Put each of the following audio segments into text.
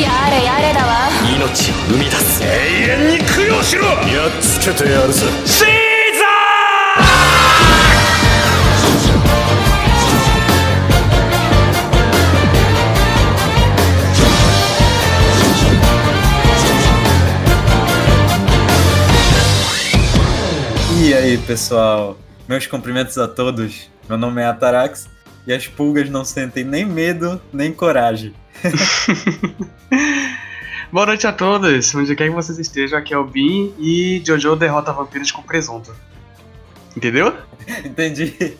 やれやれだわ。 命を生み出す。永遠に供養しろ。やっつけてやるぞ。シーザー! E aí, pessoal? Meus cumprimentos a todos. Meu nome é Atarax e as pulgas não sentem nem medo nem coragem. Boa noite a todos, onde quer que vocês estejam, aqui é o Bin e Jojo derrota vampiros com presunto. Entendeu? Entendi.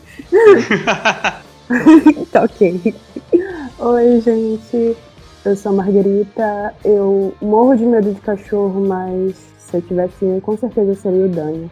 Tá ok. Oi, gente. Eu sou a Margarita. Eu morro de medo de cachorro, mas se eu tivesse um, com certeza seria o Dani.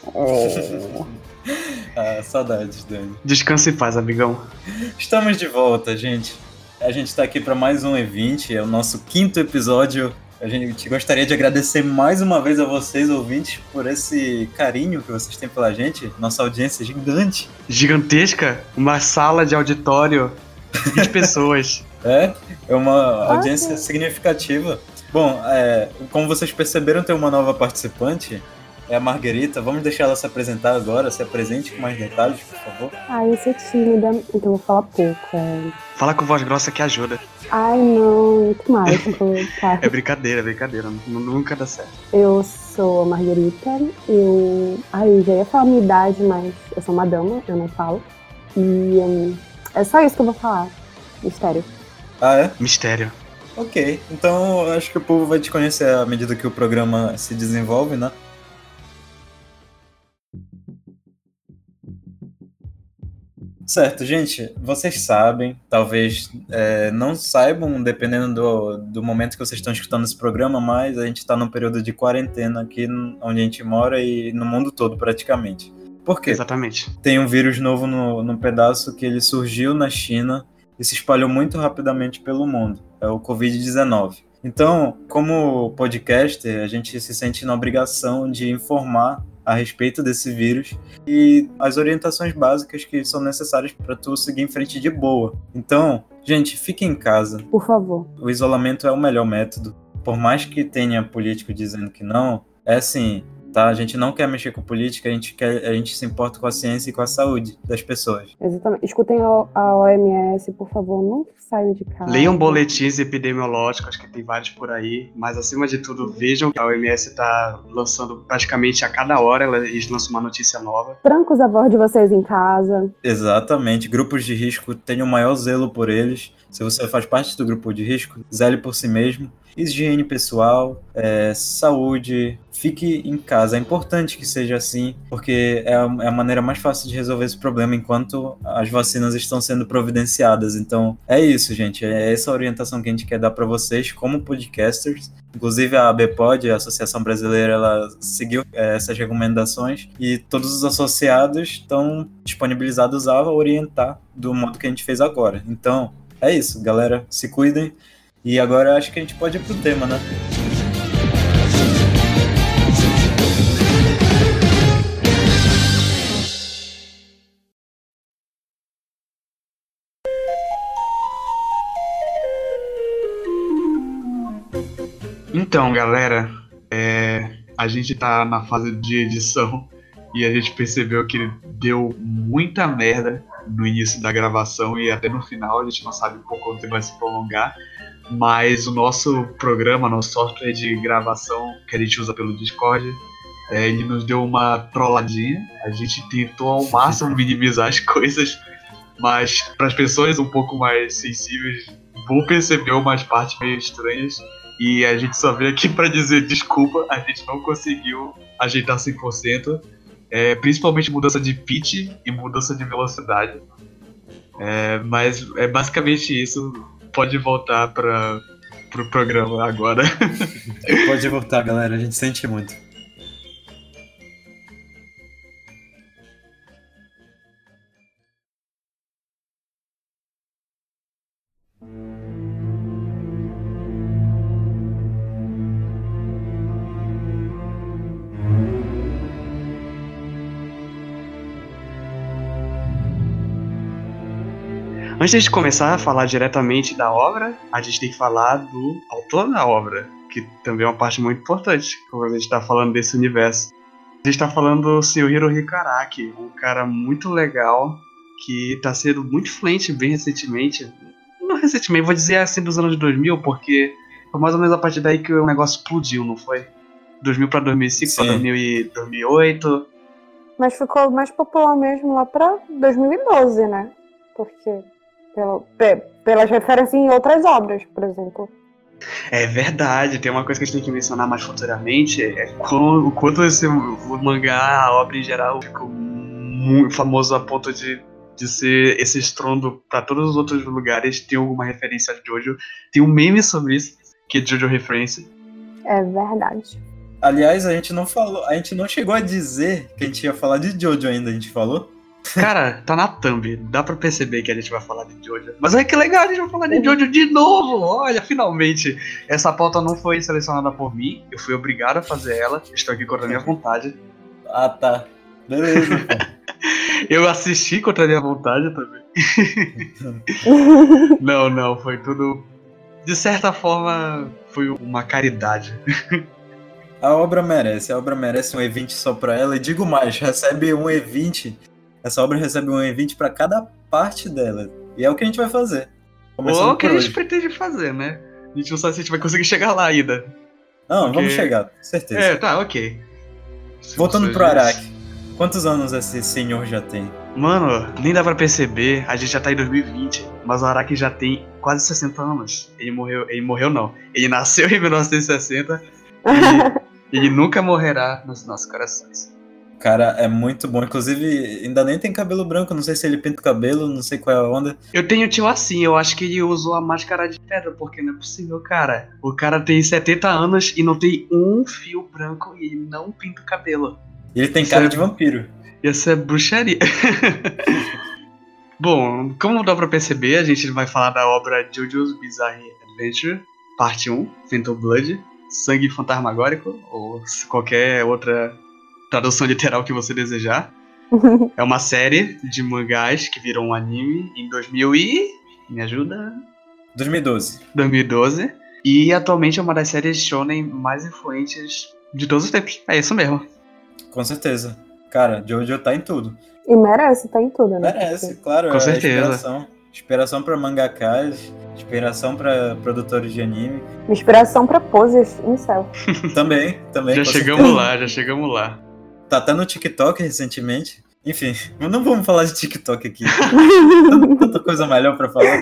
Ah, saudades, Dani. Descanse em paz, amigão. Estamos de volta, gente. A gente tá aqui para mais um E20, é o nosso 5º episódio. A gente gostaria de agradecer mais uma vez a vocês, ouvintes, por esse carinho que vocês têm pela gente. Nossa audiência é gigante. Gigantesca? Uma sala de auditório, 20 pessoas. É uma audiência significativa. Bom, como vocês perceberam, tem uma nova participante. É a Margarita. Vamos deixar ela se apresentar agora. Se apresente com mais detalhes, por favor. Ai, eu sou tímida, então vou falar pouco. Fala com voz grossa que ajuda. Ai, não, muito mais. Tá. É brincadeira. Nunca dá certo. Eu sou a Margarita. Eu já ia falar a minha idade, mas eu sou uma dama, eu não falo. E é só isso que eu vou falar. Mistério. Ah, é? Mistério. Ok. Então, eu acho que o povo vai te conhecer à medida que o programa se desenvolve, né? Certo, gente, vocês sabem, talvez não saibam, dependendo do momento que vocês estão escutando esse programa, mas a gente está num período de quarentena aqui onde a gente mora e no mundo todo praticamente. Por quê? Exatamente. Tem um vírus novo no pedaço que ele surgiu na China e se espalhou muito rapidamente pelo mundo, é o Covid-19. Então, como podcaster, a gente se sente na obrigação de informar a respeito desse vírus e as orientações básicas que são necessárias para tu seguir em frente de boa. Então, gente, fique em casa. Por favor. O isolamento é o melhor método. Por mais que tenha político dizendo que não, é assim, tá? A gente não quer mexer com política, a gente se importa com a ciência e com a saúde das pessoas. Exatamente. Escutem a OMS, por favor, não saiam de casa. Leiam boletins epidemiológicos, que tem vários por aí, mas acima de tudo, vejam que a OMS está lançando praticamente a cada hora, eles lançam uma notícia nova. Tranca os avós de vocês em casa. Exatamente. Grupos de risco, tenham o maior zelo por eles. Se você faz parte do grupo de risco, zele por si mesmo. Higiene pessoal, saúde, fique em casa. É importante que seja assim, porque é a maneira mais fácil de resolver esse problema enquanto as vacinas estão sendo providenciadas. Então, é isso, gente. É essa orientação que a gente quer dar para vocês como podcasters. Inclusive, a ABPOD, a Associação Brasileira, ela seguiu essas recomendações e todos os associados estão disponibilizados a orientar do modo que a gente fez agora. Então, é isso, galera. Se cuidem. E agora acho que a gente pode ir pro tema, né? Então, galera, a gente tá na fase de edição e a gente percebeu que deu muita merda no início da gravação e até no final. A gente não sabe por quanto vai se prolongar. Mas o nosso programa, nosso software de gravação que a gente usa pelo Discord, ele nos deu uma trolladinha. A gente tentou ao máximo minimizar as coisas, mas para as pessoas um pouco mais sensíveis vão perceber umas partes meio estranhas. E a gente só veio aqui para dizer desculpa, a gente não conseguiu ajeitar 100%, principalmente mudança de pitch e mudança de velocidade. Mas é basicamente isso. Pode voltar pro programa agora. Pode voltar, galera. A gente sente muito. Antes de começar a falar diretamente da obra, a gente tem que falar do autor da obra, que também é uma parte muito importante quando a gente está falando desse universo. A gente está falando do Sr. Hirohiko Araki, um cara muito legal que está sendo muito influente bem recentemente. Não recentemente, vou dizer assim dos anos 2000, porque foi mais ou menos a partir daí que o negócio explodiu, não foi? 2000 para 2005, para 2008. Mas ficou mais popular mesmo lá pra 2012, né? Porque pelas referências em outras obras, por exemplo. É verdade, tem uma coisa que a gente tem que mencionar mais futuramente, o quanto o mangá, a obra em geral, ficou muito famoso a ponto de ser esse estrondo pra todos os outros lugares. Tem alguma referência a Jojo, tem um meme sobre isso, que é Jojo Reference. É verdade. Aliás, a gente não chegou a dizer que a gente ia falar de Jojo ainda, a gente falou? Cara, tá na thumb, dá pra perceber que a gente vai falar de Jojo. Mas olha que legal, a gente vai falar de Jojo de novo. Olha, finalmente. Essa pauta não foi selecionada por mim, eu fui obrigado a fazer ela, estou aqui contra a minha vontade. Ah, tá. Beleza, pô. Eu assisti contra a minha vontade também. Não, foi tudo... De certa forma, foi uma caridade. A obra merece um E20 só pra ela. E digo mais, recebe um E20. Essa obra recebe um E20 pra cada parte dela. E é o que a gente vai fazer. Ou o que a gente pretende fazer, né? A gente não sabe se a gente vai conseguir chegar lá ainda. Não, porque... vamos chegar, com certeza. É, tá, ok. Voltando pro Araki. Quantos anos esse senhor já tem? Mano, nem dá pra perceber, a gente já tá em 2020, mas o Araki já tem quase 60 anos. Ele morreu não. Ele nasceu em 1960 e ele nunca morrerá nos nossos corações. Cara, é muito bom. Inclusive, ainda nem tem cabelo branco. Não sei se ele pinta o cabelo, não sei qual é a onda. Eu tenho um tio assim, eu acho que ele usou a máscara de pedra, porque não é possível, cara. O cara tem 70 anos e não tem um fio branco e ele não pinta o cabelo. Ele tem cara de vampiro. Isso é bruxaria. Bom, como dá pra perceber, a gente vai falar da obra JoJo's Bizarre Adventure, parte 1, Phantom Blood, Sangue Fantasmagórico, ou qualquer outra tradução literal que você desejar. É uma série de mangás que virou um anime em 2000 e... me ajuda? 2012. E atualmente é uma das séries shonen mais influentes de todos os tempos. É isso mesmo. Com certeza. Cara, Jojo tá em tudo. E merece, tá em tudo, né? Merece, claro. Com certeza. Inspiração pra mangakas, inspiração pra produtores de anime. Inspiração pra poses em céu. Também. Já chegamos lá. Tá até no TikTok recentemente. Enfim, não vamos falar de TikTok aqui. Tanta coisa melhor pra falar.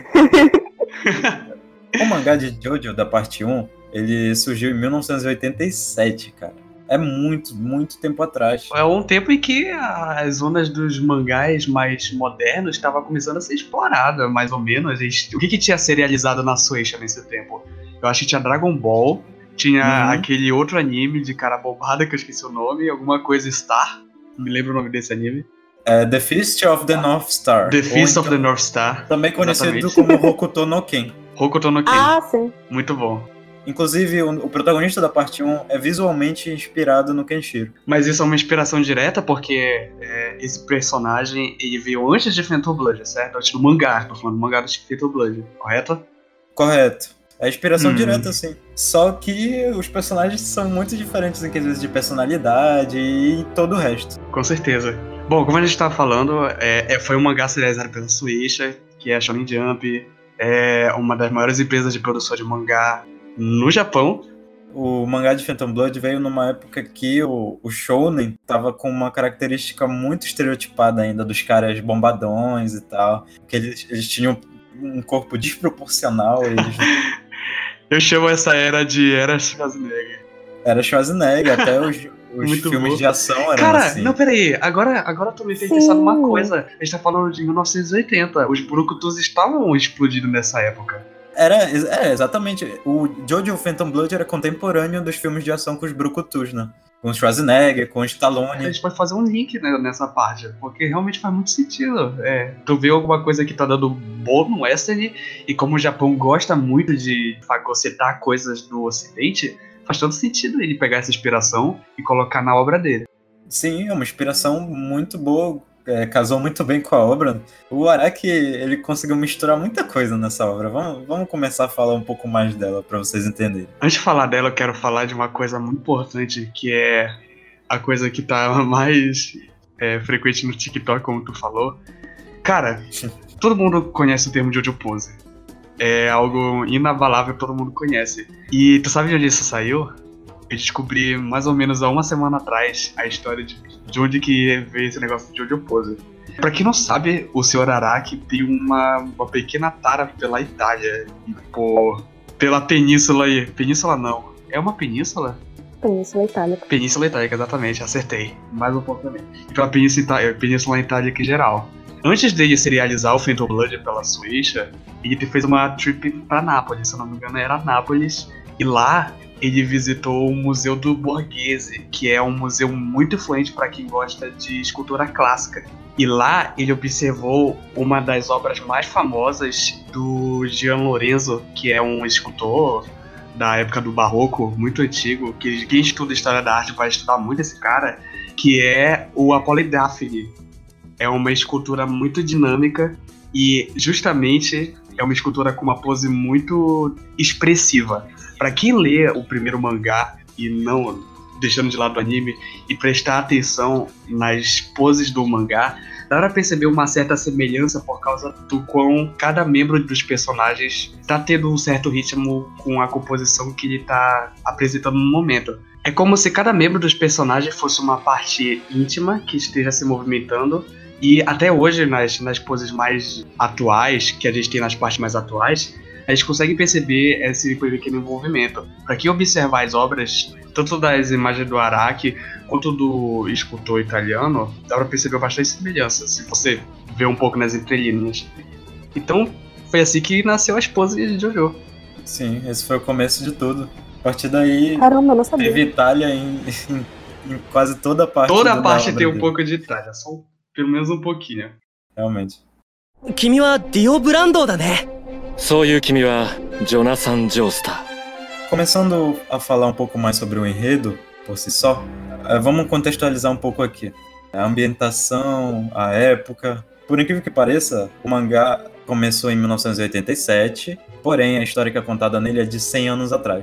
O mangá de Jojo, da parte 1, ele surgiu em 1987, cara. É muito, muito tempo atrás. É um tempo em que as zonas dos mangás mais modernos estavam começando a ser explorada, mais ou menos. O que tinha serializado na Shueisha nesse tempo? Eu acho que tinha Dragon Ball, tinha aquele outro anime de cara bombada que eu esqueci o nome, alguma coisa Star. Não me lembro o nome desse anime. The Fist of the North Star. The Fist of the North Star. Também conhecido como Hokuto no Ken. Hokuto no Ken. Ah, sim. Muito bom. Inclusive, o protagonista da parte 1 é visualmente inspirado no Kenshiro. Mas isso é uma inspiração direta porque esse personagem ele veio antes de Phantom Blood, certo? Antes do mangá, tô falando do mangá de Phantom Blood, correto? Correto. É inspiração direta, sim. Só que os personagens são muito diferentes em questões de personalidade e todo o resto. Com certeza. Bom, como a gente estava falando, foi um mangá serializado pela Shueisha, que é a Shonen Jump, é uma das maiores empresas de produção de mangá no Japão. O mangá de Phantom Blood veio numa época que o shounen tava com uma característica muito estereotipada ainda dos caras bombadões e tal, que eles tinham um corpo desproporcional. Eu chamo essa era de Era Schwarzenegger. Era Schwarzenegger, até os filmes bom. De ação eram cara, assim. Não, peraí, agora tu me fez pensar numa coisa. A gente tá falando de 1980, os brucutus estavam explodindo nessa época. Exatamente. O Jojo Phantom Blood era contemporâneo dos filmes de ação com os brucutus, né? Com o Schwarzenegger, com o Stallone. A gente pode fazer um link, né, nessa parte, porque realmente faz muito sentido. Tu vê alguma coisa que tá dando bom no western, e como o Japão gosta muito de fagocitar coisas do ocidente, faz todo sentido ele pegar essa inspiração e colocar na obra dele. Sim, é uma inspiração muito boa. casou muito bem com a obra. O Araki, ele conseguiu misturar muita coisa nessa obra. Vamos começar a falar um pouco mais dela para vocês entenderem. Antes de falar dela, eu quero falar de uma coisa muito importante, que é a coisa que tá mais frequente no TikTok, como tu falou. Cara, todo mundo conhece o termo Jojo Pose. É algo inabalável, todo mundo conhece. E tu sabe de onde isso saiu? Eu descobri mais ou menos há uma semana atrás a história de onde que veio esse negócio de Jojo Pose. Pra quem não sabe, o Sr. Araki tem uma pequena tara pela Itália e pela península aí. Península não. É uma península? Península Itálica. Península Itálica, exatamente, acertei. Mais um ponto também. E pela Península Itálica em geral. Antes dele serializar o Phantom Blood pela Suíça, ele fez uma trip pra Nápoles, se eu não me engano era Nápoles. E lá ele visitou o Museu do Borghese, que é um museu muito influente para quem gosta de escultura clássica. E lá ele observou uma das obras mais famosas do Gian Lorenzo, que é um escultor da época do Barroco, muito antigo, que quem estuda história da arte vai estudar muito esse cara, que é o Apolo e Daphne. É uma escultura muito dinâmica e justamente é uma escultura com uma pose muito expressiva. Pra quem lê o primeiro mangá e não deixando de lado o anime e prestar atenção nas poses do mangá, dá pra perceber uma certa semelhança por causa do quão cada membro dos personagens tá tendo um certo ritmo com a composição que ele tá apresentando no momento. É como se cada membro dos personagens fosse uma parte íntima que esteja se movimentando. E até hoje, nas poses mais atuais, que a gente tem nas partes mais atuais, a gente consegue perceber esse pequeno envolvimento. Para quem observar as obras, tanto das imagens do Araki quanto do escultor italiano, dá para perceber bastante semelhança, se você vê um pouco nas entrelinhas. Então, foi assim que nasceu as poses de Jojo. Sim, esse foi o começo de tudo. A partir daí, Caramba, eu não sabia. teve Itália em quase toda a parte. Toda a parte tem um dele. pouco de Itália, só pelo menos um pouquinho. Realmente. 君はディオブランドだね。 そういう君はジョナサン・ジョースター。 Começando a falar um pouco mais sobre o enredo, por si só, vamos contextualizar um pouco aqui. A ambientação, a época. Por incrível que pareça, o mangá começou em 1987, porém a história que é contada nele é de 100 anos atrás.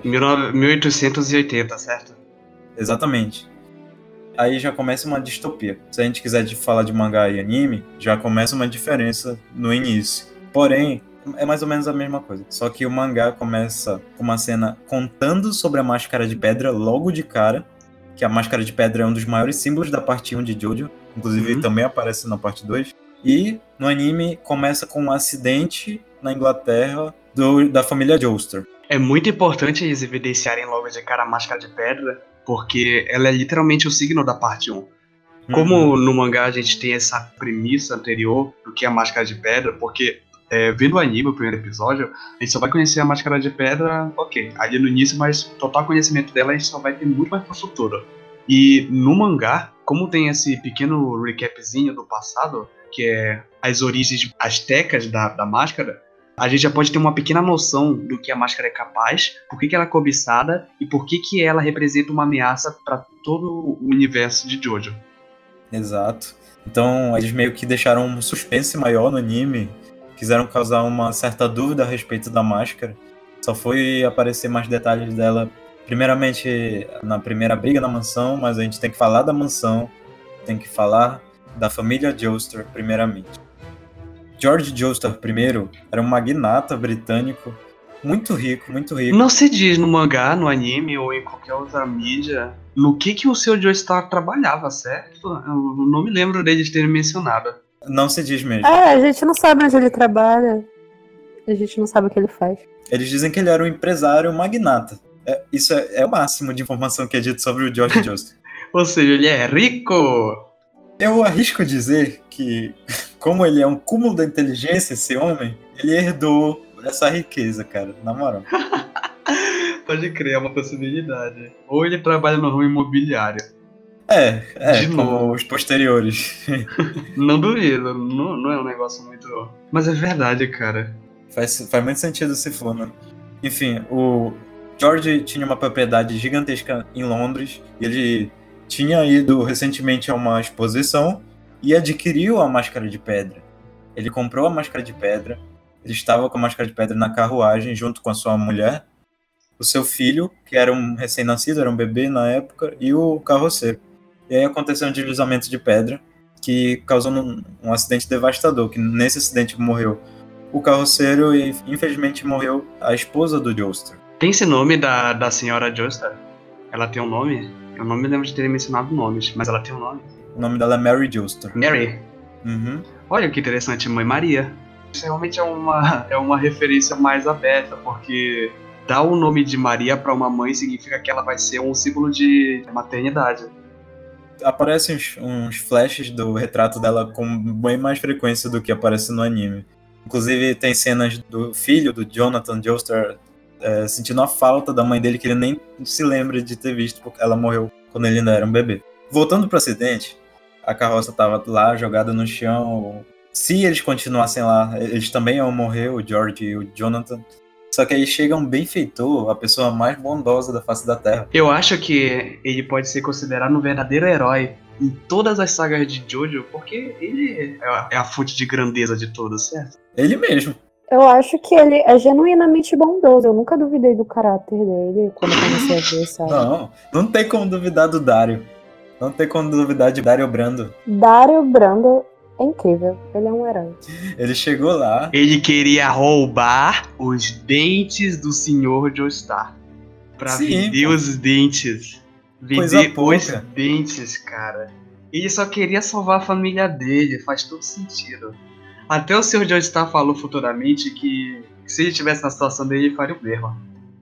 1880, certo? Exatamente. Aí já começa uma distopia. Se a gente quiser falar de mangá e anime, já começa uma diferença no início. Porém, é mais ou menos a mesma coisa. Só que o mangá começa com uma cena contando sobre a Máscara de Pedra logo de cara, que a Máscara de Pedra é um dos maiores símbolos da parte 1 de Jojo, inclusive também aparece na parte 2. E no anime começa com um acidente na Inglaterra da família Joestar. É muito importante eles evidenciarem logo de cara a Máscara de Pedra, porque ela é literalmente o signo da parte 1. Como no mangá a gente tem essa premissa anterior do que é a Máscara de Pedra, porque vendo o anime, o primeiro episódio, a gente só vai conhecer a Máscara de Pedra, ali no início, mas total conhecimento dela a gente só vai ter muito mais pro futuro. E no mangá, como tem esse pequeno recapzinho do passado, que é as origens astecas da máscara, a gente já pode ter uma pequena noção do que a máscara é capaz, por que ela é cobiçada e por que ela representa uma ameaça para todo o universo de Jojo. Exato. Então eles meio que deixaram um suspense maior no anime, quiseram causar uma certa dúvida a respeito da máscara. Só foi aparecer mais detalhes dela, primeiramente na primeira briga na mansão, mas a gente tem que falar da mansão, tem que falar da família Joestar primeiramente. George Joestar I era um magnata britânico, muito rico, muito rico. Não se diz no mangá, no anime ou em qualquer outra mídia no que o Sr. Joestar trabalhava, certo? Eu não me lembro deles terem mencionado. Não se diz mesmo. A gente não sabe onde ele trabalha. A gente não sabe o que ele faz. Eles dizem que ele era um empresário magnata. Isso é o máximo de informação que é dito sobre o George Joestar. Ou seja, ele é rico! Eu arrisco dizer que, como ele é um cúmulo da inteligência, esse homem, ele herdou essa riqueza, cara, na moral. Pode crer, é uma possibilidade. Ou ele trabalha no ramo imobiliário. De como os posteriores. Não duvido, não é um negócio muito... Mas é verdade, cara. Faz muito sentido se for, né? Enfim, o George tinha uma propriedade gigantesca em Londres, e ele tinha ido recentemente a uma exposição e adquiriu a Máscara de Pedra. Ele comprou a Máscara de Pedra, ele estava com a Máscara de Pedra na carruagem junto com a sua mulher, o seu filho, que era um recém-nascido, era um bebê na época, e o carroceiro. E aí aconteceu um deslizamento de pedra que causou um acidente devastador, que nesse acidente morreu o carroceiro e infelizmente morreu a esposa do Joestar. Tem esse nome da senhora Joestar? Ela tem um nome? Eu não me lembro de ter mencionado nomes, mas ela tem um nome. O nome dela é Mary Joestar. Mary? Uhum. Olha que interessante, Mãe Maria. Isso realmente é uma referência mais aberta, porque dar o nome de Maria para uma mãe significa que ela vai ser um símbolo de maternidade. Aparecem uns flashes do retrato dela com bem mais frequência do que aparece no anime. Inclusive tem cenas do filho do Jonathan Joestar sentindo a falta da mãe dele, que ele nem se lembra de ter visto, porque ela morreu quando ele ainda era um bebê. Voltando pro acidente, a carroça estava lá jogada no chão. Se eles continuassem lá, eles também iam morrer, o George e o Jonathan. Só que aí chega um benfeitor, a pessoa mais bondosa da face da Terra. Eu acho que ele pode ser considerado um verdadeiro herói em todas as sagas de Jojo, porque ele é a fonte de grandeza de todas, certo? Ele mesmo. Eu acho que ele é genuinamente bondoso. Eu nunca duvidei do caráter dele quando eu comecei a ver, sabe? Não tem como duvidar do Dario. Não tem como duvidar de Dario Brando. Dario Brando é incrível. Ele é um herói. Ele chegou lá. Ele queria roubar os dentes do Sr. Joestar. Pra vender os dentes. Vender os dentes, cara. Ele só queria salvar a família dele. Faz todo sentido. Até o Sr. Joestar falou futuramente que se ele estivesse na situação dele, ele faria o mesmo.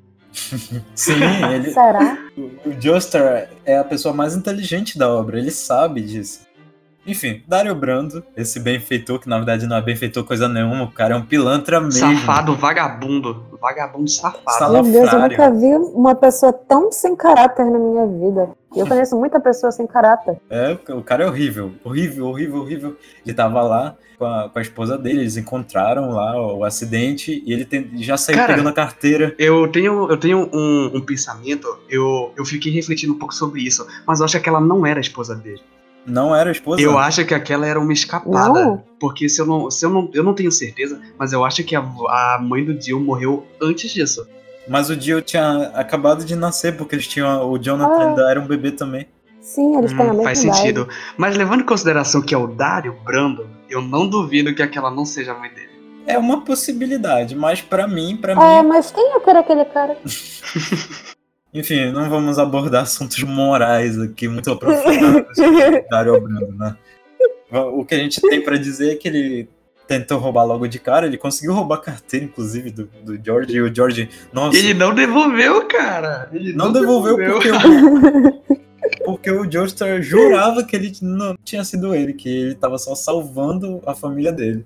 Sim, ele... Será? O Joestar é a pessoa mais inteligente da obra, ele sabe disso. Enfim, Dario Brando, esse benfeitor, que na verdade não é benfeitor coisa nenhuma, o cara é um pilantra mesmo. Safado, vagabundo. Vagabundo safado. Meu Deus, eu nunca vi uma pessoa tão sem caráter na minha vida. E eu conheço muita pessoa sem caráter. O cara é horrível. Horrível. Ele tava lá com a esposa dele, eles encontraram lá o acidente e ele já saiu pegando a carteira. Eu tenho um pensamento, eu fiquei refletindo um pouco sobre isso, mas eu acho que ela não era a esposa dele. Não era a esposa? Eu acho que aquela era uma escapada. Não. Porque eu não tenho certeza, mas eu acho que a mãe do Dio morreu antes disso. Mas o Dio tinha acabado de nascer, porque eles tinham. O Jonathan ainda era um bebê também. Sim, eles têm a mesma faz idade. sentido. Mas levando em consideração que é o Dario Brando, eu não duvido que aquela não seja a mãe dele. É uma possibilidade, mas pra mim... mas quem é aquele cara? Enfim, não vamos abordar assuntos morais aqui muito aprofundados sobre Dario Brando, né? O que a gente tem pra dizer é que ele tentou roubar logo de cara, ele conseguiu roubar a carteira, inclusive, do George, e o George... Nossa, ele não devolveu, cara! Ele não devolveu. Porque o Joestar jurava que ele não tinha sido ele, que ele tava só salvando a família dele.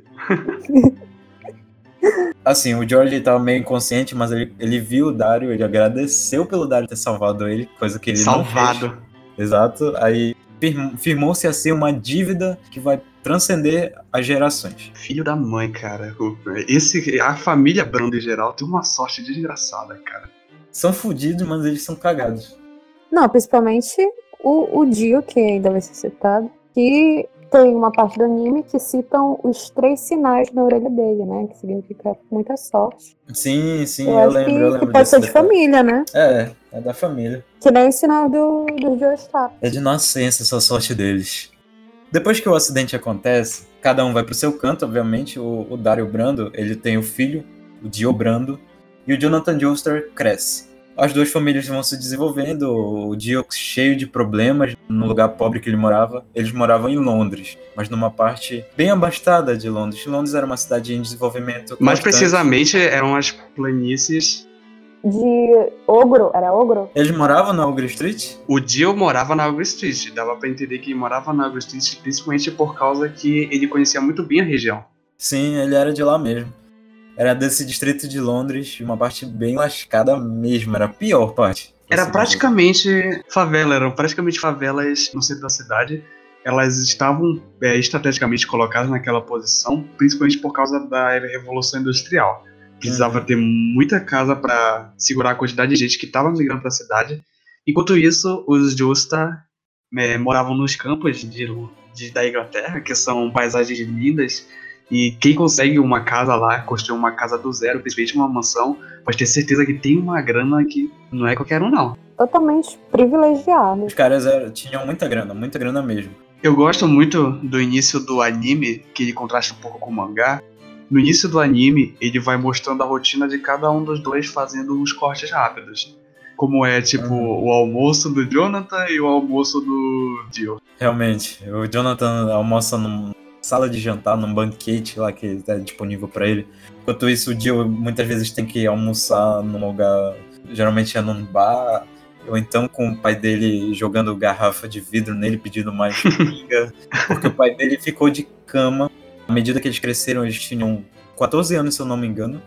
Assim, o George tava meio inconsciente, mas ele viu o Dario, ele agradeceu pelo Dario ter salvado ele, coisa que ele não fez. Exato, aí firmou-se assim uma dívida que vai transcender as gerações. Filho da mãe, cara. A família Brando em geral tem uma sorte desgraçada, cara. São fodidos, mas eles são cagados. Não, principalmente o Dio, que ainda vai ser citado, que tem uma parte do anime que citam os 3 sinais na orelha dele, né? Que significa muita sorte. Sim, eu lembro. Que pode ser de família, né? É da família. Que nem o sinal do Joestar. É de nascença essa sorte deles. Depois que o acidente acontece, cada um vai pro seu canto, obviamente. O Dario Brando, ele tem o filho, o Dio Brando, e o Jonathan Joestar cresce. As duas famílias vão se desenvolvendo, o Dio cheio de problemas no lugar pobre que ele morava. Eles moravam em Londres, mas numa parte bem abastada de Londres. Londres era uma cidade em desenvolvimento mais constante. Precisamente eram as planícies de Ogro, era Ogro? Eles moravam na Ogre Street? O Dio morava na Ogre Street, dava pra entender que ele morava na Ogre Street principalmente por causa que ele conhecia muito bem a região. Sim, ele era de lá mesmo. Era desse distrito de Londres, uma parte bem lascada mesmo, era a pior parte. Era praticamente favela, eram praticamente favelas no centro da cidade. Elas estavam estrategicamente colocadas naquela posição, principalmente por causa da Revolução Industrial. Precisava ter muita casa para segurar a quantidade de gente que estava migrando para a cidade. Enquanto isso, os Joestar moravam nos campos da Inglaterra, que são paisagens lindas, e quem consegue uma casa lá, construir uma casa do zero, principalmente uma mansão, pode ter certeza que tem uma grana que não é qualquer um, não. Totalmente privilegiado. Os caras tinham muita grana mesmo. Eu gosto muito do início do anime, que ele contrasta um pouco com o mangá. No início do anime, ele vai mostrando a rotina de cada um dos dois fazendo uns cortes rápidos. Como é, tipo, o almoço do Jonathan e o almoço do Dio. Realmente, o Jonathan almoça numa sala de jantar, num banquete lá que é disponível pra ele. Enquanto isso, o Dio muitas vezes tem que almoçar num lugar, geralmente é num bar, ou então com o pai dele jogando garrafa de vidro nele, pedindo mais comida, porque o pai dele ficou de cama. À medida que eles cresceram, eles tinham 14 anos, se eu não me engano,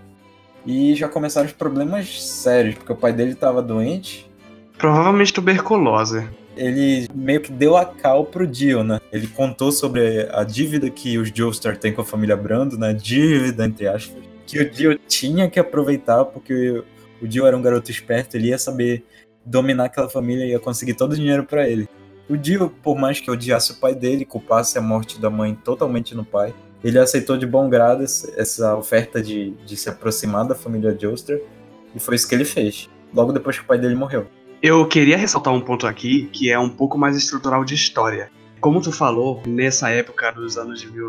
e já começaram os problemas sérios, porque o pai dele estava doente. Provavelmente tuberculose. Ele meio que deu a cal pro Dio, né? Ele contou sobre a dívida que os Joestar têm com a família Brando, né? Dívida, entre aspas, que o Dio tinha que aproveitar, porque o Dio era um garoto esperto, ele ia saber dominar aquela família e ia conseguir todo o dinheiro pra ele. O Dio, por mais que odiasse o pai dele, culpasse a morte da mãe totalmente no pai, ele aceitou de bom grado essa oferta de se aproximar da família Joestar, e foi isso que ele fez, logo depois que o pai dele morreu. Eu queria ressaltar um ponto aqui, que é um pouco mais estrutural de história. Como tu falou, nessa época dos anos de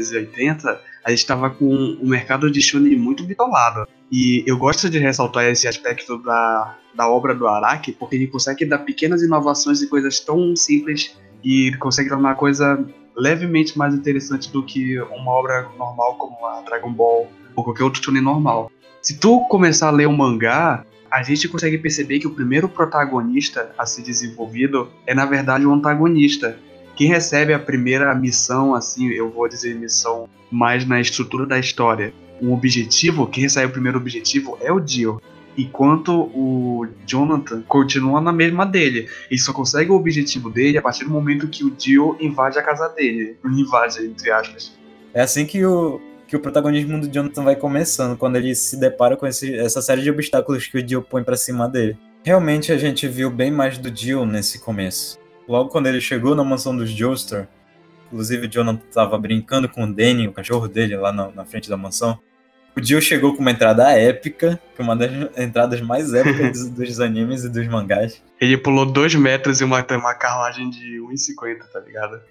1980, a gente estava com um mercado de shonen muito bitolado. E eu gosto de ressaltar esse aspecto da obra do Araki, porque ele consegue dar pequenas inovações e coisas tão simples e consegue tornar a coisa levemente mais interessante do que uma obra normal como a Dragon Ball ou qualquer outro shonen normal. Se tu começar a ler o mangá, a gente consegue perceber que o primeiro protagonista a ser desenvolvido é, na verdade, o antagonista. Quem recebe a primeira missão, assim, eu vou dizer missão mais na estrutura da história, um objetivo, quem recebe o primeiro objetivo é o Dio. Enquanto o Jonathan continua na mesma dele. Ele só consegue o objetivo dele a partir do momento que o Dio invade a casa dele. Invade, entre aspas. É assim que o protagonismo do Jonathan vai começando, quando ele se depara com essa série de obstáculos que o Dio põe pra cima dele. Realmente a gente viu bem mais do Dio nesse começo. Logo quando ele chegou na mansão dos Joestar, inclusive o Jonathan tava brincando com o Danny, o cachorro dele, lá na frente da mansão. O Dio chegou com uma entrada épica, que é uma das entradas mais épicas dos animes e dos mangás. Ele pulou 2 metros e uma carruagem de 1,50, tá ligado?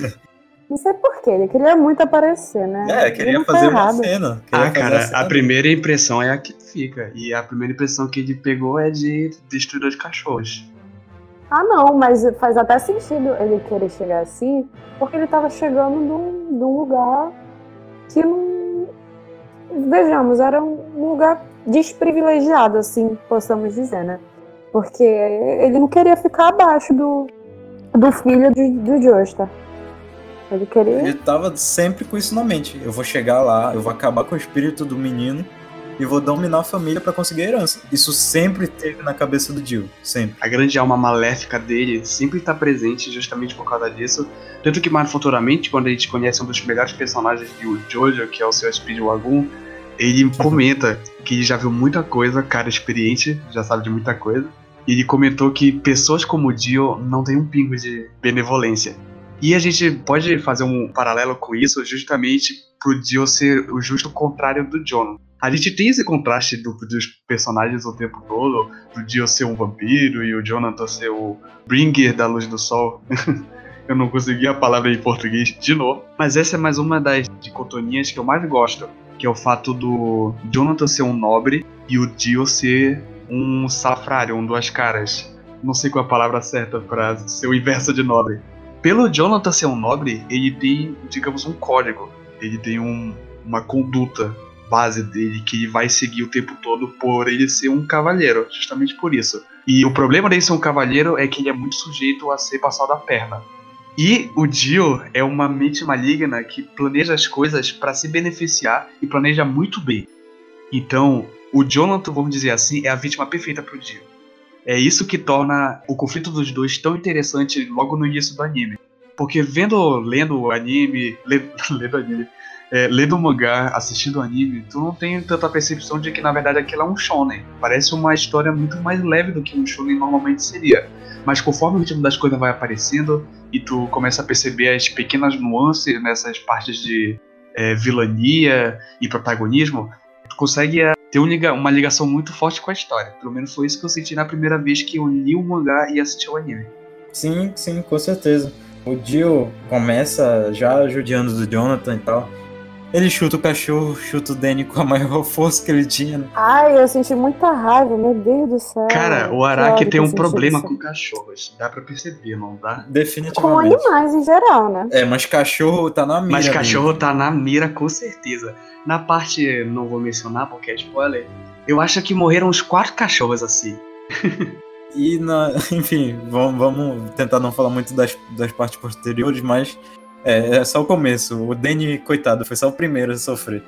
Não sei porquê, ele queria muito aparecer, né? Queria fazer uma cena. A primeira impressão é a que fica. E a primeira impressão que ele pegou é de destruidor de cachorros. Ah, não, mas faz até sentido ele querer chegar assim, porque ele tava chegando de um lugar que não... Vejamos, era um lugar desprivilegiado, assim, possamos dizer, né? Porque ele não queria ficar abaixo do filho do Joestar. Ele tava sempre com isso na mente. Eu vou chegar lá, eu vou acabar com o espírito do menino e vou dominar a família pra conseguir a herança. Isso sempre teve na cabeça do Dio, sempre. A grande alma maléfica dele sempre tá presente justamente por causa disso. Tanto que mais futuramente, quando a gente conhece um dos melhores personagens de Jojo, que é o seu Speedwagon, ele comenta que ele já viu muita coisa, cara experiente, já sabe de muita coisa. E ele comentou que pessoas como o Dio não tem um pingo de benevolência. E a gente pode fazer um paralelo com isso justamente pro Dio ser o justo contrário do Jonathan. A gente tem esse contraste dos personagens o tempo todo, pro Dio ser um vampiro e o Jonathan ser o bringer da luz do sol. Eu não consegui a palavra em português de novo. Mas essa é mais uma das dicotonias que eu mais gosto, que é o fato do Jonathan ser um nobre e o Dio ser um salafrário, um duas caras. Não sei qual é a palavra certa para ser o inverso de nobre. Pelo Jonathan ser um nobre, ele tem, digamos, um código. Ele tem uma conduta base dele que ele vai seguir o tempo todo por ele ser um cavalheiro, justamente por isso. E o problema dele ser um cavalheiro é que ele é muito sujeito a ser passado a perna. E o Dio é uma mente maligna que planeja as coisas para se beneficiar e planeja muito bem. Então, o Jonathan, vamos dizer assim, é a vítima perfeita pro Dio. É isso que torna o conflito dos dois tão interessante logo no início do anime. Porque lendo o anime, lendo o mangá, assistindo o anime, tu não tem tanta percepção de que na verdade aquilo é um shonen. Parece uma história muito mais leve do que um shonen normalmente seria. Mas conforme o ritmo das coisas vai aparecendo e tu começa a perceber as pequenas nuances nessas partes de vilania e protagonismo, tu consegue ter uma ligação muito forte com a história. Pelo menos foi isso que eu senti na primeira vez que eu li o mangá e assisti o anime. Sim, com certeza. O Dio começa já judiando do Jonathan e tal. Ele chuta o cachorro, chuta o Danny com a maior força que ele tinha. Né? Ai, eu senti muita raiva, meu Deus do céu. Cara, o Araki tem um problema com cachorros. Dá pra perceber, não dá? Definitivamente. Com animais em geral, né? Mas cachorro tá na mira. Mas cachorro tá na mira, com certeza. Na parte, não vou mencionar porque é spoiler, eu acho que morreram uns 4 cachorros assim. E, enfim, vamos tentar não falar muito das partes posteriores, mas é só o começo. O Danny, coitado, foi só o primeiro a sofrer.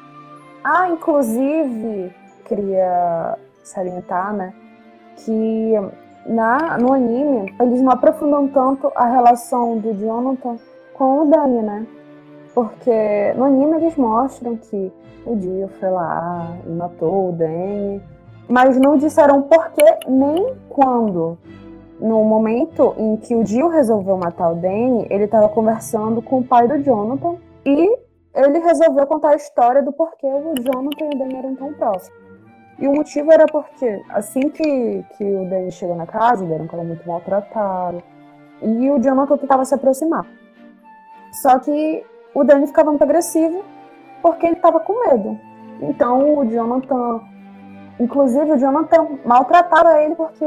Inclusive, queria salientar, né, que no anime, eles não aprofundam tanto a relação do Jonathan com o Danny, né? Porque no anime eles mostram que o Dio foi lá e matou o Danny, mas não disseram porquê nem quando. No momento em que o Dio resolveu matar o Danny, ele estava conversando com o pai do Jonathan e ele resolveu contar a história do porquê o Jonathan e o Danny eram tão próximos. E o motivo era porque assim que o Danny chegou na casa, ele era um cara muito maltratado, e o Jonathan tentava se aproximar. Só que o Danny ficava muito agressivo porque ele estava com medo. Então o Jonathan maltratava ele porque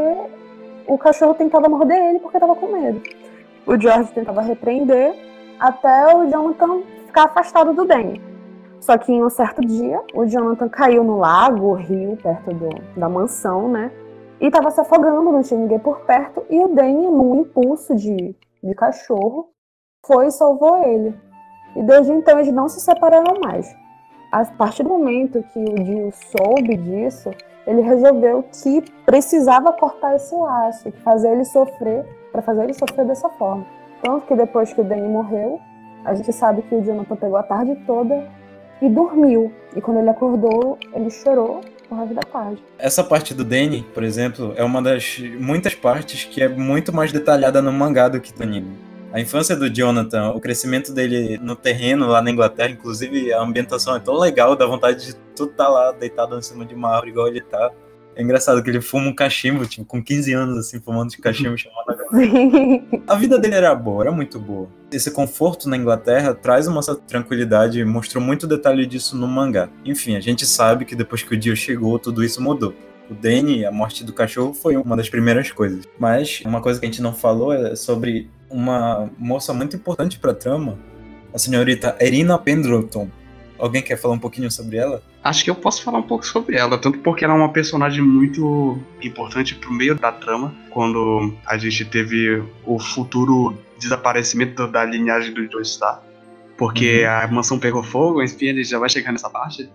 o cachorro tentava morder ele porque estava com medo. O George tentava repreender até o Jonathan ficar afastado do Danny. Só que em um certo dia, o Jonathan caiu no lago, rio, perto da mansão, né? E estava se afogando, não tinha ninguém por perto. E o Danny, num impulso de cachorro, foi e salvou ele. E desde então eles não se separaram mais. A partir do momento que o Dio soube disso, ele resolveu que precisava cortar esse laço, fazer ele sofrer, para fazer ele sofrer dessa forma. Tanto que depois que o Danny morreu, a gente sabe que o Jonathan pegou a tarde toda e dormiu. E quando ele acordou, ele chorou o resto da tarde. Essa parte do Danny, por exemplo, é uma das muitas partes que é muito mais detalhada no mangá do que no anime. A infância do Jonathan, o crescimento dele no terreno lá na Inglaterra, inclusive a ambientação é tão legal, dá vontade de tudo estar lá deitado em cima de uma árvore igual ele tá. É engraçado que ele fuma um cachimbo, tipo, com 15 anos, assim, fumando de cachimbo, chamando a galera. A vida dele era boa, era muito boa. Esse conforto na Inglaterra traz uma certa tranquilidade, mostrou muito detalhe disso no mangá. Enfim, a gente sabe que depois que o Dio chegou, tudo isso mudou. O Danny, a morte do cachorro, foi uma das primeiras coisas. Mas uma coisa que a gente não falou é sobre uma moça muito importante pra trama, a senhorita Irina Pendleton. Alguém quer falar um pouquinho sobre ela? Acho que eu posso falar um pouco sobre ela, tanto porque ela é uma personagem muito importante pro meio da trama, quando a gente teve o futuro desaparecimento da linhagem dos Joestar, porque a mansão pegou fogo, enfim, a gente já vai chegar nessa parte.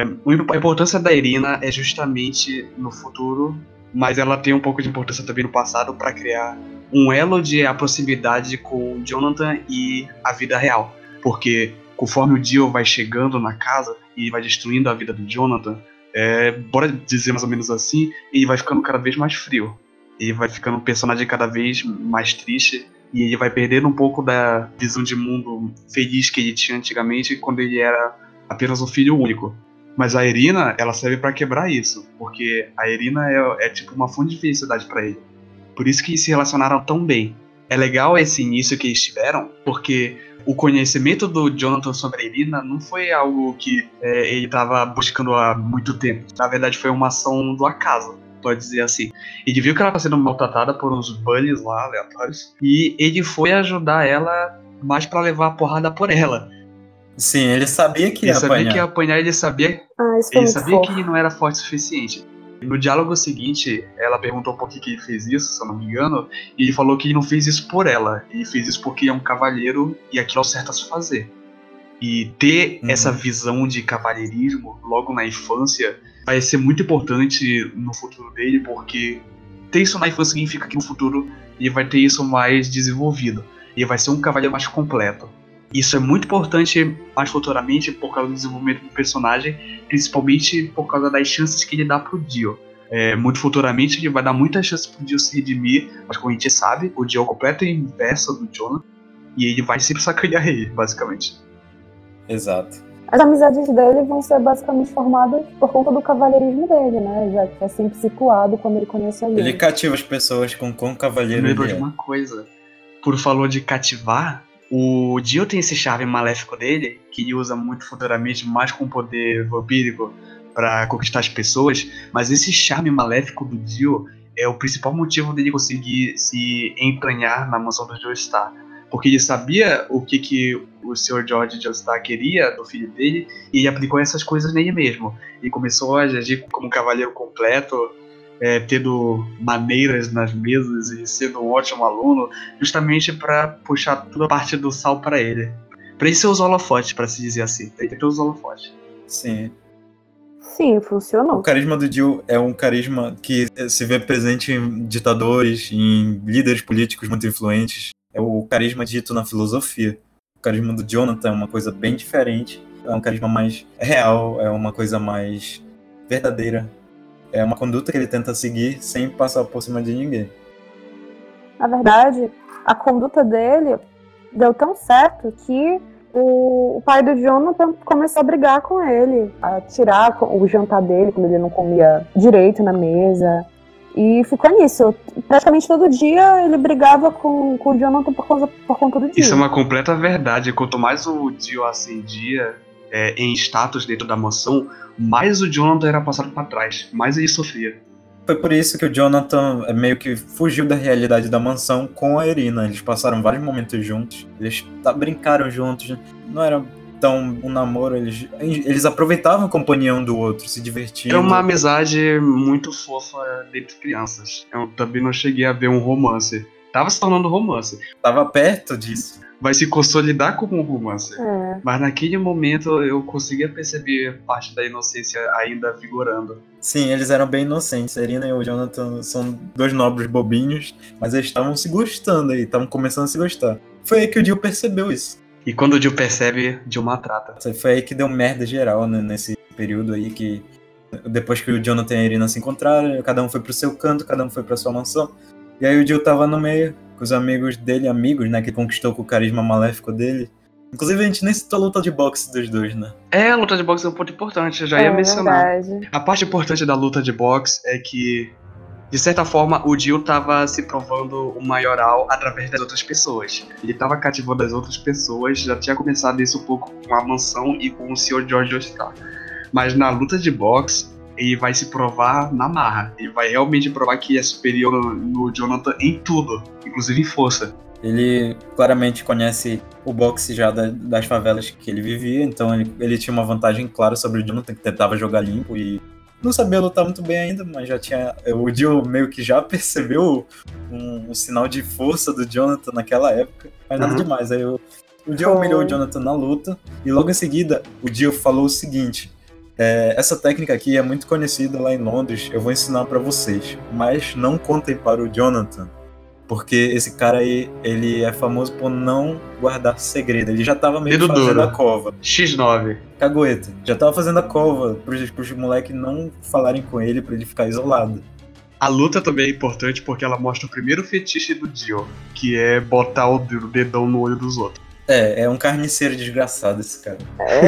A importância da Irina é justamente no futuro, mas ela tem um pouco de importância também no passado para criar um elo de proximidade com o Jonathan e a vida real, porque conforme o Dio vai chegando na casa e vai destruindo a vida do Jonathan, bora dizer mais ou menos assim, ele vai ficando cada vez mais frio. Ele vai ficando um personagem cada vez mais triste e ele vai perdendo um pouco da visão de mundo feliz que ele tinha antigamente quando ele era apenas um filho único. Mas a Irina, ela serve para quebrar isso, porque a Irina é tipo uma fonte de felicidade para ele. Por isso que eles se relacionaram tão bem. É legal esse início que eles tiveram, porque o conhecimento do Jonathan sobre a Irina não foi algo que ele estava buscando há muito tempo. Na verdade, foi uma ação do acaso, pode dizer assim. Ele viu que ela estava sendo maltratada por uns bullies lá, aleatórios, e ele foi ajudar ela mais para levar a porrada por ela. Sim, ele sabia que ia apanhar. Ele sabia que ia apanhar, ele sabia que ele não era forte o suficiente. No diálogo seguinte, ela perguntou por que ele fez isso, se eu não me engano, e ele falou que ele não fez isso por ela, ele fez isso porque ele é um cavalheiro e aquilo é o certo a se fazer. E ter essa visão de cavalheirismo logo na infância vai ser muito importante no futuro dele, porque ter isso na infância significa que no futuro ele vai ter isso mais desenvolvido, ele vai ser um cavaleiro mais completo. Isso é muito importante mais futuramente por causa do desenvolvimento do personagem, principalmente por causa das chances que ele dá pro Dio. Muito futuramente ele vai dar muitas chances pro Dio se redimir, mas como a gente sabe, o Dio é o completo inverso do Jonathan e ele vai sempre sacanear ele, basicamente. Exato. As amizades dele vão ser basicamente formadas por conta do cavalheirismo dele, né? Já que é sempre situado quando ele conhece alguém. Ele cativa as pessoas com quão cavalheiro Me lembrou ele de é. uma coisa. Por falou de cativar, o Dio tem esse charme maléfico dele, que ele usa muito futuramente, mais com poder vampírico, pra conquistar as pessoas, mas esse charme maléfico do Dio é o principal motivo dele conseguir se entranhar na mansão do Joestar. Porque ele sabia o que o Sr. George Joestar queria do filho dele, e ele aplicou essas coisas nele mesmo. Ele começou a agir como um cavaleiro completo, tendo maneiras nas mesas e sendo um ótimo aluno, justamente para puxar toda a parte do sal para ele. Pra ele ser os holofotes, para se dizer assim. Pra ele ter os holofotes. Sim. Sim, funcionou. O carisma do Dio é um carisma que se vê presente em ditadores, em líderes políticos muito influentes. É o carisma dito na filosofia. O carisma do Jonathan é uma coisa bem diferente. É um carisma mais real, é uma coisa mais verdadeira. É uma conduta que ele tenta seguir sem passar por cima de ninguém. Na verdade, a conduta dele deu tão certo que o pai do Jonathan começou a brigar com ele, a tirar o jantar dele quando ele não comia direito na mesa. E ficou nisso. Praticamente todo dia ele brigava com o Jonathan por conta do dia. Isso é uma completa verdade. Quanto mais o Dio ascendia em status dentro da mansão, mais o Jonathan era passado para trás, mais ele sofria. Foi por isso que o Jonathan meio que fugiu da realidade da mansão com a Irina. Eles passaram vários momentos juntos, eles brincaram juntos, não era tão um namoro, eles aproveitavam a companhia um do outro, se divertindo. Era uma amizade muito fofa entre crianças. Eu também não cheguei a ver um romance. Tava se tornando romance. Tava perto disso. Vai se consolidar como um romance. Mas naquele momento eu conseguia perceber parte da inocência ainda vigorando. Sim, eles eram bem inocentes. A Irina e o Jonathan são dois nobres bobinhos, mas eles estavam se gostando aí, estavam começando a se gostar. Foi aí que o Dio percebeu isso. E quando o Dio percebe, Dio maltrata. Foi aí que deu merda geral, né, nesse período aí, que depois que o Jonathan e a Irina se encontraram, cada um foi pro seu canto, cada um foi pra sua mansão. E aí o Dio tava no meio, com os amigos dele, né, que conquistou com o carisma maléfico dele. Inclusive a gente nem citou a luta de boxe dos dois, né? A luta de boxe é um ponto importante, eu já ia mencionar. Verdade. A parte importante da luta de boxe é que, de certa forma, o Dio tava se provando o maioral através das outras pessoas. Ele tava cativando as outras pessoas, já tinha começado isso um pouco com a mansão e com o Sr. George Joestar. Mas na luta de boxe, ele vai se provar na marra. Ele vai realmente provar que é superior no Jonathan em tudo, inclusive em força. Ele claramente conhece o boxe já das favelas que ele vivia, então ele tinha uma vantagem clara sobre o Jonathan, que tentava jogar limpo e não sabia lutar muito bem ainda, mas já tinha... O Dio meio que já percebeu um sinal de força do Jonathan naquela época, mas nada demais. Aí o Dio humilhou o Jonathan na luta, e logo em seguida o Dio falou o seguinte: essa técnica aqui é muito conhecida lá em Londres, eu vou ensinar pra vocês, mas não contem para o Jonathan, porque esse cara aí, ele é famoso por não guardar segredo. Ele já tava meio fazendo a cova. X9. Cagueta. Já tava fazendo a cova pros moleques não falarem com ele, pra ele ficar isolado. A luta também é importante porque ela mostra o primeiro fetiche do Dio, que é botar o dedão no olho dos outros. É um carniceiro desgraçado esse cara.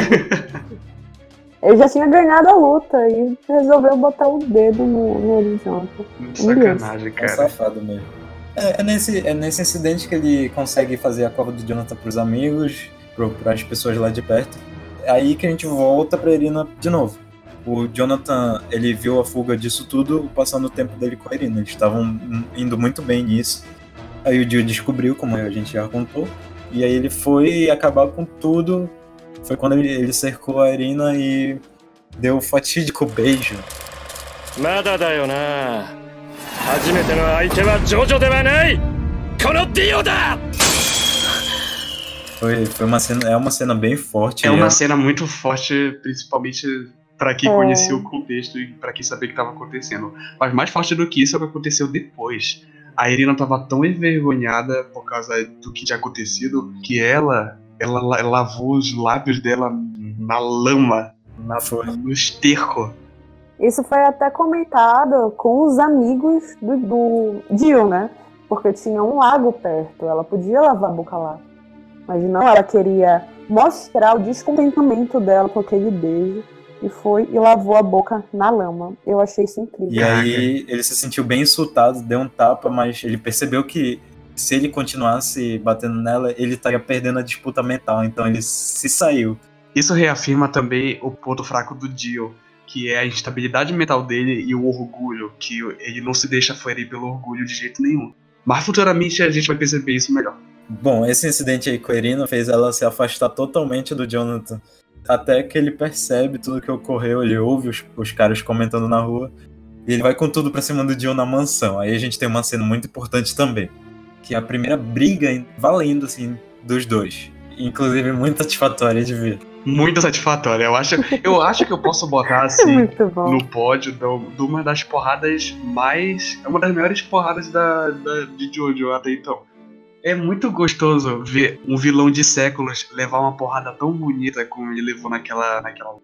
Ele já tinha ganhado a luta e resolveu botar o dedo no horizonte. Muito sacanagem, É um cara. safado mesmo. É nesse incidente que ele consegue fazer a cova do Jonathan pros amigos, pras pessoas lá de perto. É aí que a gente volta pra Irina de novo. O Jonathan, ele viu a fuga disso tudo passando o tempo dele com a Irina. Eles estavam indo muito bem nisso. Aí o Dio descobriu, como a gente já contou. E aí ele foi acabar com tudo. Foi quando ele cercou a Irina e deu o fatídico beijo. Mada da yo na. Hajimete no aite wa Jojo de wa nai. Kono Dio da! Foi uma cena, é uma cena bem forte. É uma cena muito forte, principalmente pra quem conhecia o contexto e pra quem sabia o que estava acontecendo. Mas mais forte do que isso é o que aconteceu depois. A Irina tava tão envergonhada por causa do que tinha acontecido que ela ela lavou os lábios dela na lama, no esterco. Isso foi até comentado com os amigos do Jill, né? Porque tinha um lago perto, ela podia lavar a boca lá. Mas não, ela queria mostrar o descontentamento dela com aquele beijo. E foi e lavou a boca na lama. Eu achei isso incrível. E aí ele se sentiu bem insultado, deu um tapa, mas ele percebeu que se ele continuasse batendo nela, ele estaria perdendo a disputa mental. Então ele se saiu. Isso reafirma também o ponto fraco do Dio, que é a instabilidade mental dele e o orgulho, que ele não se deixa ferir pelo orgulho de jeito nenhum. Mas futuramente a gente vai perceber isso melhor. Bom, esse incidente aí com a Irina fez ela se afastar totalmente do Jonathan. Até que ele percebe tudo que ocorreu, ele ouve os caras comentando na rua, e ele vai com tudo pra cima do Dio na mansão. Aí a gente tem uma cena muito importante também, que é a primeira briga valendo, assim, dos dois. Inclusive, muito satisfatória de ver. Muito satisfatória. Eu acho que eu posso botar, assim, Muito bom. no pódio de uma das porradas mais... É uma das maiores porradas de Jojo até então. É muito gostoso ver um vilão de séculos levar uma porrada tão bonita como ele levou naquela...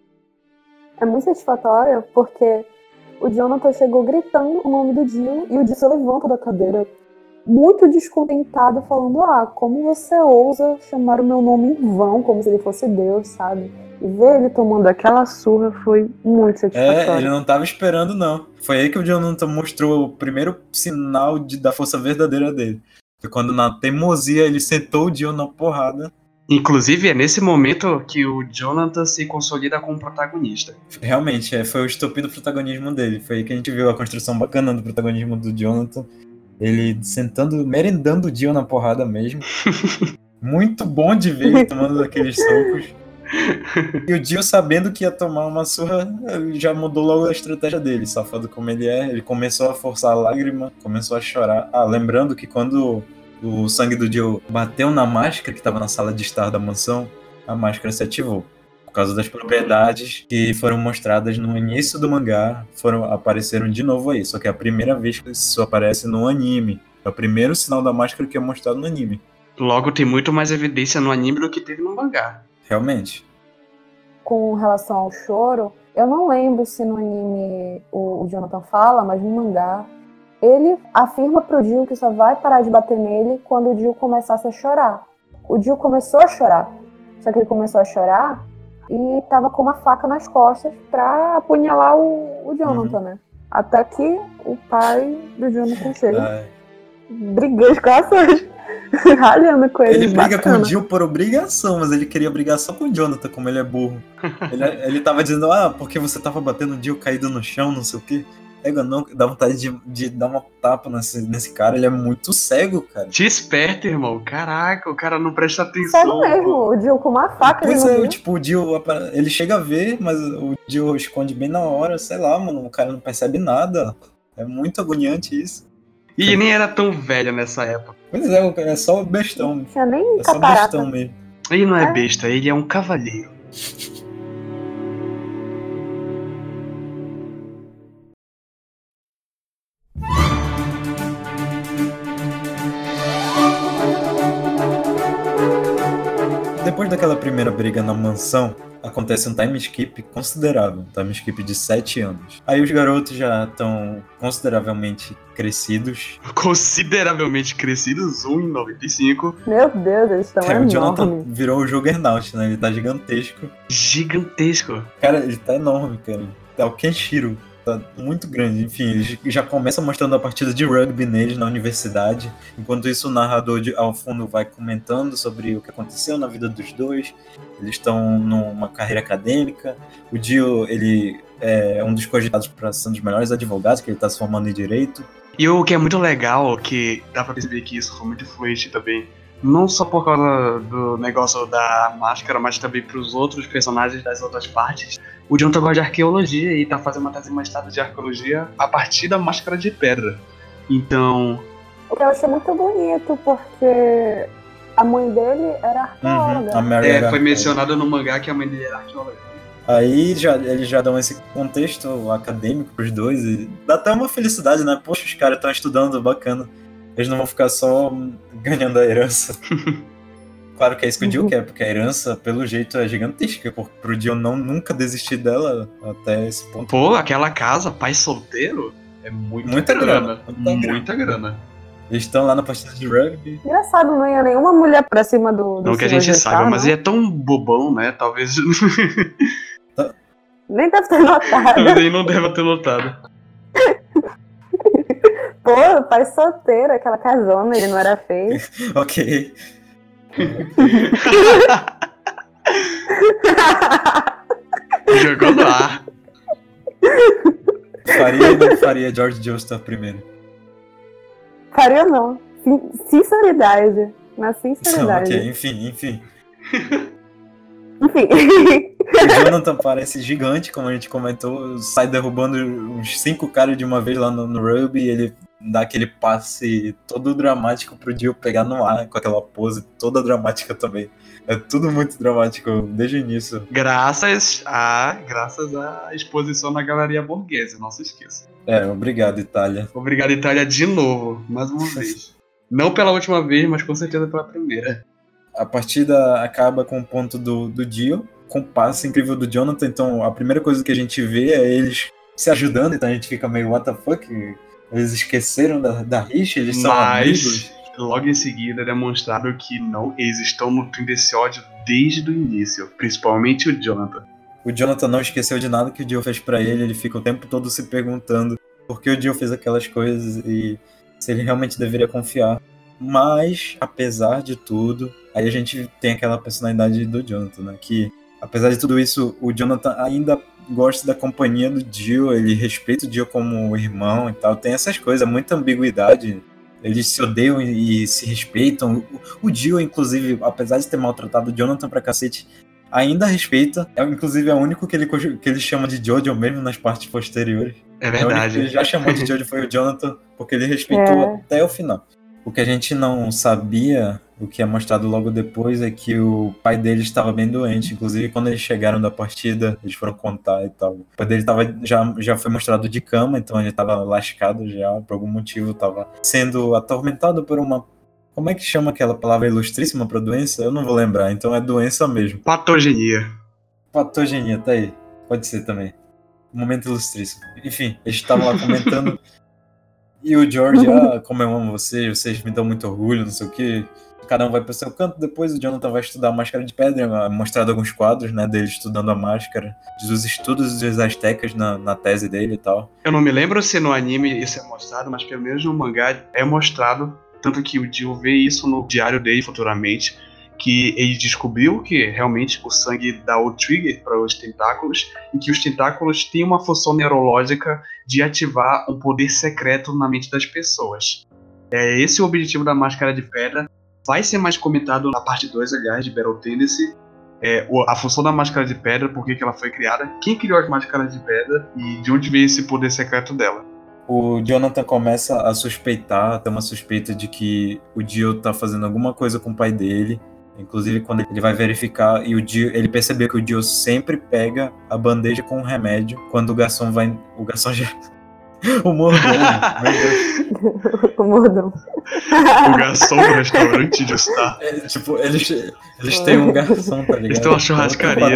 É muito satisfatório porque o Jonathan chegou gritando o nome do Jill e o Jill se levanta da cadeira muito descontentado, falando: como você ousa chamar o meu nome em vão, como se ele fosse Deus, sabe? E ver ele tomando aquela surra foi muito satisfatório. Ele não tava esperando, não. Foi aí que o Jonathan mostrou o primeiro sinal da força verdadeira dele. Foi quando, na teimosia, ele sentou o Dio na porrada. Inclusive, é nesse momento que o Jonathan se consolida como protagonista. Realmente, foi o estopim do protagonismo dele. Foi aí que a gente viu a construção bacana do protagonismo do Jonathan. Ele sentando, merendando o Dio na porrada mesmo. Muito bom de ver ele tomando aqueles socos. E o Dio, sabendo que ia tomar uma surra, ele já mudou logo a estratégia dele. Safado como ele é, ele começou a forçar a lágrima, começou a chorar. Lembrando que quando o sangue do Dio bateu na máscara que estava na sala de estar da mansão, a máscara se ativou. Por causa das propriedades que foram mostradas no início do mangá, apareceram de novo aí. Só que é a primeira vez que isso aparece no anime. É o primeiro sinal da máscara que é mostrado no anime. Logo, tem muito mais evidência no anime do que teve no mangá. Realmente. Com relação ao choro, eu não lembro se no anime o Jonathan fala, mas no mangá ele afirma pro Jill que só vai parar de bater nele quando o Jill começasse a chorar. O Jill começou a chorar, só que ele começou a chorar e tava com uma faca nas costas pra apunhalar o Jonathan, né? Até que o pai do Jonathan chega brigando com a Sanji, ralhando com ele. Ele briga bacana. com o Jill por obrigação, mas ele queria brigar só com o Jonathan, como ele é burro. Ele tava dizendo, porque você tava batendo o Jill caído no chão, não sei o quê. Não, dá vontade de dar uma tapa nesse cara, ele é muito cego, cara. Te esperta, irmão. Caraca, o cara não presta atenção. Cego mesmo, o Jill com uma faca. Pois é, tipo, o Jill, ele chega a ver, mas o Jill esconde bem na hora, sei lá, mano, o cara não percebe nada. É muito agoniante isso. E ele nem era tão velho nessa época. Pois é só bestão. Não tinha nem É só catarata. bestão mesmo. Ele não é besta, ele é um cavalheiro. Depois daquela primeira briga na mansão, acontece um time skip considerável, um time skip de 7 anos. Aí os garotos já estão consideravelmente crescidos. Consideravelmente crescidos, 1,95. Meu Deus, eles estão O Jonathan enormes. virou o Juggernaut, né? Ele tá gigantesco. Gigantesco. Cara, ele tá enorme, cara. É o Kenshiro. Tá muito grande. Enfim, eles já começam mostrando a partida de rugby neles na universidade. Enquanto isso, o narrador ao fundo vai comentando sobre o que aconteceu na vida dos dois. Eles estão numa carreira acadêmica. O Dio, ele é um dos cogitados para ser um dos melhores advogados, que ele tá se formando em Direito. E o que é muito legal, que dá pra perceber que isso foi muito influente também, não só por causa do negócio da máscara, mas também pros outros personagens das outras partes. O Jonathan gosta de arqueologia e tá fazendo uma tese de mestrado de arqueologia a partir da máscara de pedra. Então... O que eu achei muito bonito, porque a mãe dele era arqueóloga. A Mary foi mencionado no mangá que a mãe dele era arqueóloga. Aí eles já dão esse contexto acadêmico pros dois e dá até uma felicidade, né? Poxa, os caras estão estudando, bacana. Eles não vão ficar só ganhando a herança. Claro que é isso que o Dio quer, porque a herança, pelo jeito, é gigantesca. Pro Dio nunca desistir dela até esse ponto. Pô, aquela casa, pai solteiro, é muita grana. Muita grana. Eles estão lá na partida de rugby. Engraçado, não ia nenhuma mulher pra cima do Não que a gente saiba, mas ele é tão bobão, né? Talvez. Nem deve ter notado. Talvez ele não deva ter notado. Pô, pai solteiro, aquela casona, ele não era feio. Ok. Jogou no ar. Faria ou não faria George Joestar primeiro? Faria não. Sinceridade. Na sinceridade. Ok, enfim. Enfim. O Jonathan parece gigante, como a gente comentou, sai derrubando uns 5 caras de uma vez lá no rugby e ele dá aquele passe todo dramático pro Dio pegar no ar, com aquela pose toda dramática também. É tudo muito dramático desde o início. Graças à exposição na Galeria Borghese, não se esqueça. Obrigado, Itália. Obrigado, Itália, de novo, mais uma vez. Não pela última vez, mas com certeza pela primeira. A partida acaba com o ponto do Dio, com o passe incrível do Jonathan. Então a primeira coisa que a gente vê é eles se ajudando, então a gente fica meio what the fuck, eles esqueceram da rixa, eles são amigos. Logo em seguida é demonstrado que não, eles estão nutrindo esse ódio desde o início, principalmente o Jonathan. O Jonathan não esqueceu de nada que o Dio fez pra ele fica o tempo todo se perguntando por que o Dio fez aquelas coisas e se ele realmente deveria confiar. Mas, apesar de tudo, aí a gente tem aquela personalidade do Jonathan, né? Que, apesar de tudo isso, o Jonathan ainda gosta da companhia do Dio, ele respeita o Dio como irmão e tal. Tem essas coisas, muita ambiguidade. Eles se odeiam e se respeitam. O Dio, inclusive, apesar de ter maltratado o Jonathan pra cacete, ainda respeita. Inclusive, é o único que ele chama de Jojo mesmo nas partes posteriores. É verdade. O único que ele já chamou de Jojo foi o Jonathan, porque ele respeitou até o final. O que a gente não sabia, o que é mostrado logo depois, é que o pai dele estava bem doente. Inclusive, quando eles chegaram da partida, eles foram contar e tal. O pai dele já foi mostrado de cama, então ele estava lascado já, por algum motivo. Estava sendo atormentado por uma... Como é que chama aquela palavra ilustríssima para doença? Eu não vou lembrar, então é doença mesmo. Patogenia. Patogenia, tá aí. Pode ser também. Um momento ilustríssimo. Enfim, eles estavam lá comentando... E o George, como eu amo vocês me dão muito orgulho, não sei o que. Cada um vai pro seu canto, depois o Jonathan vai estudar a Máscara de Pedra, mostrado alguns quadros, né, dele estudando a máscara, dos estudos dos aztecas na tese dele e tal. Eu não me lembro se no anime isso é mostrado, mas pelo menos no mangá é mostrado, tanto que o Dio vê isso no diário dele futuramente, que ele descobriu que realmente o sangue dá o trigger para os tentáculos e que os tentáculos têm uma função neurológica de ativar um poder secreto na mente das pessoas. É esse o objetivo da Máscara de Pedra. Vai ser mais comentado na parte 2, aliás, de Battle Tendency. A função da Máscara de Pedra, por que ela foi criada, quem criou as Máscaras de Pedra e de onde veio esse poder secreto dela. O Jonathan começa a suspeitar, tem uma suspeita de que o Dio tá fazendo alguma coisa com o pai dele. Inclusive, quando ele vai verificar, e ele percebeu que o Dio sempre pega a bandeja com o remédio quando o garçom vai... O garçom já... O mordomo, meu Deus. O mordomo. O garçom do restaurante de Star. Tipo, eles têm um garçom, tá ligado? Eles têm uma churrascaria.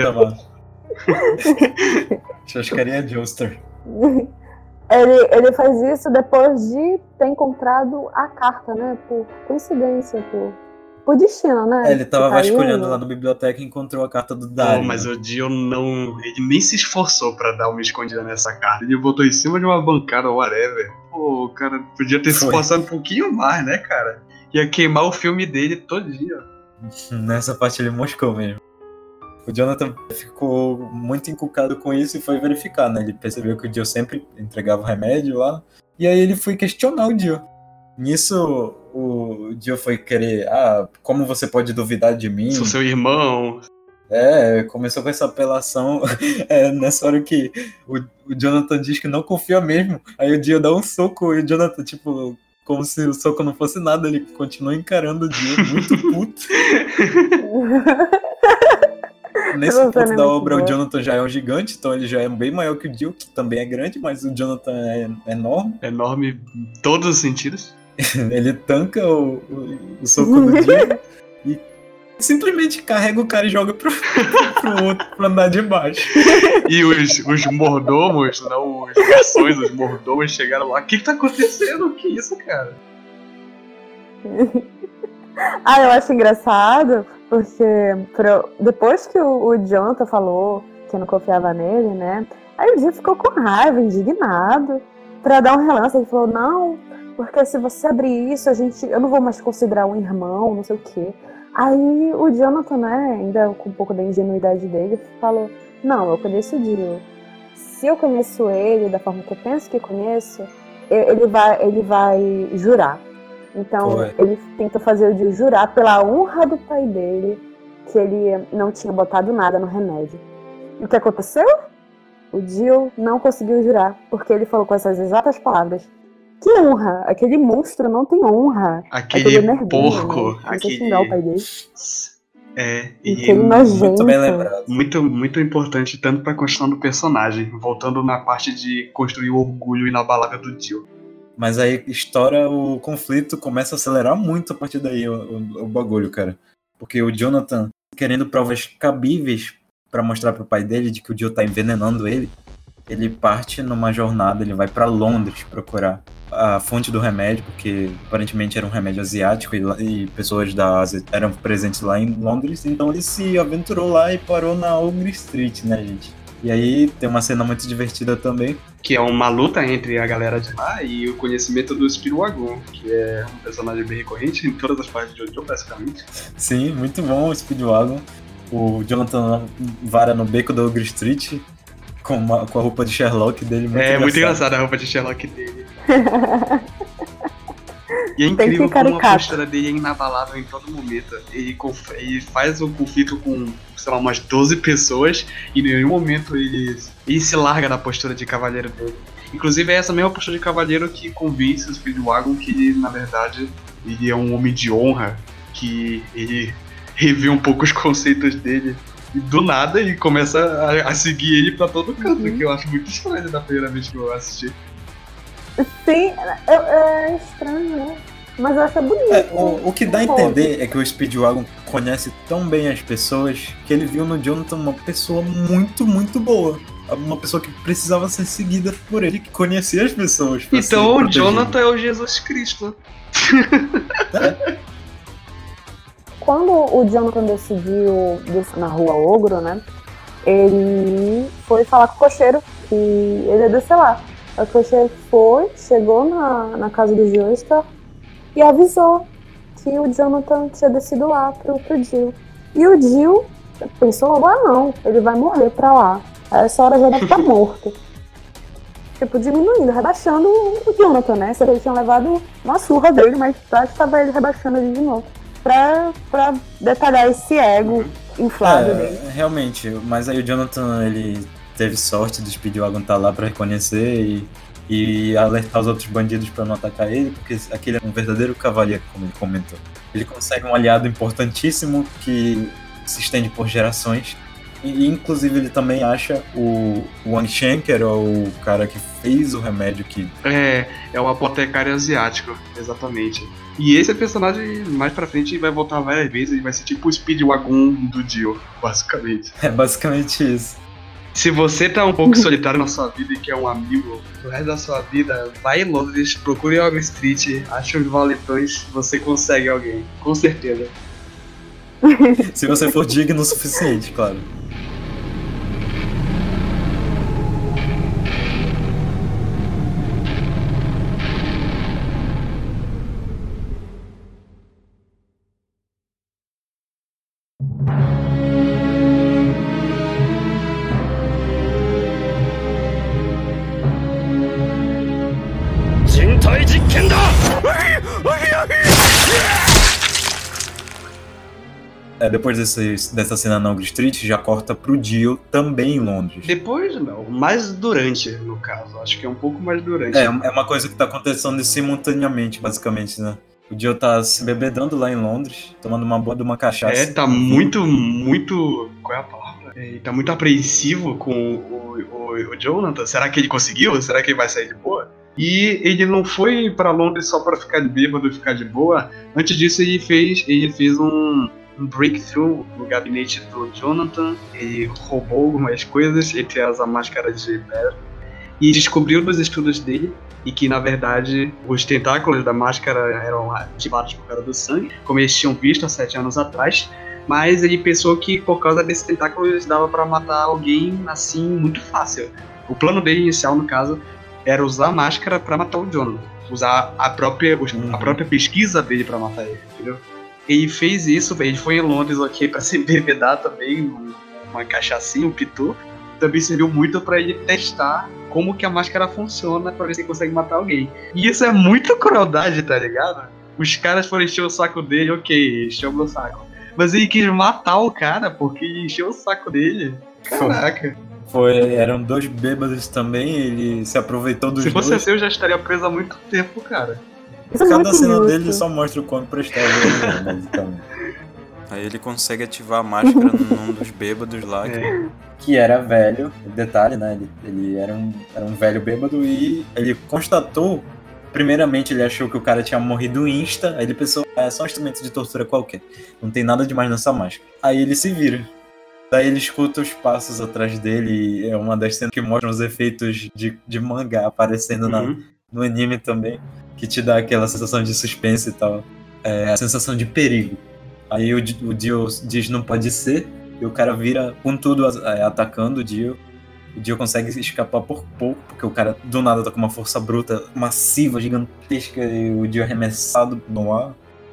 Churrascaria Joestar. Ele faz isso depois de ter encontrado a carta, né? Por coincidência, por destino, né? Ele tava vasculhando lá na biblioteca e encontrou a carta do Dario. Mas o Dio não... Ele nem se esforçou pra dar uma escondida nessa carta. Ele botou em cima de uma bancada, whatever. Pô, o cara podia ter se esforçado um pouquinho mais, né, cara? Ia queimar o filme dele todo dia. Nessa parte ele moscou mesmo. O Jonathan ficou muito encucado com isso e foi verificar, né? Ele percebeu que o Dio sempre entregava o remédio lá. E aí ele foi questionar o Dio. Nisso, o Dio foi querer... como você pode duvidar de mim? Sou seu irmão. Começou com essa apelação. Nessa hora que o Jonathan diz que não confia mesmo. Aí o Dio dá um soco e o Jonathan, tipo... Como se o soco não fosse nada. Ele continua encarando o Dio, muito puto. Nesse ponto da obra, o Jonathan já é um gigante, então ele já é bem maior que o Dio, que também é grande, mas o Jonathan é enorme. Enorme em todos os sentidos. Ele tanca o soco do Dio. simplesmente carrega o cara e joga pro outro pra andar de baixo. E os mordomos, não os garçons, os mordomos chegaram lá. O que tá acontecendo? Que isso, cara? Eu acho engraçado, porque depois que o Jonathan falou que não confiava nele, né? Aí o Jill ficou com raiva, indignado, pra dar um relance. Ele falou, não, porque se você abrir isso, eu não vou mais considerar um irmão, não sei o quê. Aí o Jonathan, né, ainda com um pouco da ingenuidade dele, falou, não, eu conheço o Jill. Se eu conheço ele da forma que eu penso que conheço, ele vai jurar. Então, ele tenta fazer o Jill jurar pela honra do pai dele que ele não tinha botado nada no remédio. E o que aconteceu? O Jill não conseguiu jurar, porque ele falou com essas exatas palavras. Que honra! Aquele monstro não tem honra. Aquele mergulho, porco. Né? Aquele... xingar o pai dele. E muito bem lembrado. Muito importante, tanto pra construção do personagem, voltando na parte de construir o orgulho inabalável do Jill. Mas aí estoura o conflito, começa a acelerar muito a partir daí o bagulho, cara. Porque o Jonathan, querendo provas cabíveis pra mostrar pro pai dele de que o Jill tá envenenando ele parte numa jornada, ele vai pra Londres procurar a fonte do remédio, porque aparentemente era um remédio asiático e pessoas da Ásia eram presentes lá em Londres, então ele se aventurou lá e parou na Ogle Street, né, gente? E aí tem uma cena muito divertida também. Que é uma luta entre a galera de lá e o conhecimento do Speedwagon, que é um personagem bem recorrente em todas as partes de JoJo, basicamente. Sim, muito bom o Speedwagon. O Jonathan vara no beco da Ogle Street com a roupa de Sherlock dele. Muito engraçada a roupa de Sherlock dele. E é incrível como a postura dele é inabalável em todo momento. Ele faz o conflito com, sei lá, umas 12 pessoas e em nenhum momento ele se larga da postura de cavaleiro dele. Inclusive é essa mesma postura de cavaleiro que convence o Speedwagon que ele, na verdade, ele é um homem de honra, que ele revê um pouco os conceitos dele e do nada ele começa a seguir ele pra todo canto, que eu acho muito estranho da primeira vez que eu assisti. Sim, é estranho, né? Mas eu acho bonito. O que dá a entender é que o Speedwagon conhece tão bem as pessoas que ele viu no Jonathan uma pessoa muito, muito boa. Uma pessoa que precisava ser seguida por ele, que conhecia as pessoas. Então o Jonathan é o Jesus Cristo. Quando o Jonathan decidiu descer na rua Ogro, né? Ele foi falar com o cocheiro que ele ia descer lá. O cocheiro chegou na casa do Joestar e avisou que o Jonathan tinha descido lá pro Jill. E o Jill pensou, não, ele vai morrer pra lá. Essa hora já deve estar morto. Tipo, diminuindo, rebaixando o Jonathan, né? Se eles tinham levado uma surra dele, mas acho que tava ele rebaixando ele de novo. Pra detalhar esse ego inflado dele. Realmente, mas aí o Jonathan, ele teve sorte do Speedwagon estar lá pra reconhecer e alertar os outros bandidos pra não atacar ele, porque aquele é um verdadeiro cavaleiro, como ele comentou. Ele consegue um aliado importantíssimo que se estende por gerações. E inclusive ele também acha o Wang Shen, que era o cara que fez o remédio que... É o apotecário asiático, exatamente. E esse personagem, mais pra frente, vai voltar várias vezes e vai ser tipo o Speedwagon do Jill, basicamente. É basicamente isso. Se você tá um pouco solitário na sua vida e quer um amigo pro resto da sua vida, vai em Londres, procure Ogle Street, ache uns valetões, você consegue alguém, com certeza. Se você for digno o suficiente, claro. Depois dessa cena na Ogle Street, já corta pro Jill também em Londres. Depois não, mais durante, no caso. Acho que é um pouco mais durante. É uma coisa que tá acontecendo simultaneamente, basicamente, né? O Jill tá se bebedando lá em Londres, tomando uma boa de uma cachaça. Tá muito... Qual é a palavra? Ele tá muito apreensivo com o Jonathan. Será que ele conseguiu? Será que ele vai sair de boa? E ele não foi pra Londres só pra ficar de bêbado e ficar de boa. Antes disso, ele fez um breakthrough no gabinete do Jonathan. Ele roubou algumas coisas, entre elas a máscara de pedra, e descobriu nos estudos dele e que, na verdade, os tentáculos da máscara eram ativados por causa do sangue, como eles tinham visto há 7 anos atrás, mas ele pensou que por causa desses tentáculos dava pra matar alguém assim muito fácil. O plano dele inicial, no caso, era usar a máscara pra matar o Jonathan, usar a própria pesquisa dele pra matar ele, entendeu? Ele fez isso, ele foi em Londres, ok, pra se embebedar também, uma cachaçinha, um pitu. Também serviu muito pra ele testar como que a máscara funciona pra ver se ele consegue matar alguém. E isso é muita crueldade, tá ligado? Os caras foram encher o saco dele, ok, encheu o meu saco. Mas ele quis matar o cara porque ele encheu o saco dele. Caraca. Eram 2 bêbados também, ele se aproveitou dos dois. Se fosse assim, eu já estaria preso há muito tempo, cara. Cada cena dele só mostra o quão prestável ele é, basicamente. Aí ele consegue ativar a máscara num dos bêbados lá. Que era velho, detalhe, né? Ele era um velho bêbado e ele constatou. Primeiramente, ele achou que o cara tinha morrido insta. Aí ele pensou, é só um instrumento de tortura qualquer. Não tem nada demais nessa máscara. Aí ele se vira. Daí ele escuta os passos atrás dele. E é uma das cenas que mostram os efeitos de mangá aparecendo no anime também. Que te dá aquela sensação de suspense e tal. A sensação de perigo. Aí o Dio diz não pode ser. E o cara vira com tudo atacando o Dio. O Dio consegue escapar por pouco, porque o cara do nada tá com uma força bruta, massiva, gigantesca, e o Dio arremessado no ar.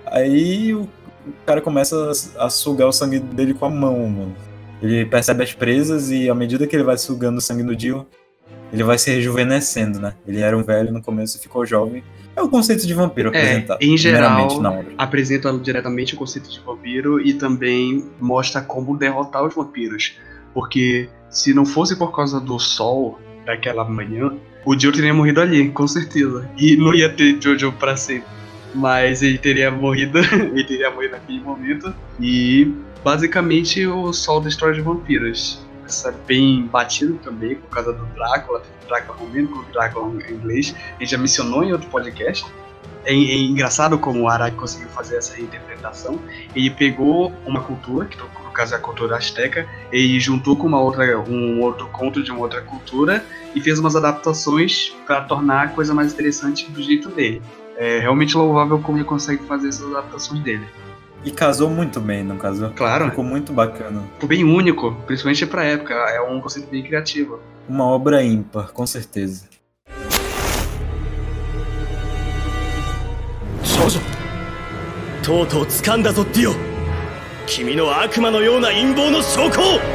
Aí o cara começa a sugar o sangue dele com a mão, mano. Ele percebe as presas e à medida que ele vai sugando o sangue do Dio, ele vai se rejuvenescendo, né? Ele era um velho no começo e ficou jovem. É o conceito de vampiro apresentado. Em geral, na obra. apresenta diretamente o conceito de vampiro e também mostra como derrotar os vampiros. Porque se não fosse por causa do sol daquela manhã, o Dio teria morrido ali, com certeza. E não ia ter Jojo pra sempre. Mas ele teria morrido naquele momento. E basicamente o sol destrói os vampiros. Isso é bem batido também por causa do Drácula. Drácula romano, com o Drácula em inglês. A gente já mencionou em outro podcast. É engraçado como o Araki conseguiu fazer essa reinterpretação. Ele pegou uma cultura, que no caso é a cultura azteca, e juntou com um outro conto de uma outra cultura e fez umas adaptações para tornar a coisa mais interessante do jeito dele. É realmente louvável como ele consegue fazer essas adaptações dele. E casou muito bem, não casou? Claro. Ficou muito bacana. Ficou bem único, principalmente pra época. É um conceito bem criativo. Uma obra ímpar, com certeza. 少女とうとう掴んだぞディオ君の悪魔のような陰謀の証拠を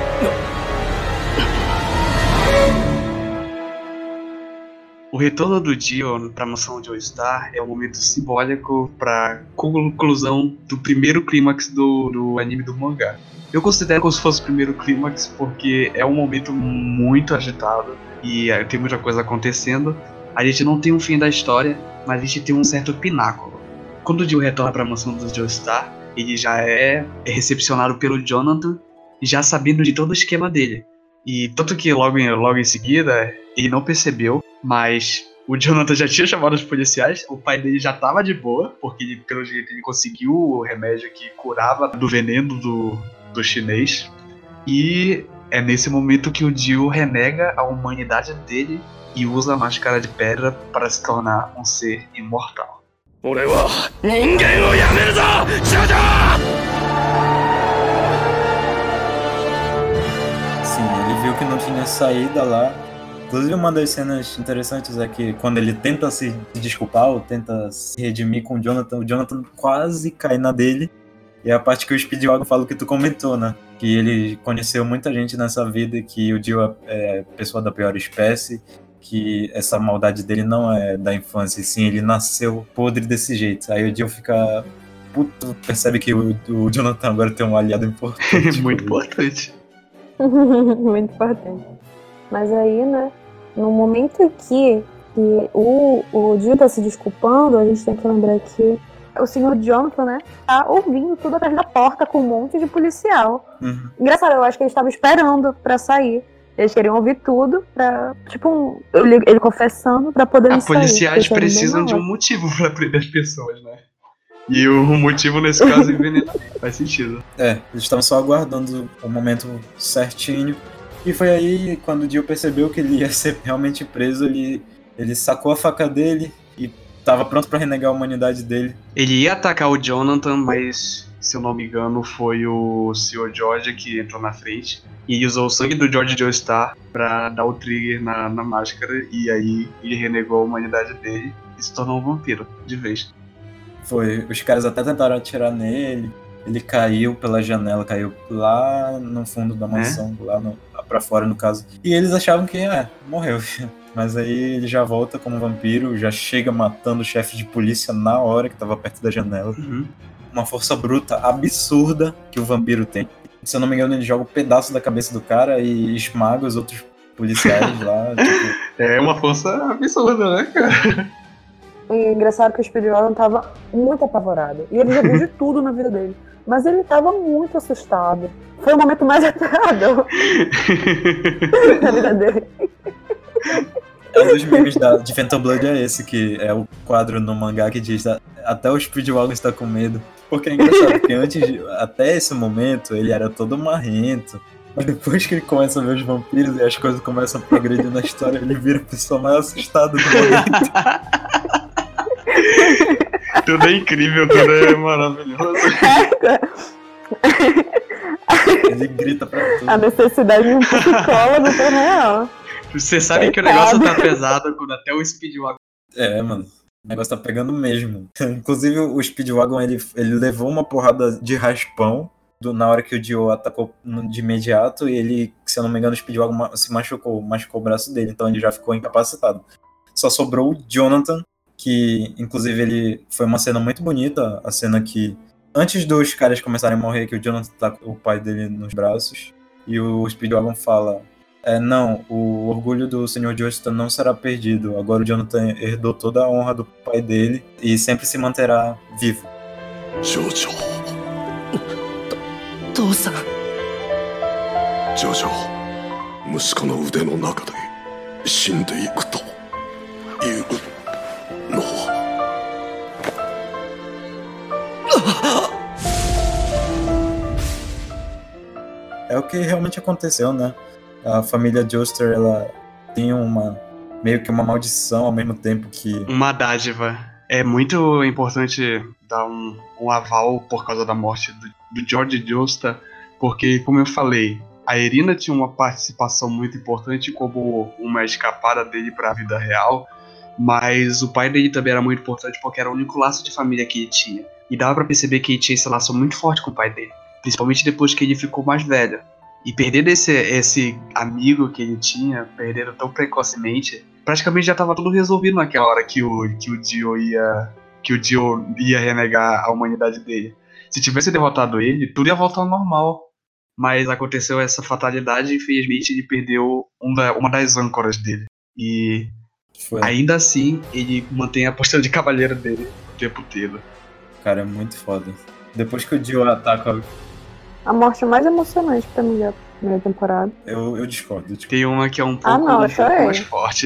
O retorno do Dio para a mansão Joestar é um momento simbólico para a conclusão do primeiro clímax do anime do mangá. Eu considero como se fosse o primeiro clímax porque é um momento muito agitado e tem muita coisa acontecendo. A gente não tem um fim da história, mas a gente tem um certo pináculo. Quando o Dio retorna para a mansão do Joestar, ele já é recepcionado pelo Jonathan, já sabendo de todo o esquema dele. E tanto que logo em seguida, ele não percebeu, mas o Jonathan já tinha chamado os policiais, o pai dele já tava de boa, porque ele, pelo jeito ele conseguiu o remédio que curava do veneno do chinês. E é nesse momento que o Dio renega a humanidade dele e usa a máscara de pedra para se tornar um ser imortal. Sim, ele viu que não tinha saída lá. Inclusive, uma das cenas interessantes é que quando ele tenta se desculpar ou tenta se redimir com o Jonathan quase cai na dele. E é a parte que o Speedwagon fala que tu comentou, né? Que ele conheceu muita gente nessa vida e que o Dio é pessoa da pior espécie, que essa maldade dele não é da infância, e sim, ele nasceu podre desse jeito. Aí o Dio fica puto, percebe que o Jonathan agora tem um aliado importante. Muito importante. Muito importante. Mas aí, né, no momento que o Dio tá se desculpando, a gente tem que lembrar que o senhor Jonathan, né, tá ouvindo tudo atrás da porta com um monte de policial. Uhum. Engraçado, eu acho que eles estavam esperando pra sair. Eles queriam ouvir tudo pra, tipo, ele confessando pra poder sair. Policiais precisam de um motivo pra prender as pessoas, né? E o motivo nesse caso é envenenamento. Faz sentido. Eles estavam só aguardando o momento certinho. E foi aí, quando o Dio percebeu que ele ia ser realmente preso, ele sacou a faca dele e tava pronto pra renegar a humanidade dele. Ele ia atacar o Jonathan, mas, se eu não me engano, foi o Sr. George que entrou na frente. E ele usou o sangue do George Joestar pra dar o trigger na máscara. E aí ele renegou a humanidade dele e se tornou um vampiro, de vez. Os caras até tentaram atirar nele. Ele caiu pela janela, caiu lá no fundo da mansão, lá pra fora no caso. E eles achavam que, morreu. Mas aí ele já volta como vampiro, já chega matando o chefe de polícia na hora que tava perto da janela. Uhum. Uma força bruta, absurda que o vampiro tem. Se eu não me engano, ele joga um pedaço da cabeça do cara e esmaga os outros policiais lá. Tipo... É uma força absurda, né, cara? E engraçado que o Speedwagon tava muito apavorado. E ele já viu de tudo na vida dele. Mas ele tava muito assustado. Foi o momento mais aterrador na vida dele. Um dos memes de Phantom Blood é esse, que é o quadro no mangá que diz até o Speedwagon está com medo. Porque é engraçado, porque até esse momento, ele era todo marrento. Mas depois que ele começa a ver os vampiros e as coisas começam a progredir na história, ele vira a pessoa mais assustada do momento. Tudo é incrível, tudo é maravilhoso. Ele grita pra tudo. A necessidade de um psicólogo foi real. Você sabe que o negócio tá pesado quando até o Speedwagon... Mano. O negócio tá pegando mesmo. Inclusive, o Speedwagon, ele levou uma porrada de raspão na hora que o Dio atacou de imediato. E ele, se eu não me engano, o Speedwagon se machucou o braço dele. Então ele já ficou incapacitado. Só sobrou o Jonathan, que, inclusive, ele foi uma cena muito bonita. A cena que, antes dos caras começarem a morrer, que o Jonathan tá com o pai dele nos braços. E o Speedwagon fala... não, o orgulho do Sr. Joestar não será perdido. Agora o Jonathan herdou toda a honra do pai dele e sempre se manterá vivo. Jojo. 父さん。ジョジョ、息子の腕の中で死んでいくというのは。 É o que realmente aconteceu, né? A família Joestar, ela tem meio que uma maldição ao mesmo tempo que... Uma dádiva. É muito importante dar um aval por causa da morte do George Joestar, porque, como eu falei, a Irina tinha uma participação muito importante como uma escapada dele para a vida real, mas o pai dele também era muito importante porque era o único laço de família que ele tinha. E dava pra perceber que ele tinha esse laço muito forte com o pai dele, principalmente depois que ele ficou mais velho. E perder esse amigo que ele tinha, perderam tão precocemente, praticamente já estava tudo resolvido naquela hora que o Dio ia renegar a humanidade dele. Se tivesse derrotado ele, tudo ia voltar ao normal. Mas aconteceu essa fatalidade e, infelizmente, ele perdeu uma das âncoras dele. E ainda assim, ele mantém a postura de cavaleiro dele o tempo todo. Cara, é muito foda. Depois que o Dio ataca... A morte mais emocionante pra mim da primeira temporada. Eu discordo. Tem uma que é um pouco, mais forte.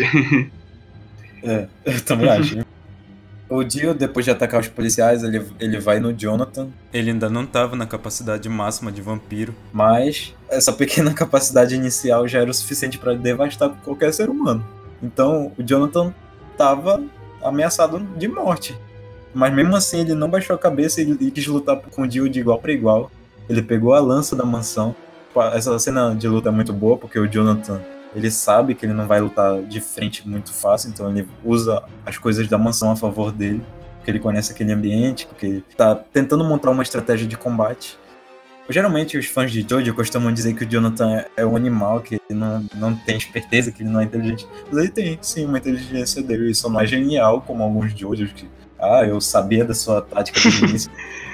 Eu também acho. O Dio, depois de atacar os policiais, ele vai no Jonathan. Ele ainda não tava na capacidade máxima de vampiro. Mas essa pequena capacidade inicial já era o suficiente pra devastar qualquer ser humano. Então o Jonathan tava ameaçado de morte. Mas mesmo assim ele não baixou a cabeça e ele quis lutar com o Dio de igual para igual. Ele pegou a lança da mansão. Essa cena de luta é muito boa porque o Jonathan, ele sabe que ele não vai lutar de frente muito fácil, então ele usa as coisas da mansão a favor dele, porque ele conhece aquele ambiente, porque ele tá tentando montar uma estratégia de combate. Geralmente os fãs de Jojo costumam dizer que o Jonathan é um animal, que ele não tem esperteza, que ele não é inteligente. Mas ele tem, sim, uma inteligência dele, e só não é genial como alguns Jojos que... eu sabia da sua tática do início.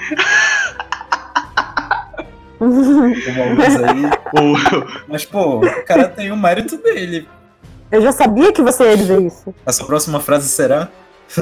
Como alguns aí. Mas, pô, o cara tem o mérito dele. Eu já sabia que você ia dizer isso. A sua próxima frase será...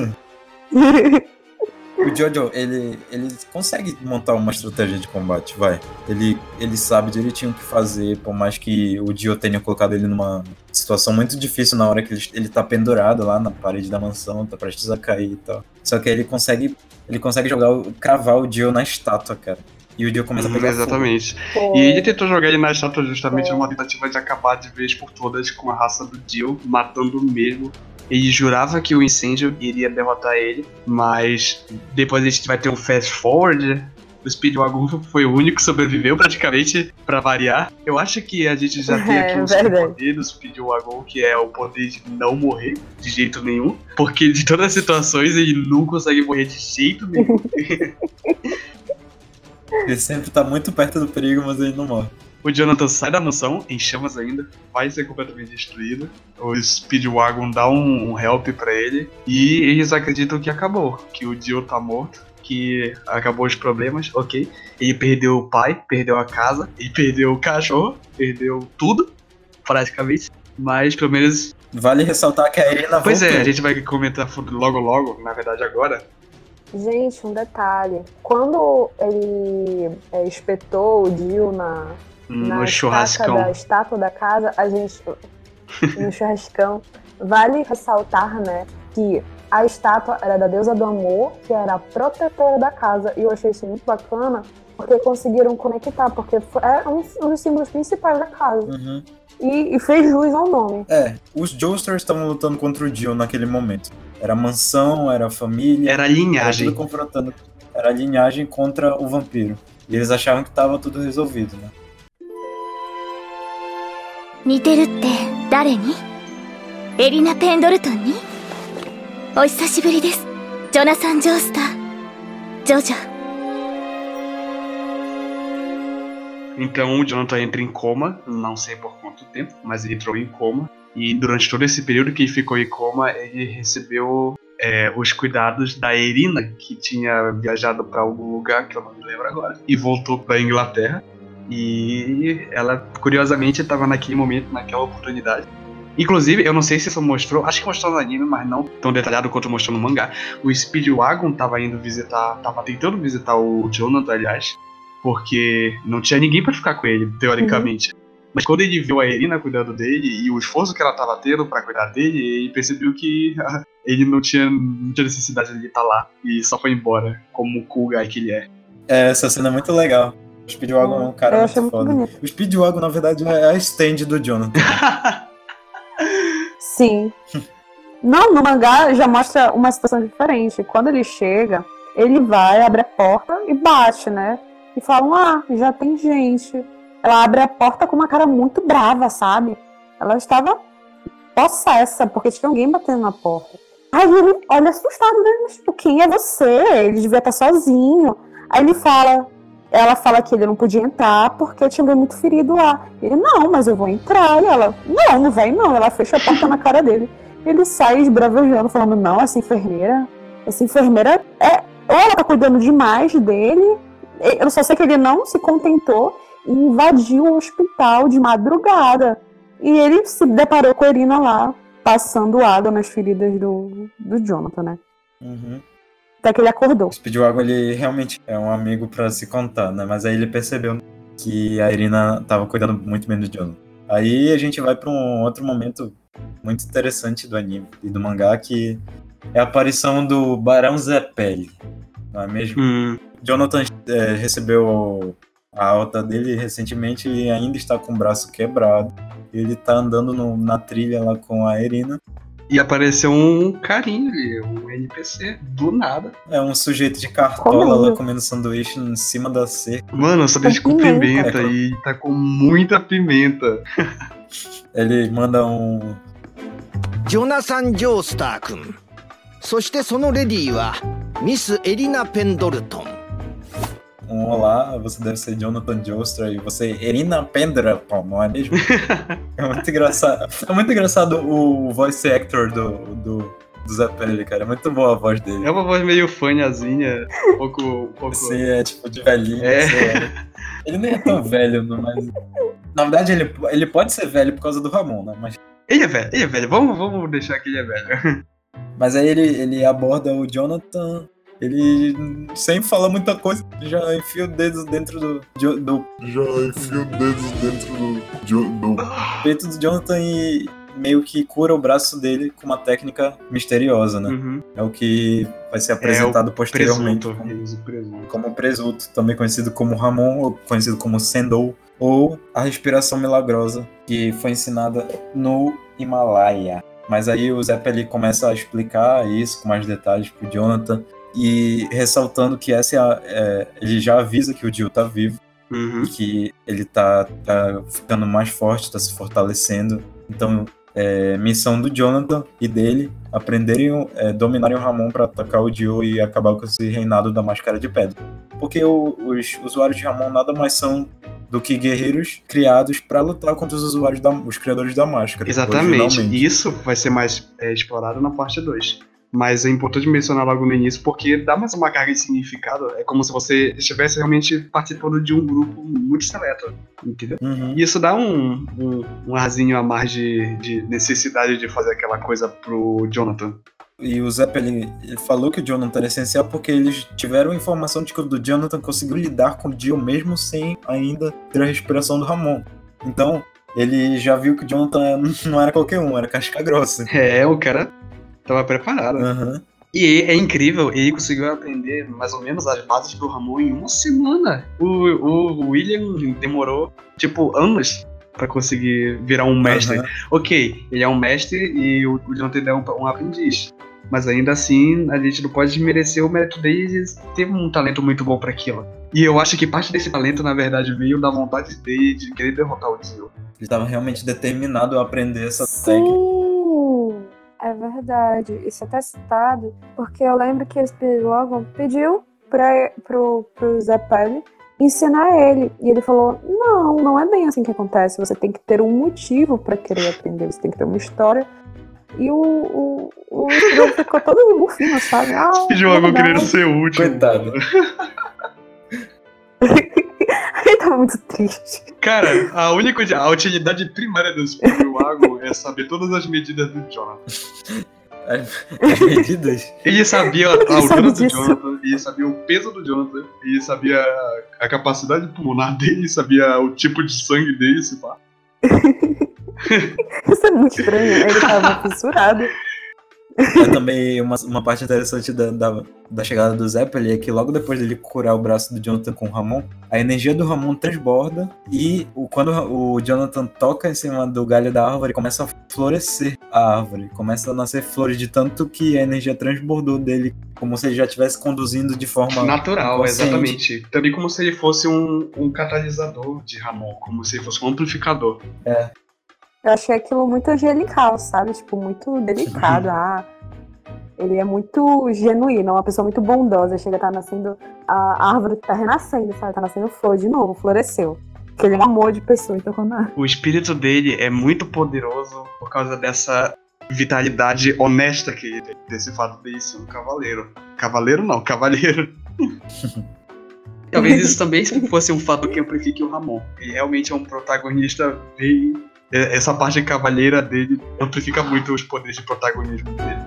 O Jojo, ele consegue montar uma estratégia de combate, vai. Ele sabe direitinho o que fazer, por mais que o Dio tenha colocado ele numa situação muito difícil na hora que ele tá pendurado lá na parede da mansão, tá prestes a cair e tal. Só que ele consegue ele consegue cravar o Dio na estátua, cara. E o Dio começa a pegar fogo. Exatamente. Pô. E ele tentou jogar ele na estátua justamente numa tentativa de acabar de vez por todas com a raça do Dio, matando mesmo. Ele jurava que o incêndio iria derrotar ele, mas depois a gente vai ter um fast forward. O Speedwagon foi o único que sobreviveu praticamente, pra variar. Eu acho que a gente já tem aqui um poder do Speedwagon, que é o poder de não morrer de jeito nenhum. Porque de todas as situações ele não consegue morrer de jeito nenhum. Ele sempre tá muito perto do perigo, mas ele não morre. O Jonathan sai da mansão, em chamas ainda, vai ser completamente destruído. O Speedwagon dá um help pra ele. E eles acreditam que acabou, que o Dio tá morto, que acabou os problemas, ok. Ele perdeu o pai, perdeu a casa, ele perdeu o cachorro, perdeu tudo, praticamente. Mas pelo menos... Vale ressaltar que a Irina Pois voltou. é, a gente vai comentar logo, na verdade agora. Gente, um detalhe. Quando ele espetou o Dio No estaca churrascão. da estátua da casa, a gente... no churrascão. Vale ressaltar, né, que a estátua era da deusa do amor, que era a protetora da casa. E eu achei isso muito bacana, porque conseguiram conectar, porque é um dos símbolos principais da casa. Uhum. E fez jus ao nome. Os Joestars estavam lutando contra o Dio naquele momento. Era a mansão, era a família, Era a era linhagem. tudo confrontando. Era a linhagem contra o vampiro. E eles achavam que tava tudo resolvido, né? 似てるって誰に？エリナ・ペンドルトンに？お久しぶりです。ジョナサン・ジョースター。ジョジョ。 Então o Jonathan entra em coma, não sei por quanto tempo, mas ele entrou em coma. E durante todo esse período que ele ficou em coma, ele recebeu os cuidados da Irina, que tinha viajado para algum lugar que eu não me lembro agora, e voltou para Inglaterra. E ela, curiosamente, estava naquele momento, naquela oportunidade. Inclusive, eu não sei se isso mostrou, acho que mostrou no anime, mas não tão detalhado quanto mostrou no mangá. O Speedwagon tava tentando visitar o Jonathan, aliás, porque não tinha ninguém pra ficar com ele, teoricamente. Mas quando ele viu a Irina cuidando dele e o esforço que ela tava tendo pra cuidar dele, ele percebeu que ele não tinha necessidade de estar lá e só foi embora, como o cool guy que ele é. Essa cena é muito legal. O Speedwagon é um cara Eu achei muito muito foda. bonito. O Speedwagon, na verdade, é a stand do Jonathan. Sim. Não, no mangá já mostra uma situação diferente. Quando ele chega, ele vai, abre a porta e bate, né? E falam, já tem gente. Ela abre a porta com uma cara muito brava, sabe? Ela estava possessa, porque tinha alguém batendo na porta. Aí ele olha assustado, né? Mas, tipo, quem é você? Ele devia estar sozinho. Aí ela fala que ele não podia entrar porque tinha alguém muito ferido lá. Ele, não, mas eu vou entrar. E ela, não vai não. Ela fecha a porta na cara dele. Ele sai esbravejando, falando, não, essa enfermeira ou ela tá cuidando demais dele. Eu só sei que ele não se contentou e invadiu o hospital de madrugada. E ele se deparou com a Irina lá, passando água nas feridas do Jonathan, né? Uhum. Até que ele acordou. O Speedwagon, ele realmente é um amigo pra se contar, né? Mas aí ele percebeu que a Irina tava cuidando muito bem do Jonathan. Aí a gente vai pra um outro momento muito interessante do anime e do mangá, que é a aparição do Barão Zeppeli, não é mesmo? Jonathan recebeu a alta dele recentemente e ainda está com o braço quebrado. Ele tá andando na trilha lá com a Irina. E apareceu um carinha ali, um NPC, do nada. É um sujeito de cartola lá comendo sanduíche em cima da cerca. Mano, só deixa com pimenta. pimenta e tá com muita pimenta. Ele manda um... ジョナサン・ジョースター君、そしてそのレディーはミス・エリナ・ペンドルトン。 olá, você deve ser Jonathan Joestar e você é Irina Pendleton, não é mesmo? É muito engraçado. É muito engraçado o voice actor do Zeppeli, cara. É muito boa a voz dele. É uma voz meio fanhazinha, um pouco... Sim, é tipo de velhinho. É. Ele nem é tão velho, não, mas... Na verdade, ele pode ser velho por causa do Ramon, né? Mas... Ele é velho. Vamos deixar que ele é velho. Mas aí ele aborda o Jonathan... Ele, sem falar muita coisa, já enfia o dedo dentro do peito do Jonathan e meio que cura o braço dele com uma técnica misteriosa, né? Uhum. É o que vai ser apresentado posteriormente Presunto. como presunto, também conhecido como Ramon, ou conhecido como Sendou, ou a respiração milagrosa, que foi ensinada no Himalaia. Mas aí o Zeppelin começa a explicar isso com mais detalhes pro Jonathan, e ressaltando que ele já avisa que o Dio tá vivo, Uhum. e que ele tá ficando mais forte, tá se fortalecendo. Então, missão do Jonathan e dele aprenderem, dominarem o Ramon para atacar o Dio e acabar com esse reinado da Máscara de Pedra. Porque os usuários de Ramon nada mais são do que guerreiros criados para lutar contra os criadores da Máscara. Exatamente. Originalmente. E isso vai ser mais explorado na parte 2. Mas é importante mencionar logo no início, porque dá mais uma carga de significado. É como se você estivesse realmente participando de um grupo muito seleto, entendeu? Uhum. E isso dá um arzinho a mais de necessidade de fazer aquela coisa pro Jonathan. E o Zeppelin ele falou que o Jonathan era essencial porque eles tiveram informação de que o Jonathan conseguiu lidar com o Dio mesmo sem ainda ter a respiração do Ramon. Então, ele já viu que o Jonathan não era qualquer um, era casca grossa. O cara tava preparado. Uhum. E é incrível, ele conseguiu aprender mais ou menos as bases do Ramon em uma semana. O William demorou, anos pra conseguir virar um mestre. Uhum. Ok, ele é um mestre e o Jonathan é um aprendiz. Mas ainda assim, a gente não pode desmerecer o mérito dele de ter um talento muito bom pra aquilo. E eu acho que parte desse talento, na verdade, veio da vontade dele de querer derrotar o Dio. Ele estava realmente determinado a aprender essa técnica. Sim, é verdade. Isso é até citado, porque eu lembro que o Speedwagon pediu pro Zeppelin ensinar ele. E ele falou, não é bem assim que acontece. Você tem que ter um motivo pra querer aprender. Você tem que ter uma história. E o Speedwagon ficou todo bufino, sabe? Speedwagon querendo ser útil. Coitado. Ele tava muito triste. Cara, a utilidade primária do Speedwagon é saber todas as medidas do Jonathan. As medidas? Ele sabia a altura do Jonathan, ele sabia o peso do Jonathan, ele sabia a capacidade pulmonar dele, ele sabia o tipo de sangue dele, se pá. Isso é muito estranho, ele tava fissurado. Também uma parte interessante da chegada do Zeppelin é que logo depois dele curar o braço do Jonathan com o Ramon, a energia do Ramon transborda e quando o Jonathan toca em cima do galho da árvore, começa a florescer a árvore, começa a nascer flores de tanto que a energia transbordou dele, como se ele já estivesse conduzindo de forma natural, consciente. Exatamente. Também como se ele fosse um catalisador de Ramon, como se ele fosse um amplificador. Eu achei aquilo muito angelical, sabe? Muito delicado. Ele é muito genuíno, é uma pessoa muito bondosa. Chega a estar nascendo, a árvore tá renascendo, sabe? Tá nascendo flor de novo, floresceu. Porque ele é um amor de pessoa, então quando... O espírito dele é muito poderoso por causa dessa vitalidade honesta que ele tem, desse fato de ser um cavaleiro. Cavaleiro não, cavalheiro. Talvez isso também fosse um fato que amplifique o Ramon. Ele realmente é um protagonista bem... Essa parte cavalheira dele amplifica muito os poderes de protagonismo dele.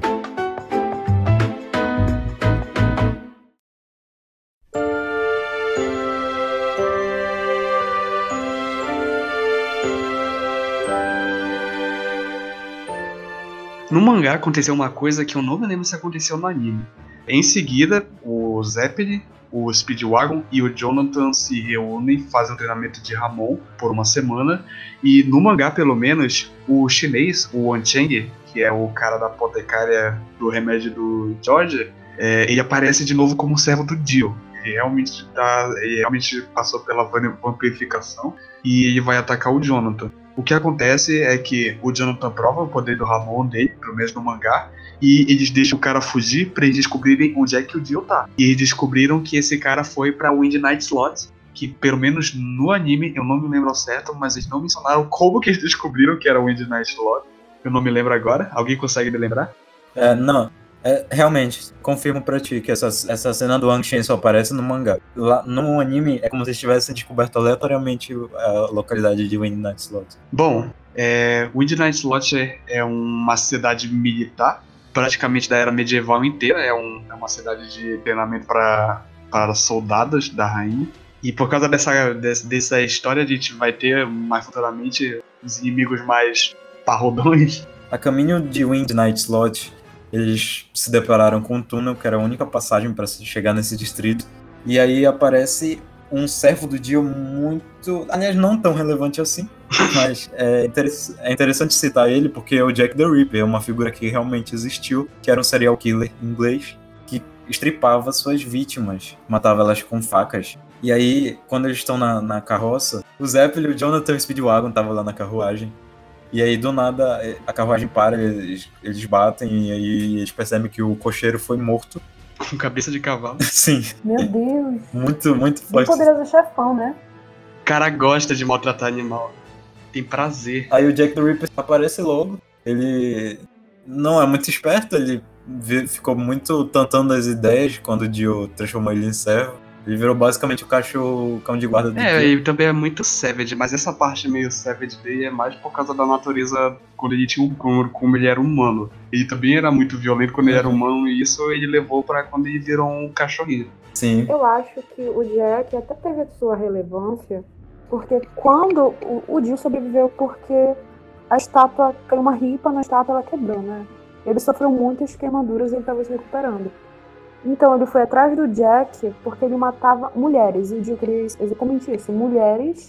No mangá aconteceu uma coisa que eu não me lembro se aconteceu no anime. Em seguida, o Zeppelin, o Speedwagon e o Jonathan se reúnem, fazem um treinamento de Ramon por uma semana. E no mangá, pelo menos, o chinês, o Wan Cheng, que é o cara da apotecária do remédio do George, ele aparece de novo como servo do Dio. Ele realmente passou pela vampirificação e ele vai atacar o Jonathan. O que acontece é que o Jonathan prova o poder do Ramon dele, pelo menos no mangá, e eles deixam o cara fugir pra eles descobrirem onde é que o Dio tá. E eles descobriram que esse cara foi pra Wind Night Slot, que pelo menos no anime, eu não me lembro ao certo, mas eles não mencionaram como que eles descobriram que era Wind Night Slot. Eu não me lembro agora. Alguém consegue me lembrar? Não. Realmente, confirmo pra ti que essa cena do Wang Shen só aparece no mangá. Lá no anime é como se eles tivessem descoberto aleatoriamente a localidade de Wind Night Slot. Bom, Wind Night Slot é uma cidade militar, praticamente da era medieval inteira. É uma cidade de treinamento para soldados da rainha. E por causa dessa história, a gente vai ter mais futuramente os inimigos mais parrodões. A caminho de Wind Night Slot, eles se depararam com um túnel, que era a única passagem para chegar nesse distrito. E aí aparece um servo do Dio muito... Aliás, não tão relevante assim, mas é interessante citar ele porque é o Jack the Ripper, uma figura que realmente existiu, que era um serial killer inglês, que estripava suas vítimas, matava elas com facas. E aí, quando eles estão na carroça, o Zeppelin e o Jonathan Speedwagon estavam lá na carruagem. E aí, do nada, a carruagem para, eles batem, e aí eles percebem que o cocheiro foi morto. Com cabeça de cavalo. Sim. Meu Deus. Muito, muito Que forte. poderoso chefão, né? O cara gosta de maltratar animal. Tem prazer. Aí o Jack the Ripper aparece logo. Ele não é muito esperto, ele ficou muito tentando as ideias quando o Dio transformou ele em servo. Ele virou basicamente o cão de guarda do Dio. Ele também é muito savage, mas essa parte meio savage dele é mais por causa da natureza quando ele tinha um cão, como ele era humano. Ele também era muito violento quando ele era humano, e isso ele levou pra quando ele virou um cachorrinho. Sim. Eu acho que o Jack até teve sua relevância, porque quando o Dio sobreviveu porque a estátua, caiu uma ripa na estátua, ela quebrou, né? Ele sofreu muitas queimaduras e ele estava se recuperando. Então ele foi atrás do Jack porque ele matava mulheres. E o Dio queria exatamente isso. Mulheres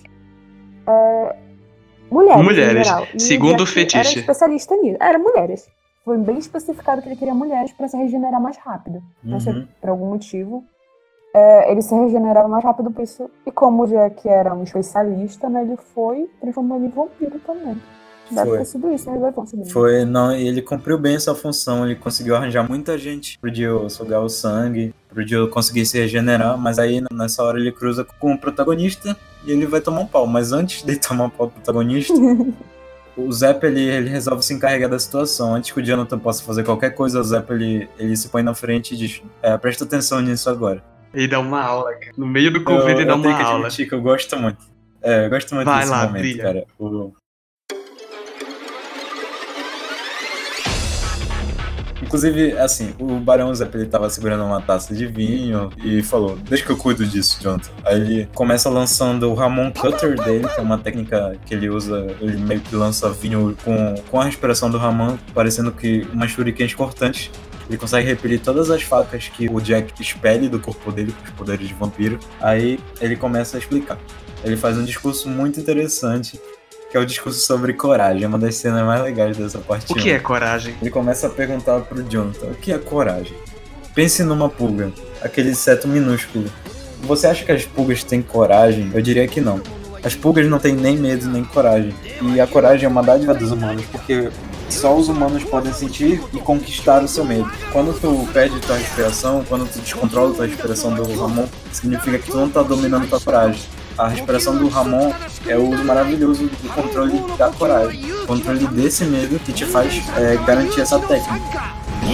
em geral. E segundo o Jack fetiche. era especialista nisso. Era mulheres. Foi bem especificado que ele queria mulheres para se regenerar mais rápido. Não sei, por algum motivo. Ele se regenerava mais rápido por isso. E como o Jack era um especialista, né, ele foi transformando ele em vampiro também. Deve ter sido isso, a relevância dele. Foi, não, e ele cumpriu bem essa função, ele conseguiu arranjar muita gente pro Dio sugar o sangue, pro Dio conseguir se regenerar, mas aí nessa hora ele cruza com o protagonista e ele vai tomar um pau, mas antes de tomar um pau do protagonista, o Zepp ele resolve se encarregar da situação. Antes que o Jonathan possa fazer qualquer coisa, o Zepp ele se põe na frente e diz, presta atenção nisso agora. Ele dá uma aula, cara. No meio do conflito ele dá uma aula. Eu tenho que admitir que eu gosto muito. Eu gosto muito desse momento, brilha. Cara. Inclusive, assim, o Barão Zepp, ele tava segurando uma taça de vinho e falou, deixa que eu cuido disso, Jonathan. Aí ele começa lançando o Ramon Cutter dele, que é uma técnica que ele usa, ele meio que lança vinho com a respiração do Ramon, parecendo que umas shurikens cortantes. Ele consegue repelir todas as facas que o Jack expele do corpo dele, com os poderes de vampiro. Aí ele começa a explicar. Ele faz um discurso muito interessante, que é o discurso sobre coragem. É uma das cenas mais legais dessa parte. O que é coragem? Ele começa a perguntar pro Jonathan, o que é coragem? Pense numa pulga, aquele inseto minúsculo. Você acha que as pulgas têm coragem? Eu diria que não. As pulgas não têm nem medo nem coragem. E a coragem é uma dádiva dos humanos, porque só os humanos podem sentir e conquistar o seu medo. Quando tu perde tua respiração, quando tu descontrola tua respiração do Ramon, significa que tu não tá dominando tua coragem. A respiração do Ramon é o uso maravilhoso do controle da coragem. O controle desse medo que te faz garantir essa técnica.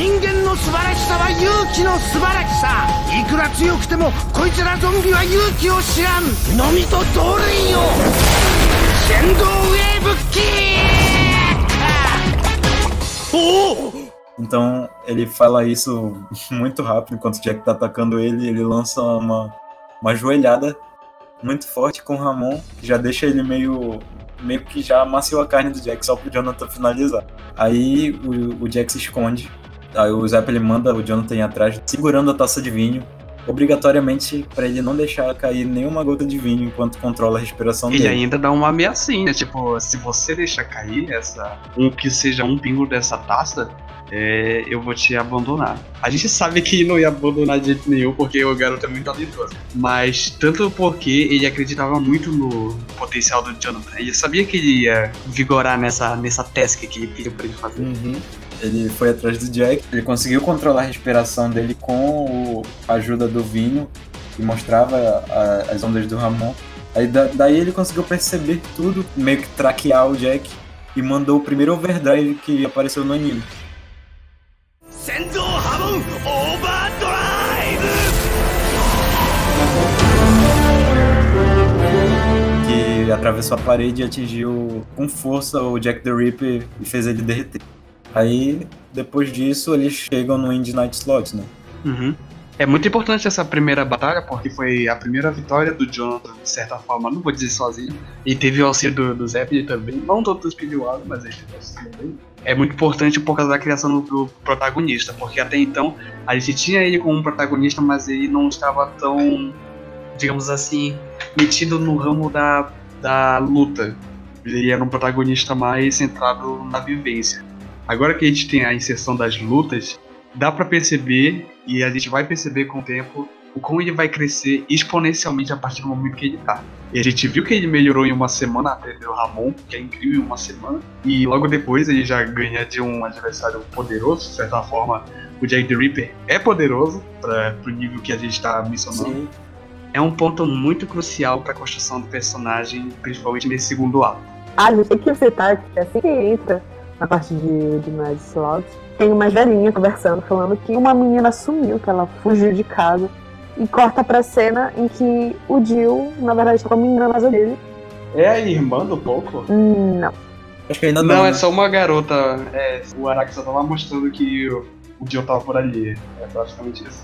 Então ele fala isso muito rápido, enquanto o Jack tá atacando ele, ele lança uma joelhada muito forte com o Ramon, que já deixa ele meio que já amaciou a carne do Jack, só pro Jonathan finalizar. Aí o Jack se esconde, aí o Zepp ele manda o Jonathan ir atrás, segurando a taça de vinho, obrigatoriamente para ele não deixar cair nenhuma gota de vinho enquanto controla a respiração dele. Ele ainda dá uma ameaçinha, tipo, se você deixar cair que seja um pingo dessa taça, eu vou te abandonar. A gente sabe que não ia abandonar de jeito nenhum, porque o garoto é muito habilidoso. Mas tanto porque ele acreditava muito no potencial do Jonathan. Ele sabia que ele ia vigorar nessa task que ele pediu pra ele fazer. Ele foi atrás do Jack, ele conseguiu controlar a respiração dele com a ajuda do vinho, que mostrava as ondas do Ramon. Aí daí ele conseguiu perceber tudo, meio que traquear o Jack, e mandou o primeiro overdrive que apareceu no anime. Que atravessou a parede e atingiu com força o Jack the Ripper e fez ele derreter. Aí, depois disso, eles chegam no Wind Night Slot, né? É muito importante essa primeira batalha, porque foi a primeira vitória do Jonathan, de certa forma, não vou dizer sozinho. E teve o auxílio do Zeppelin também, não todos pediram, mas ele teve auxílio também. É muito importante por causa da criação do protagonista, porque até então a gente tinha ele como um protagonista, mas ele não estava tão, digamos assim, metido no ramo da luta. Ele era um protagonista mais centrado na vivência. Agora que a gente tem a inserção das lutas, dá pra perceber, e a gente vai perceber com o tempo, o como ele vai crescer exponencialmente a partir do momento que ele tá. E a gente viu que ele melhorou em uma semana, aprendeu o Ramon, que é incrível em uma semana, e logo depois ele já ganha de um adversário poderoso, de certa forma o Jack the Ripper é poderoso, pro nível que a gente tá mencionando. Sim. É um ponto muito crucial pra construção do personagem, principalmente nesse segundo ato. A gente tem que citar que assim que entra na parte de Mad Slot, tem uma velhinha conversando, falando que uma menina sumiu, que ela fugiu de casa. E corta pra cena em que o Jill, na verdade, tá com a menina na casa dele. É a irmã do Poco? Não. Acho que ainda Não, né? é só uma garota. O Araki só tava mostrando que o Jill tava por ali. É praticamente isso.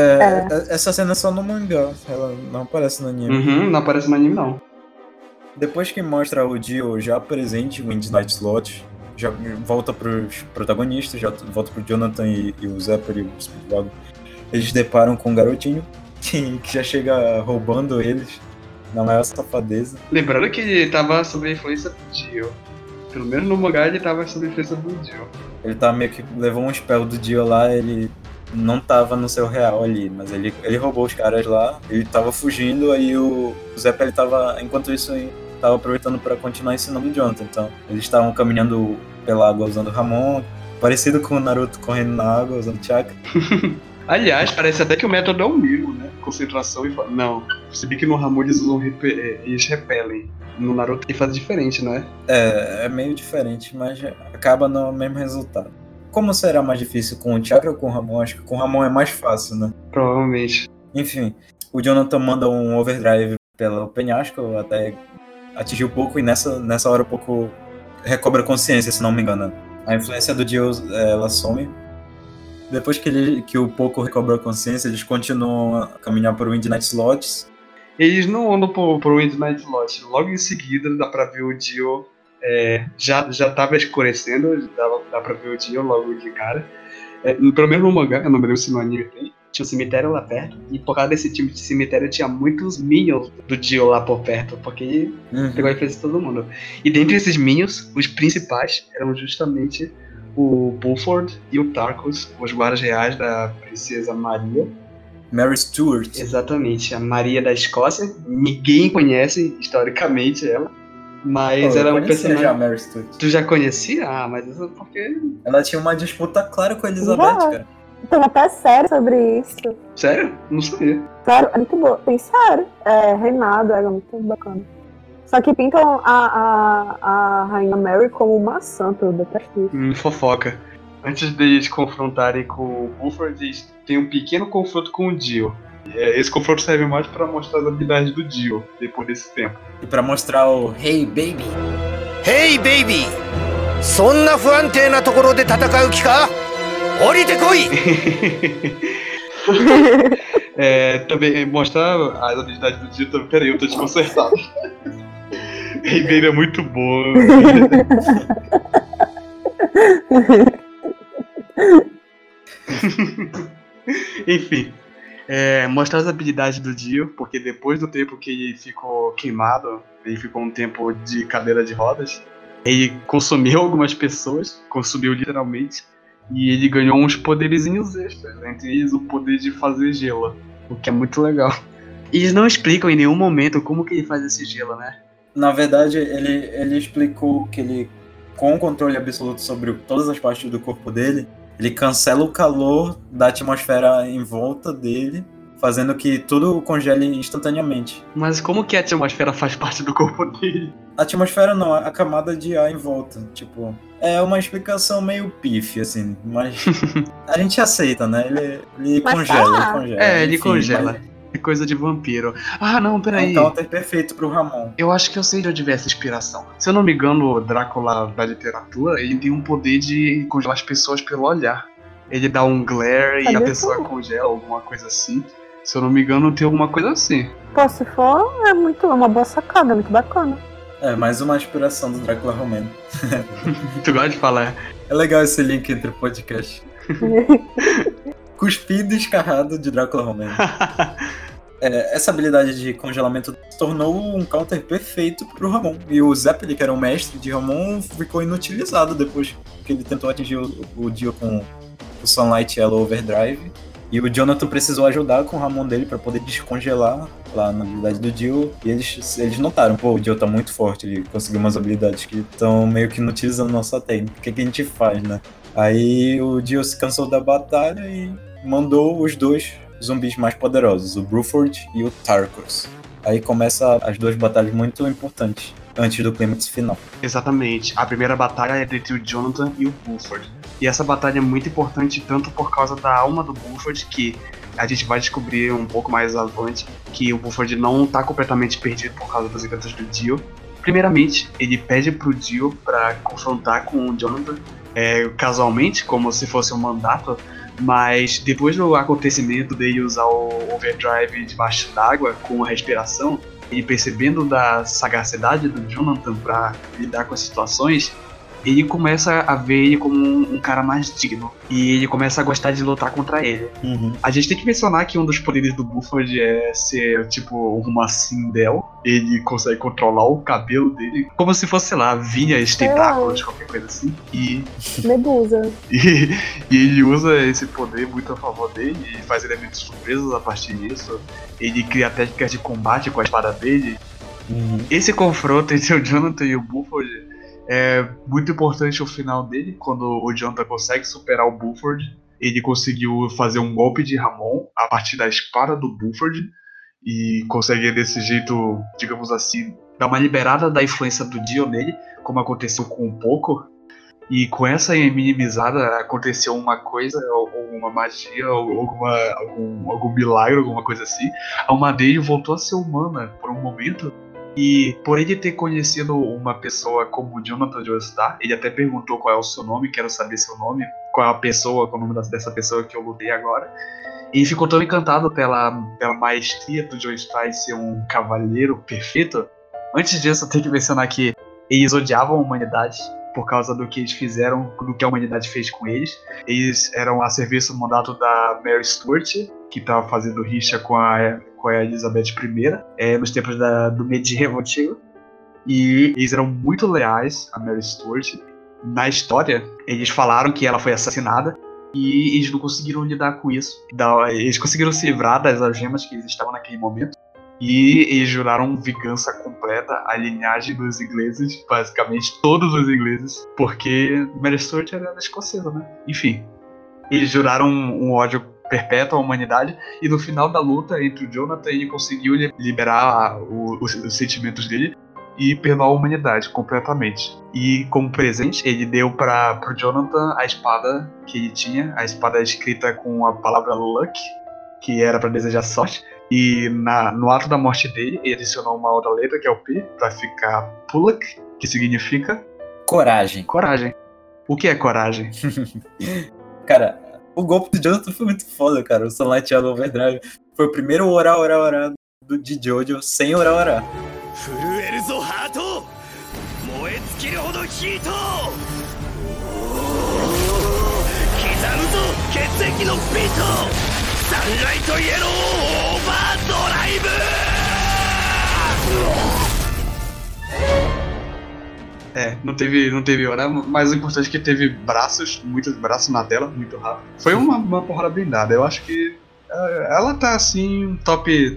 Essa cena é só no mangá, ela não aparece no anime. Uhum, não aparece no anime, não. Depois que mostra o Jill já presente em Midnight Slot, já volta pros protagonistas, já volta pro Jonathan e o Zephyr e o Speedwagon. Eles deparam com um garotinho que já chega roubando eles na maior safadeza. Lembrando que ele tava sob a influência do Jill. Pelo menos no mangá ele tava sob a influência do Jill. Ele tá meio que levou um spell do Jill lá, ele não tava no seu real ali, mas ele roubou os caras lá, ele tava fugindo, aí o Zephyr ele tava, enquanto isso, tava aproveitando pra continuar ensinando o Jonathan. Então, eles estavam caminhando pela água usando Ramon, parecido com o Naruto correndo na água usando chakra. Aliás, parece até que o método é o mesmo, né? Concentração e... Não, percebi que no Ramon eles repelem. No Naruto ele faz diferente, não é? É meio diferente, mas acaba no mesmo resultado. Como será mais difícil com o chakra ou com o Ramon? Acho que com o Ramon é mais fácil, né? Provavelmente. Enfim, o Jonathan manda um overdrive pelo penhasco até atingir o Poco, e nessa hora o Poco recobra consciência, se não me engano. A influência do Jill, ela some. Depois que o Poco recobra a consciência, eles continuam a caminhar por Midnight Slots. Eles não andam por Midnight Slot. Logo em seguida dá pra ver o Jill. Já tava escurecendo, dá pra ver o Jill logo de cara. Pelo menos no mangá, eu não me lembro se no anime tem. Tinha um cemitério lá perto, e por causa desse tipo de cemitério tinha muitos minions do Jill lá por perto, porque ele pegou a influência de todo mundo. E dentre esses minions, os principais eram justamente o Bulford e o Tarkus, os guardas reais da princesa Maria. Mary Stuart. Exatamente, a Maria da Escócia. Ninguém conhece historicamente ela, mas ela é um personagem. Já a Mary Stuart. Tu já conhecia? Ah, mas isso é porque... Ela tinha uma disputa clara com a Elizabeth, cara. Tem até série sobre isso. Sério? Não sabia. Sério, é muito boa. Tem série. Reinado, é muito bacana. Só que pintam a Rainha Mary como uma santa, eu detesto isso. Fofoca. Antes deles confrontarem com o Bulford, eles têm um pequeno confronto com o Jill. Esse confronto serve mais pra mostrar as habilidades do Jill, depois desse tempo. E pra mostrar o Hey Baby. Hey baby! そんな不安定なところで戦う気か? 降りてこい! Também mostrar as habilidades do Jill também. Peraí, eu tô desconcertado. Hey Baby é muito boa. Enfim, mostrar as habilidades do Jill, porque depois do tempo que ele ficou queimado, ele ficou um tempo de cadeira de rodas, ele consumiu algumas pessoas, consumiu literalmente, e ele ganhou uns poderizinhos extras, entre eles o poder de fazer gelo, o que é muito legal. E eles não explicam em nenhum momento como que ele faz esse gelo, né? Na verdade, ele explicou que ele, com o controle absoluto sobre todas as partes do corpo dele, ele cancela o calor da atmosfera em volta dele, fazendo que tudo congele instantaneamente. Mas como que a atmosfera faz parte do corpo dele? A atmosfera não, a camada de ar em volta. Tipo, é uma explicação meio pífia, assim, mas a gente aceita, né? Ele congela. Ele Enfim, congela. Mas... É coisa de vampiro. Ah, não, peraí. Então é perfeito pro Ramon. Eu acho que eu sei de onde veio essa inspiração. Se eu não me engano, o Drácula da literatura, ele tem um poder de congelar as pessoas pelo olhar. ele dá um glare e a Cadê pessoa tu? congela, alguma coisa assim. Se eu não me engano, tem alguma coisa assim. Pô, se for, é uma boa sacada, muito bacana. É, mais uma inspiração do Drácula romano. Tu gosta de falar? É legal esse link entre o podcast. Cuspido e escarrado de Drácula romano. Essa habilidade de congelamento se tornou um counter perfeito pro Ramon. E o Zeppelin, que era o mestre de Ramon, ficou inutilizado depois que ele tentou atingir o Dio com o Sunlight Yellow Overdrive. E o Jonathan precisou ajudar com o Ramon dele pra poder descongelar lá na habilidade do Dio. E eles notaram, pô, o Dio tá muito forte, ele conseguiu umas habilidades que estão meio que inutilizando nossa técnica. O que a gente faz, né? Aí o Dio se cansou da batalha e mandou os dois zumbis mais poderosos, o Bruford e o Tarkus. Aí começa as duas batalhas muito importantes antes do clímax final. Exatamente. A primeira batalha é entre o Jonathan e o Buford. E essa batalha é muito importante tanto por causa da alma do Buford, que a gente vai descobrir um pouco mais avante que o Buford não tá completamente perdido por causa dos encantos do Dio. Primeiramente, ele pede pro Dio pra confrontar com o Jonathan, casualmente, como se fosse um mandato, mas depois do acontecimento dele usar o Overdrive debaixo d'água com a respiração, e percebendo da sagacidade do Jonathan pra lidar com as situações, ele começa a ver ele como um cara mais digno. E ele começa a gostar de lutar contra ele. Uhum. A gente tem que mencionar que um dos poderes do Buford é ser, tipo, uma Sindel. Ele consegue controlar o cabelo dele, como se fosse, sei lá, vinhas, tentáculos, qualquer coisa assim. E Medusa. ele usa esse poder muito a favor dele e faz elementos surpresos a partir disso. Ele cria técnicas de combate com a espada dele. Uhum. Esse confronto entre o Jonathan e o Buford é muito importante o final dele, quando o Jonathan consegue superar o Buford. Ele conseguiu fazer um golpe de Ramon a partir da espada do Buford e consegue desse jeito, digamos assim, dar uma liberada da influência do Dio nele, como aconteceu com o Poco. E com essa minimizada aconteceu uma coisa, ou uma magia, ou algum milagre, alguma coisa assim. A alma dele voltou a ser humana por um momento. E por ele ter conhecido uma pessoa como o Jonathan Joestar, ele até perguntou qual é o seu nome, quero saber seu nome, qual é a pessoa, qual é o nome dessa pessoa que eu lutei agora. E ficou tão encantado pela maestria do Joestar em ser um cavaleiro perfeito. Antes disso, eu tenho que mencionar que eles odiavam a humanidade por causa do que eles fizeram, do que a humanidade fez com eles. Eles eram a serviço do mandato da Mary Stuart, que estava fazendo rixa com a Elizabeth I, nos tempos do medievo antigo. E eles eram muito leais a Mary Stuart. Na história, eles falaram que ela foi assassinada e eles não conseguiram lidar com isso. Eles conseguiram se livrar das algemas que eles estavam naquele momento. E eles juraram vingança completa à linhagem dos ingleses, basicamente todos os ingleses, porque Mary Stuart era escocesa, né? Enfim, eles juraram um ódio perpétuo à humanidade, e no final da luta entre o Jonathan, ele conseguiu liberar os sentimentos dele e perdoar a humanidade completamente. E como presente, ele deu pro Jonathan a espada que ele tinha, a espada escrita com a palavra Luck, que era para desejar sorte. E no ato da morte dele, ele adicionou uma outra letra, que é o P, pra ficar Pulak, que significa Coragem. Coragem. O que é coragem? Cara, o golpe do Jonathan foi muito foda, cara. O Sunlight Yellow Overdrive foi o primeiro orar de Jojo sem orar. 震えるぞハート、燃え尽きるほどヒート、刻むぞ血液のビート、サンライトイエローオーバードライブ。 Não teve hora, mas o importante é que teve muitos braços na tela, muito rápido. Foi uma porrada blindada. Eu acho que ela tá assim, top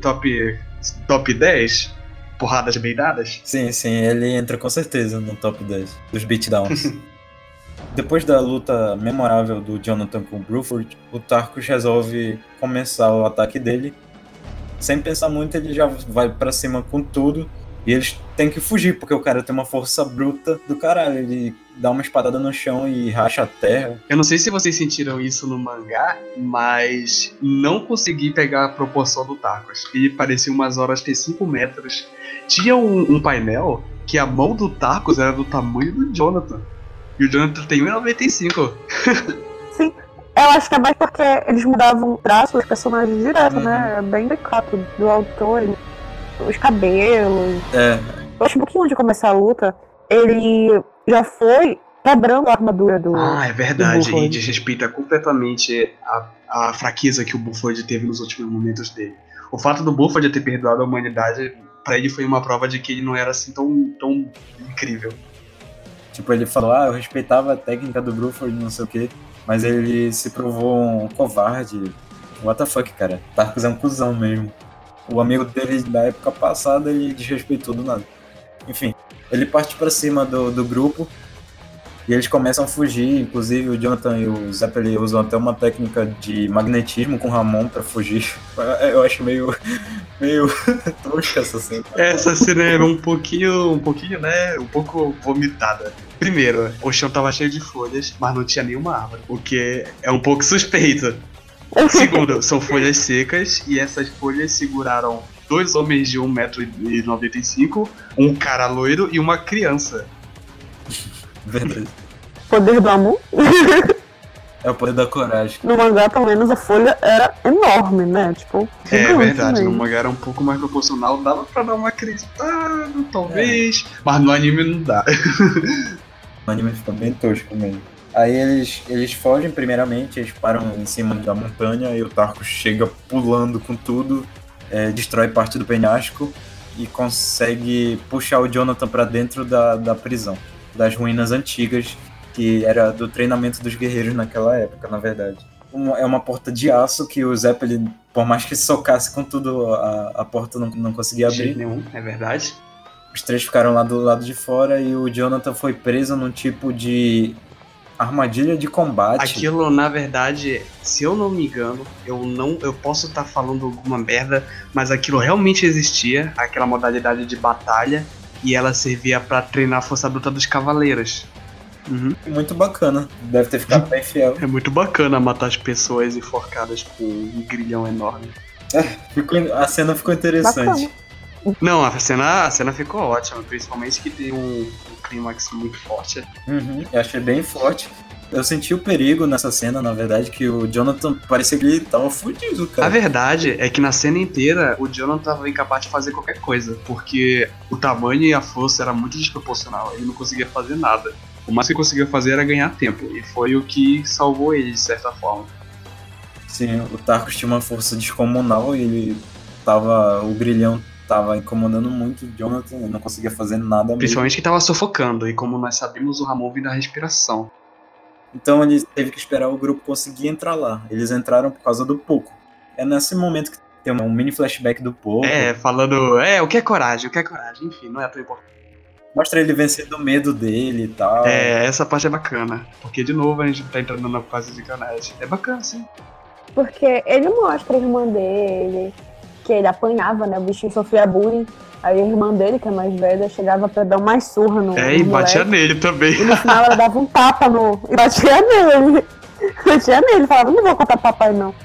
10 porradas blindadas. Sim, ele entra com certeza no top 10 dos beatdowns. Depois da luta memorável do Jonathan com o Bruford, o Tarkus resolve começar o ataque dele. Sem pensar muito, ele já vai pra cima com tudo. E eles têm que fugir, porque o cara tem uma força bruta do caralho. Ele dá uma espadada no chão e racha a terra. Eu não sei se vocês sentiram isso no mangá, mas não consegui pegar a proporção do Tarkus. Ele parecia umas horas ter 5 metros. Tinha um painel que a mão do Tarkus era do tamanho do Jonathan. E o Jonathan tem 1,95. Sim. Eu acho que é mais porque eles mudavam o traço dos personagens direto, né? É bem decato do autor, os cabelos. Eu acho que antes de começar a luta, ele já foi quebrando a armadura do. Ah, é verdade. Do E Buford. desrespeita completamente a fraqueza que o Buford teve nos últimos momentos dele. O fato do Buford ter perdoado a humanidade, pra ele foi uma prova de que ele não era assim tão incrível. Tipo, ele falou, eu respeitava a técnica do Bruford, não sei o quê, mas ele se provou um covarde. What the fuck, cara? Tarkus é um cuzão mesmo. O amigo dele da época passada, ele desrespeitou do nada. Enfim, ele parte pra cima do grupo e eles começam a fugir. Inclusive, o Jonathan e o Zeppelin usam até uma técnica de magnetismo com o Ramon pra fugir. Eu acho meio tosca essa cena. Essa cena era um pouquinho, né? Um pouco vomitada. Primeiro, o chão tava cheio de folhas, mas não tinha nenhuma árvore, o que é um pouco suspeito. Segundo, são folhas secas e essas folhas seguraram 2 homens de 1,95 m, um cara loiro e uma criança. Verdade. Poder do amor? É o poder da coragem. No mangá, pelo menos, a folha era enorme, né? Tipo, É gigante verdade, mesmo. no mangá era um pouco mais proporcional, dava pra dar uma acreditada, talvez, mas no anime não dá. O anime fica bem tosco mesmo. Aí eles fogem primeiramente, eles param em cima da montanha e o Tarkus chega pulando com tudo, destrói parte do penhasco e consegue puxar o Jonathan pra dentro da prisão, das ruínas antigas, que era do treinamento dos guerreiros naquela época, na verdade. É uma porta de aço que o Zeppelin, por mais que socasse com tudo, a porta não conseguia De jeito abrir. nenhum, é verdade. Os 3 ficaram lá do lado de fora e o Jonathan foi preso num tipo de armadilha de combate. Aquilo, na verdade, se eu não me engano, eu posso estar falando alguma merda, mas aquilo realmente existia, aquela modalidade de batalha, e ela servia pra treinar a força bruta dos cavaleiros. Muito bacana, deve ter ficado bem fiel. É muito bacana matar as pessoas enforcadas com um grilhão enorme. A cena ficou interessante. Bacana. Não, a cena ficou ótima, principalmente que tem um clímax muito forte. Eu achei bem forte. Eu senti o perigo nessa cena, na verdade, que o Jonathan parecia que ele tava fudido, A cara. verdade é que na cena inteira o Jonathan tava incapaz de fazer qualquer coisa, porque o tamanho e a força era muito desproporcional, ele não conseguia fazer nada. O mais que ele conseguia fazer era ganhar tempo, e foi o que salvou ele de certa forma. Sim, o Tarkus tinha uma força descomunal e o grilhão tava incomodando muito o Jonathan, ele não conseguia fazer nada mesmo. Principalmente que tava sufocando, e como nós sabemos, o Ramon vem da respiração. Então ele teve que esperar o grupo conseguir entrar lá. Eles entraram por causa do Poco. É nesse momento que tem um mini flashback do Poco. Falando, o que é coragem, enfim, não é tão importante. Mostra ele vencendo o medo dele e tal. Essa parte é bacana, porque de novo a gente tá entrando na fase de canais. É bacana, sim. Porque ele mostra a irmã dele, que ele apanhava, né? O bichinho sofria bullying. Aí a irmã dele, que é mais velha, chegava pra dar mais surra no E batia moleque. nele também. E no final ela dava um tapa e batia nele. Batia nele, falava, não vou contar pro papai, não.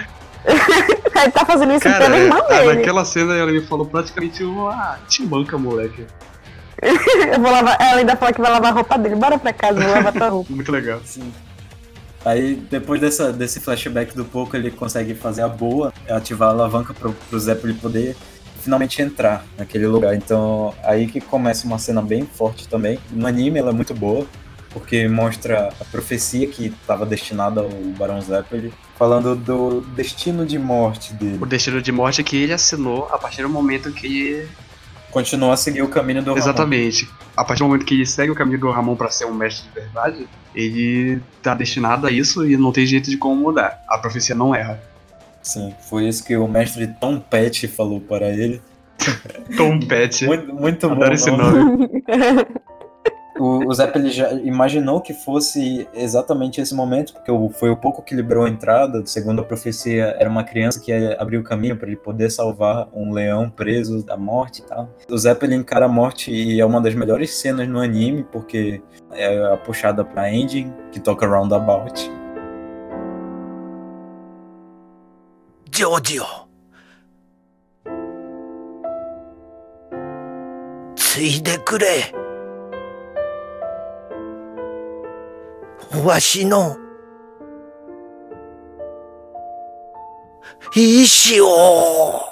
Aí tá fazendo isso pela irmã dele. naquela cena ela me falou praticamente te manca, moleque. Eu vou lavar, ela ainda fala que vai lavar a roupa dele. Bora pra casa, vou lavar tua roupa. Muito legal. Sim. Aí, depois desse flashback do Poco, ele consegue fazer a boa, ativar a alavanca pro Zeppelin poder finalmente entrar naquele lugar. Então, aí que começa uma cena bem forte também. No anime ela é muito boa, porque mostra a profecia que estava destinada ao Barão Zeppelin, falando do destino de morte dele. O destino de morte que ele assinou a partir do momento que... Continua a seguir o caminho do Ramon. Exatamente. A partir do momento que ele segue o caminho do Ramon pra ser um mestre de verdade, ele tá destinado a isso e não tem jeito de como mudar. A profecia não erra. Sim, foi isso que o mestre Tom Petty falou para ele. Tom Petty. Muito bom. Adoro esse nome. O Zeppelin já imaginou que fosse exatamente esse momento, porque foi o Poco que liberou a entrada. Segundo a profecia, era uma criança que abriu o caminho para ele poder salvar um leão preso da morte e tal. O Zeppelin encara a morte e é uma das melhores cenas no anime, porque é a puxada pra ending, que toca Roundabout. ジョージを継いでくれ。わしの意志を。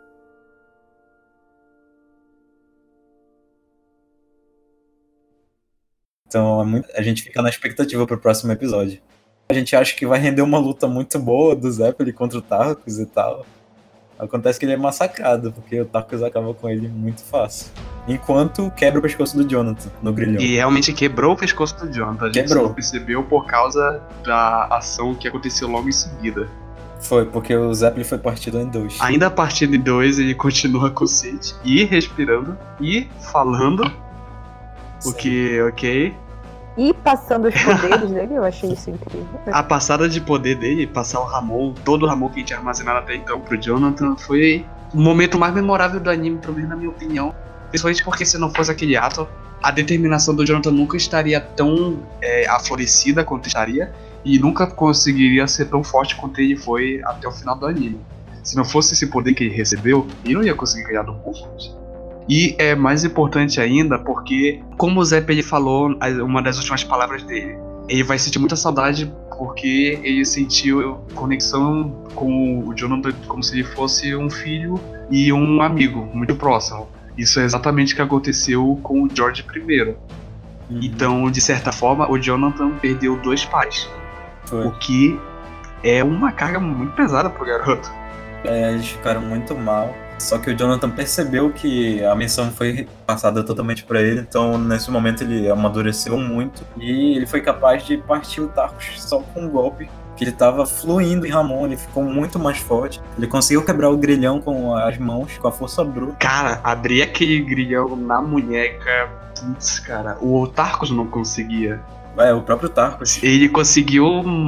Então a gente fica na expectativa pro próximo episódio. A gente acha que vai render uma luta muito boa do Zeppelin contra o Tarkus e tal. Acontece que ele é massacrado, porque o Tarkus acaba com ele muito fácil. Enquanto quebra o pescoço do Jonathan no grilhão. E realmente quebrou o pescoço do Jonathan. A gente Quebrou. só percebeu por causa da ação que aconteceu logo em seguida. Foi, porque o Zeppelin foi partido em 2. Ainda partindo em 2, ele continua consciente e respirando e falando. O que, ok. E passando os poderes dele, eu achei isso incrível. A passada de poder dele, passar o Ramon, todo o Ramon que a gente tinha armazenado até então pro Jonathan, foi o momento mais memorável do anime, pelo menos na minha opinião. Principalmente porque se não fosse aquele ato, a determinação do Jonathan nunca estaria tão aflorescida quanto estaria, e nunca conseguiria ser tão forte quanto ele foi até o final do anime. Se não fosse esse poder que ele recebeu, ele não ia conseguir ganhar do Buffalo. E é mais importante ainda porque, como o Zeppelin falou, uma das últimas palavras dele, ele vai sentir muita saudade porque ele sentiu conexão com o Jonathan como se ele fosse um filho e um amigo muito próximo. Isso é exatamente o que aconteceu com o George I. Então, de certa forma, o Jonathan perdeu 2 pais. Foi. O que é uma carga muito pesada pro garoto. Eles ficaram muito mal. Só que o Jonathan percebeu que a missão foi passada totalmente pra ele, então nesse momento ele amadureceu muito e ele foi capaz de partir o Tarkus só com um golpe, que ele tava fluindo em Ramon, ele ficou muito mais forte. Ele conseguiu quebrar o grilhão com as mãos, com a força bruta. Cara, abrir aquele grilhão na munheca, putz, cara, o Tarkus não conseguia. O próprio Tarkus. Ele conseguiu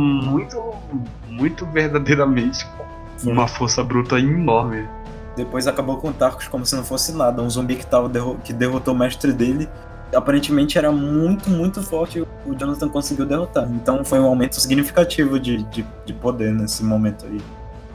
muito verdadeiramente uma força bruta enorme. Depois acabou com o Tarkus como se não fosse nada. Um zumbi que derrotou o mestre dele, aparentemente era muito, muito forte. O Jonathan conseguiu derrotar. Então foi um aumento significativo de poder nesse momento aí.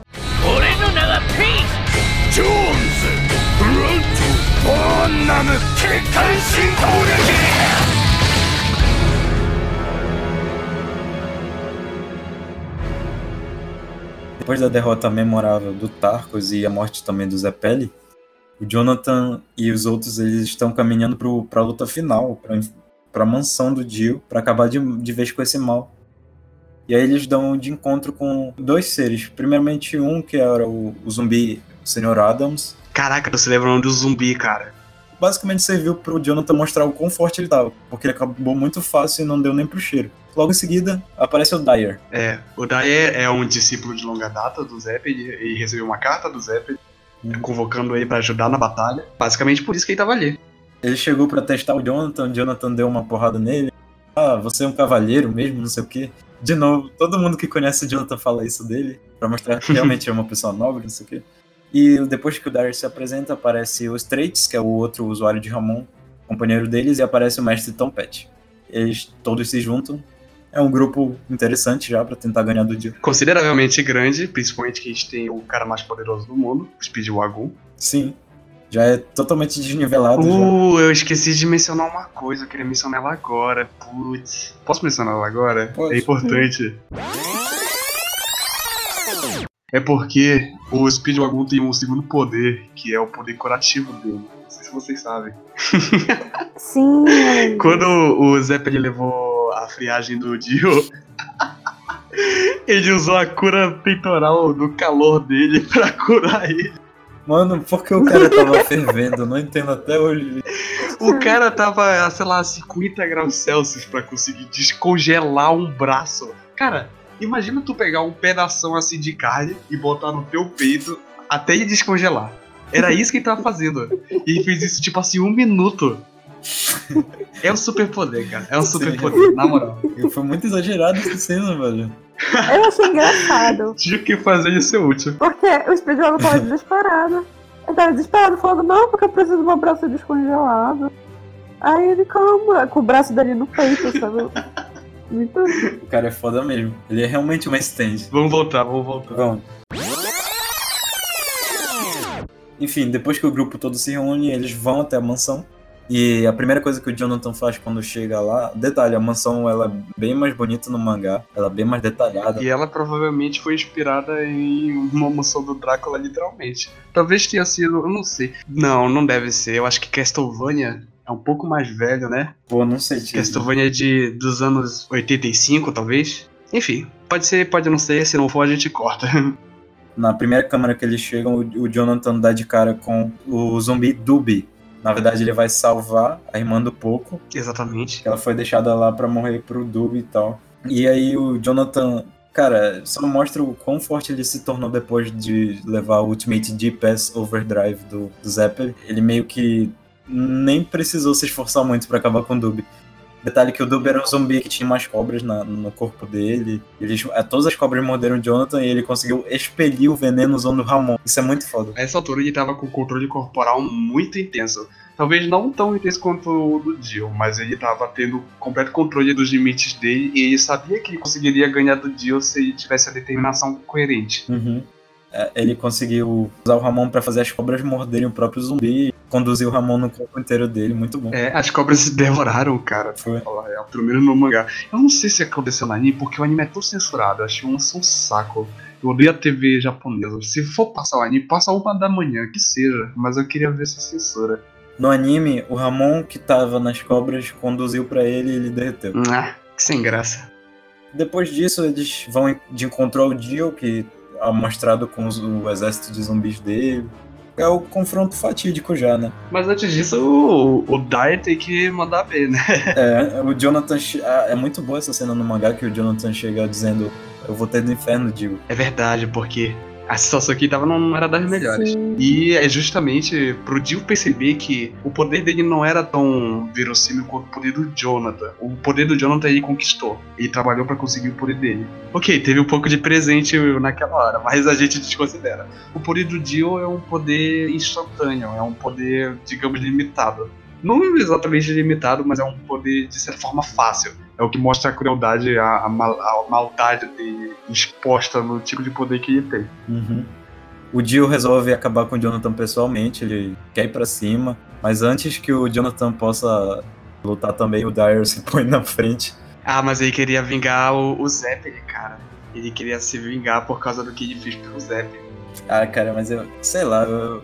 Depois da derrota memorável do Tarkus e a morte também do Zeppelin, o Jonathan e os outros eles estão caminhando para a luta final, para a mansão do Dio, para acabar de vez com esse mal. E aí eles dão de encontro com 2 seres. Primeiramente um que era o zumbi, o Sr. Adams. Caraca, você lembra o nome do zumbi, cara? Basicamente serviu pro Jonathan mostrar o quão forte ele tava, porque ele acabou muito fácil e não deu nem pro cheiro. Logo em seguida, aparece o Dyer. O Dyer é um discípulo de longa data do Zeppelin e recebeu uma carta do Zeppelin convocando ele pra ajudar na batalha. Basicamente por isso que ele tava ali. Ele chegou pra testar o Jonathan deu uma porrada nele. Ah, você é um cavalheiro mesmo, não sei o quê. De novo, todo mundo que conhece o Jonathan fala isso dele, pra mostrar que realmente é uma pessoa nobre, não sei o quê. E depois que o Dyer se apresenta, aparece o Straits, que é o outro usuário de Ramon, companheiro deles, e aparece o mestre Tom Petty. Eles todos se juntam. É um grupo interessante já pra tentar ganhar do Dio. Consideravelmente grande, principalmente que a gente tem o cara mais poderoso do mundo, o Speedwagon. Sim, já é totalmente desnivelado. Eu esqueci de mencionar uma coisa, eu queria mencionar ela agora. Putz, posso mencionar ela agora? Pode. É importante. É porque o Speedwagon tem um segundo poder, que é o poder curativo dele. Não sei se vocês sabem. Sim. Quando o Zeppelin levou a friagem do Dio, ele usou a cura peitoral do calor dele pra curar ele. Mano, por que o cara tava fervendo? Eu não entendo até hoje. O cara tava, sei lá, 50 graus Celsius pra conseguir descongelar um braço. Cara, imagina tu pegar um pedação assim de carne e botar no teu peito até ele descongelar. Era isso que ele tava fazendo. E ele fez isso tipo assim, 1 minuto. É um superpoder, cara. É um superpoder, na moral. Foi muito exagerado essa cena, velho. Eu achei engraçado. Tinha que fazer isso ser útil. Porque o Speedwagon tava desesperado. Ele tava desesperado, falando, não, porque eu preciso do meu braço descongelado. Aí ele, calma, com o braço dele no peito, sabe? Muito. O cara é foda mesmo. Ele é realmente uma stand. Vamos voltar. Vamos. Enfim, depois que o grupo todo se reúne, eles vão até a mansão. E a primeira coisa que o Jonathan faz quando chega lá... Detalhe, a mansão ela é bem mais bonita no mangá. Ela é bem mais detalhada. E ela provavelmente foi inspirada em uma mansão do Drácula, literalmente. Talvez tenha sido, eu não sei. Não deve ser. Eu acho que Castlevania é um pouco mais velho, né? Pô, não sei disso. Castlevania é dos anos 85, talvez. Enfim, pode ser, pode não ser. Se não for, a gente corta. Na primeira câmara que eles chegam, o Jonathan dá de cara com o zumbi Dubi. Na verdade, ele vai salvar a irmã do Poco. Exatamente. Que ela foi deixada lá pra morrer pro Dubi e tal. E aí o Jonathan... Cara, só mostra o quão forte ele se tornou depois de levar o Ultimate D-Pass Overdrive do Zeppelin. Ele meio que nem precisou se esforçar muito pra acabar com o Dubi. Detalhe que o Dubi era um zumbi que tinha mais cobras no corpo dele. Todas as cobras morderam o Jonathan e ele conseguiu expelir o veneno usando o Ramon. Isso é muito foda. A essa altura ele tava com o controle corporal muito intenso. Talvez não tão intenso quanto o do Dio, mas ele tava tendo completo controle dos limites dele e ele sabia que ele conseguiria ganhar do Dio se ele tivesse a determinação coerente. Uhum. Ele conseguiu usar o Ramon pra fazer as cobras morderem o próprio zumbi e conduzir o Ramon no corpo inteiro dele, muito bom. As cobras se devoraram, cara. Foi. É o primeiro no mangá. Eu não sei se aconteceu no anime, porque o anime é tão censurado. Eu achei um saco. Eu odeio a TV japonesa. Se for passar o anime, passa 1 da manhã, que seja. Mas eu queria ver essa censura. No anime, o Ramon que tava nas cobras conduziu pra ele e ele derreteu. Que sem graça. Depois disso, eles vão de encontro ao Dio, que é mostrado com o exército de zumbis dele. É o confronto fatídico já, né? Mas antes disso, o Dai tem que mandar ver, né? O Jonathan... É muito boa essa cena no mangá, que o Jonathan chega dizendo: eu vou ter do inferno, Dio. É verdade, porque a situação aqui não era das melhores. Sim. E é justamente pro Dio perceber que o poder dele não era tão verossímil quanto o poder do Jonathan. O poder do Jonathan ele conquistou. Ele trabalhou pra conseguir o poder dele. Ok, teve um pouco de presente naquela hora, mas a gente desconsidera. O poder do Dio é um poder instantâneo, é um poder, digamos, limitado. Não exatamente limitado, mas é um poder de certa forma fácil. É o que mostra a crueldade, a maldade dele exposta no tipo de poder que ele tem. Uhum. O Dio resolve acabar com o Jonathan pessoalmente, ele quer ir pra cima, mas antes que o Jonathan possa lutar também, o Dyer se põe na frente. Mas ele queria vingar o Zeppelin, cara. Ele queria se vingar por causa do que ele fez pelo Zeppelin. Cara, mas eu... sei lá,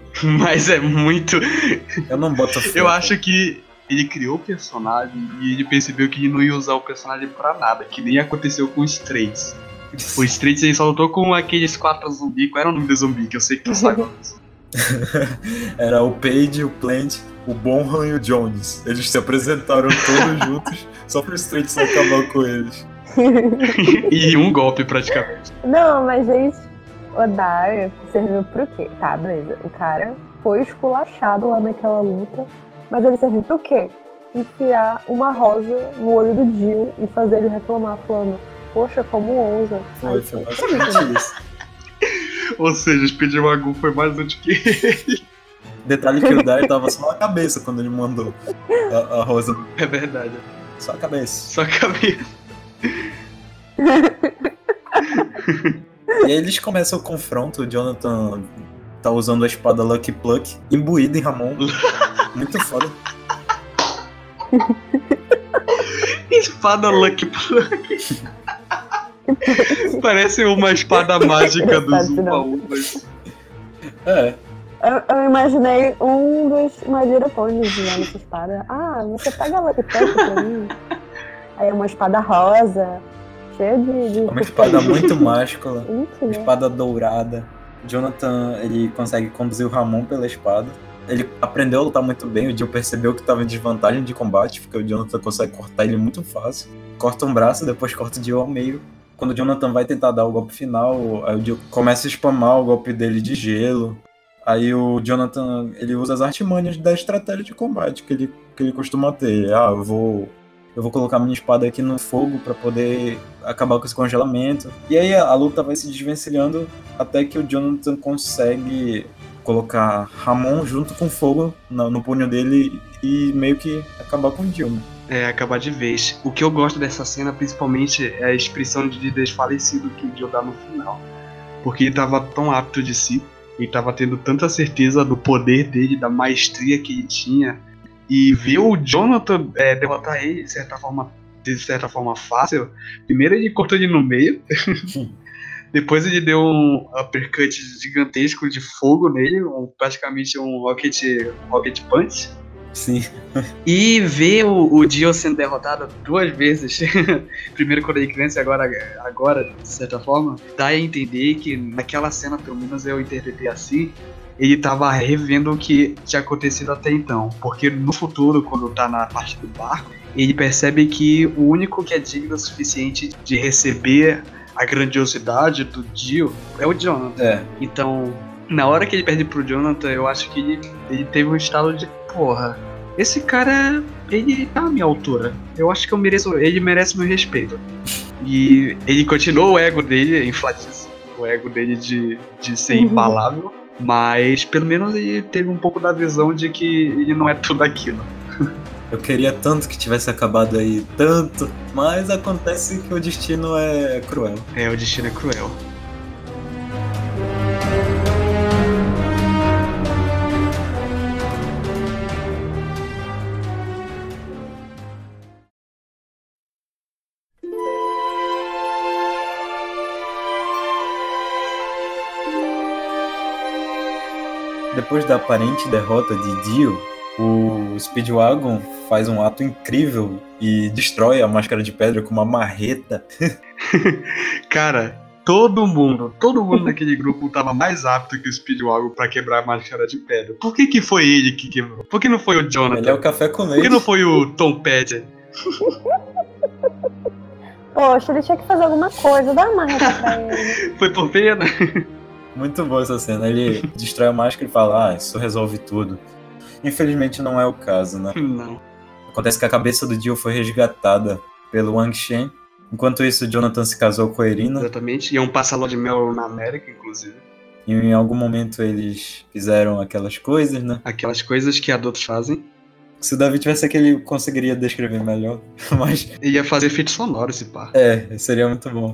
Mas é muito... eu não boto fé. Eu acho que ele criou o personagem e ele percebeu que ele não ia usar o personagem pra nada, que nem aconteceu com o Straits. O Straits ele só lutou com aqueles 4 zumbis. Qual era o nome do zumbi? Que eu sei que tu sabe. Era o Page, o Plant, o Bonham e o Jones. Eles se apresentaram todos juntos só pro Straits acabar com eles. E um golpe praticamente. Não, mas gente, o Dyer serviu pro quê? Tá, beleza. O cara foi esculachado lá naquela luta, mas ele serviu pro quê? Enfiar uma rosa no olho do Dio e fazer ele reclamar, falando: poxa, como ousa. Foi basicamente isso. Ou seja, Speed Magu foi mais útil que ele. Detalhe que o Dyer tava só na cabeça quando ele mandou a rosa. É verdade. Só a cabeça. Só a cabeça. E aí eles começam o confronto, o Jonathan tá usando a espada Lucky Pluck, imbuída em Ramon. Muito foda. Espada Lucky Pluck. Parece uma espada mágica dos Upa-Upas. Eu imaginei um dos Madirapones usando essa espada. Você pega a Lucky Pluck pra mim? Aí é uma espada rosa, cheia de... Uma espada muito máscula, Isso, né? espada dourada. Jonathan, ele consegue conduzir o Ramon pela espada. Ele aprendeu a lutar muito bem, o Dio percebeu que estava em desvantagem de combate, porque o Jonathan consegue cortar ele muito fácil. Corta um braço, depois corta o Dio ao meio. Quando o Jonathan vai tentar dar o golpe final, aí o Dio começa a spamar o golpe dele de gelo. Aí o Jonathan, ele usa as artimanhas da estratégia de combate que ele costuma ter. Eu vou colocar minha espada aqui no fogo pra poder acabar com esse congelamento. E aí a luta vai se desvencilhando até que o Jonathan consegue colocar Ramon junto com fogo no punho dele e meio que acabar com o Dio, né? Acabar de vez. O que eu gosto dessa cena, principalmente, é a expressão de desfalecido que o Dio dá no final. Porque ele tava tão apto de si, ele tava tendo tanta certeza do poder dele, da maestria que ele tinha, e ver o Jonathan derrotar ele de certa forma fácil. Primeiro ele cortou ele no meio, depois ele deu um uppercut gigantesco de fogo nele, praticamente um rocket punch. Sim. E ver o Dio sendo derrotado 2 vezes, primeiro quando ele criança e agora, de certa forma, dá a entender que naquela cena, pelo menos eu interpretei assim, ele tava revendo o que tinha acontecido até então. Porque no futuro, quando tá na parte do barco, ele percebe que o único que é digno o suficiente de receber a grandiosidade do Dio é o Jonathan. Então, na hora que ele perde pro Jonathan, eu acho que ele teve um estado de porra, esse cara, ele tá à minha altura. Eu acho que ele merece meu respeito. E ele continuou o ego dele, enfatiza o ego dele de ser impalável, mas pelo menos ele teve um pouco da visão de que ele não é tudo aquilo. Eu queria tanto que tivesse acabado aí, tanto, mas acontece que o destino é cruel. O destino é cruel. Depois da aparente derrota de Dio, o Speedwagon faz um ato incrível e destrói a máscara de pedra com uma marreta. Cara, todo mundo naquele grupo tava mais apto que o Speedwagon pra quebrar a máscara de pedra. Por que foi ele que quebrou? Por que não foi o Jonathan? Ele é o café com leite. Por que não foi o Tom Petty? Poxa, ele tinha que fazer alguma coisa, dá uma marreta pra ele. Foi por pena? Muito boa essa cena. Ele destrói a máscara e fala, isso resolve tudo. Infelizmente não é o caso, né? Não. Acontece que a cabeça do Dio foi resgatada pelo Wang Shen. Enquanto isso, Jonathan se casou com a Irina. Exatamente. Iam passar lua de mel na América, inclusive. E em algum momento eles fizeram aquelas coisas, né? Aquelas coisas que adultos fazem. Se o Davi tivesse aqui, ele conseguiria descrever melhor. Mas ele ia fazer efeito sonoro, esse pá. Seria muito bom.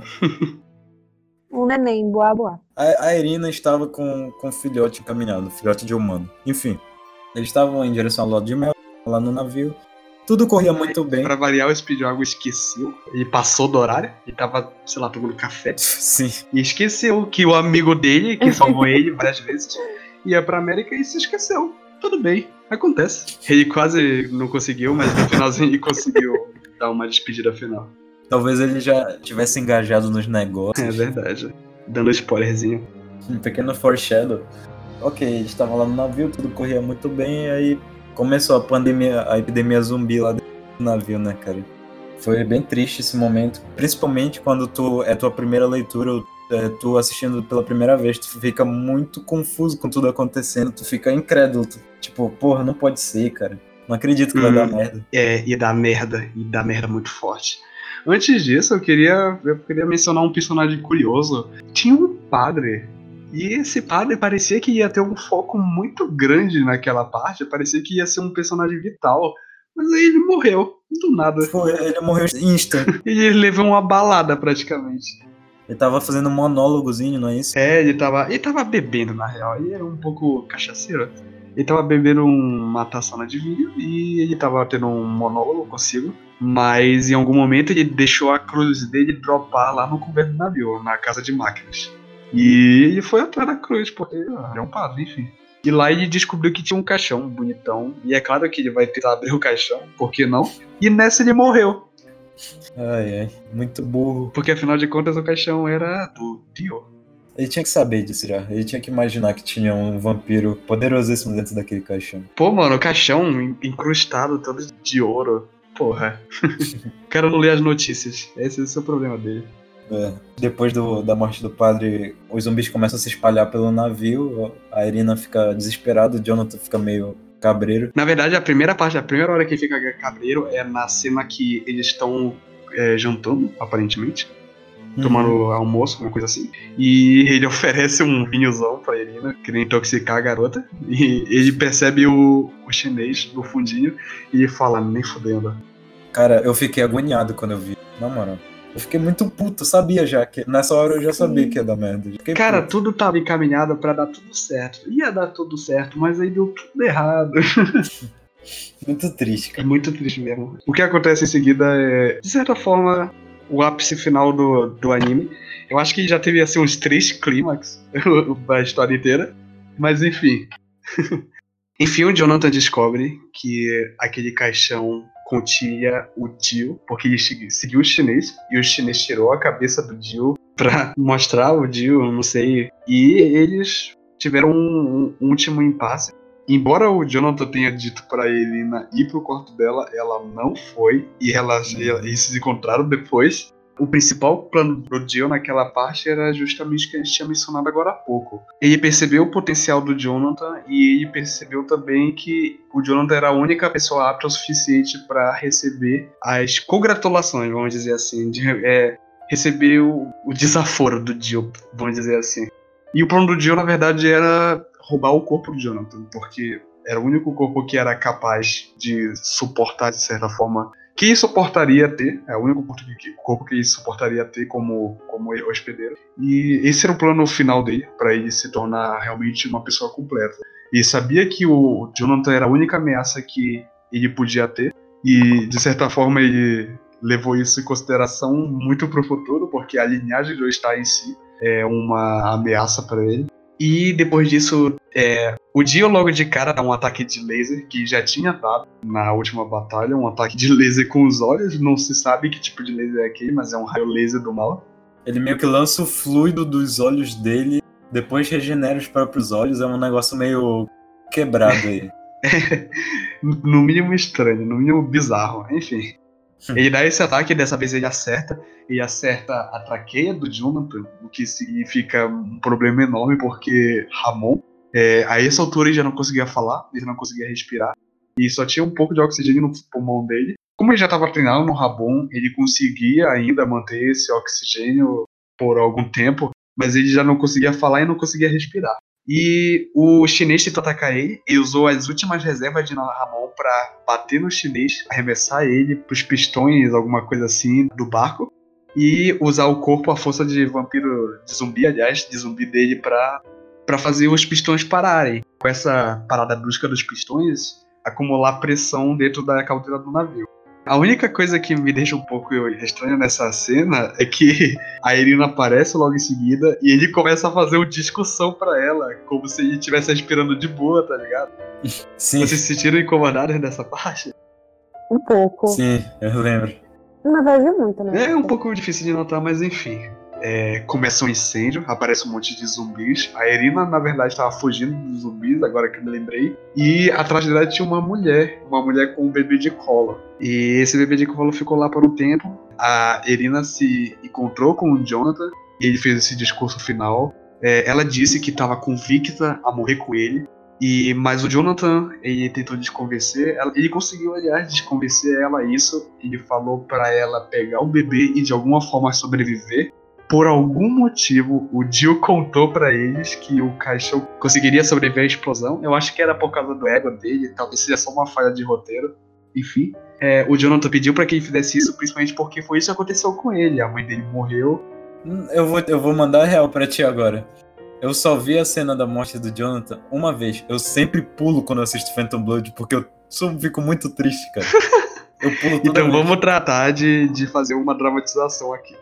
Um neném, boa, boa. A Irina estava com um filhote encaminhado, filhote de humano. Enfim, eles estavam em direção ao lado de mel, lá no navio. Tudo corria muito bem. Pra variar, o Speedwagon esqueceu. Ele passou do horário. Ele tava, sei lá, tomando café. Sim. E esqueceu que o amigo dele, que salvou ele várias vezes, ia pra América e se esqueceu. Tudo bem, acontece. Ele quase não conseguiu, mas no finalzinho ele conseguiu dar uma despedida final. Talvez ele já tivesse engajado nos negócios. É verdade. Dando spoilerzinho. Um pequeno foreshadow. Ok, eles estavam lá no navio, tudo corria muito bem, e aí começou a pandemia, a epidemia zumbi lá dentro do navio, né, cara? Foi bem triste esse momento, principalmente quando é tua primeira leitura, tu assistindo pela primeira vez, tu fica muito confuso com tudo acontecendo, tu fica incrédulo, tipo, porra, não pode ser, cara. Não acredito que vai dar merda. E dá merda muito forte. Antes disso, eu queria mencionar um personagem curioso. Tinha um padre, e esse padre parecia que ia ter um foco muito grande naquela parte, parecia que ia ser um personagem vital, mas aí ele morreu, do nada. Ele morreu insta. Ele levou uma balada, praticamente. Ele tava fazendo um monólogozinho, não é isso? Ele tava bebendo, na real, ele era um pouco cachaceiro. Ele tava bebendo uma taçona de vinho e ele tava tendo um monólogo consigo. Mas em algum momento ele deixou a cruz dele dropar lá no governo do navio, na casa de máquinas. E ele foi atrás da cruz, porque ele é um padre, enfim. E lá ele descobriu que tinha um caixão bonitão. E é claro que ele vai tentar abrir o caixão, por que não? E nessa ele morreu. Ai, muito burro. Porque afinal de contas o caixão era do Dio. Ele tinha que saber disso já. Ele tinha que imaginar que tinha um vampiro poderosíssimo dentro daquele caixão. Pô, mano, o caixão incrustado todo de ouro. Porra. O cara não lê as notícias. Esse é o problema dele. Depois da morte do padre, os zumbis começam a se espalhar pelo navio. A Irina fica desesperada, o Jonathan fica meio cabreiro. Na verdade, a primeira hora que ele fica cabreiro é na cena que eles estão jantando, aparentemente. Tomando almoço, alguma coisa assim. E ele oferece um vinhozão pra Irina, querendo intoxicar a garota. E ele percebe o chinês no fundinho e fala, nem fudendo. Cara, eu fiquei agoniado quando eu vi. Na moral. Eu fiquei muito puto, sabia já que... Nessa hora eu já sabia que ia dar merda. Cara, tudo tava encaminhado pra dar tudo certo. Ia dar tudo certo, mas aí deu tudo errado. Muito triste, É cara. muito triste mesmo. O que acontece em seguida é, de certa forma, o ápice final do anime. Eu acho que já teve assim uns 3 clímax da história inteira. Mas enfim. Enfim, o Jonathan descobre que aquele caixão continha o Dio, porque ele seguiu o chinês, e o chinês tirou a cabeça do Dio pra mostrar o Dio, não sei. E eles tiveram um último impasse. Embora o Jonathan tenha dito pra Irina ir pro quarto dela, ela não foi, e eles se encontraram depois. O principal plano do Dio naquela parte era justamente o que a gente tinha mencionado agora há pouco. Ele percebeu o potencial do Jonathan e ele percebeu também que o Jonathan era a única pessoa apta o suficiente para receber as congratulações, vamos dizer assim, receber o desaforo do Dio, vamos dizer assim. E o plano do Dio, na verdade, era roubar o corpo do Jonathan, porque era o único corpo que era capaz de suportar, de certa forma, que ele suportaria ter, é o único corpo que ele suportaria ter como hospedeiro. E esse era o plano final dele, para ele se tornar realmente uma pessoa completa. E sabia que o Jonathan era a única ameaça que ele podia ter, e de certa forma ele levou isso em consideração muito pro futuro, porque a linhagem de Joestar em si é uma ameaça para ele. E depois disso, o Dio logo de cara dá um ataque de laser, que já tinha dado na última batalha, um ataque de laser com os olhos, não se sabe que tipo de laser é aquele, mas é um raio laser do mal. Ele meio que lança o fluido dos olhos dele, depois regenera os próprios olhos, é um negócio meio quebrado aí. No mínimo estranho, no mínimo bizarro, enfim. Ele dá esse ataque, dessa vez ele acerta a traqueia do Jonathan, o que significa um problema enorme, porque Ramon, a essa altura ele já não conseguia falar, ele não conseguia respirar, e só tinha um pouco de oxigênio no pulmão dele. Como ele já estava treinando no Ramon, ele conseguia ainda manter esse oxigênio por algum tempo, mas ele já não conseguia falar e não conseguia respirar. E o chinês tentou atacar ele e usou as últimas reservas de Ramon para bater no chinês, arremessar ele pros pistões, alguma coisa assim, do barco, e usar o corpo, a força de vampiro, de zumbi dele para fazer os pistões pararem. Com essa parada brusca dos pistões, acumular pressão dentro da caldeira do navio. A única coisa que me deixa um pouco estranha nessa cena é que a Irina aparece logo em seguida e ele começa a fazer uma discussão pra ela, como se ele estivesse respirando de boa, tá ligado? Sim, Vocês se sentiram incomodados nessa parte? Um pouco. sim, eu lembro. Não vejo muito, né? É um pouco difícil de notar, mas enfim. Começa um incêndio, aparece um monte de zumbis. A Irina, na verdade, estava fugindo dos zumbis, agora que eu me lembrei. E atrás dela tinha uma mulher com um bebê de colo. E esse bebê de colo ficou lá por um tempo. A Irina se encontrou com o Jonathan e ele fez esse discurso final. Ela disse que estava convicta a morrer com ele. Mas o Jonathan, ele tentou desconvencer ela, ele conseguiu, aliás, desconvencer ela a isso. Ele falou para ela pegar o bebê e de alguma forma sobreviver. Por algum motivo, o Dio contou pra eles que o caixão conseguiria sobreviver à explosão. Eu acho que era por causa do ego dele, talvez seja só uma falha de roteiro. Enfim, o Jonathan pediu pra que ele fizesse isso, principalmente porque foi isso que aconteceu com ele. A mãe dele morreu. Eu vou mandar a real pra ti agora. Eu só vi a cena da morte do Jonathan uma vez. Eu sempre pulo quando eu assisto Phantom Blood, porque eu fico muito triste, cara. Eu pulo toda Então vez. vamos tratar de fazer uma dramatização aqui.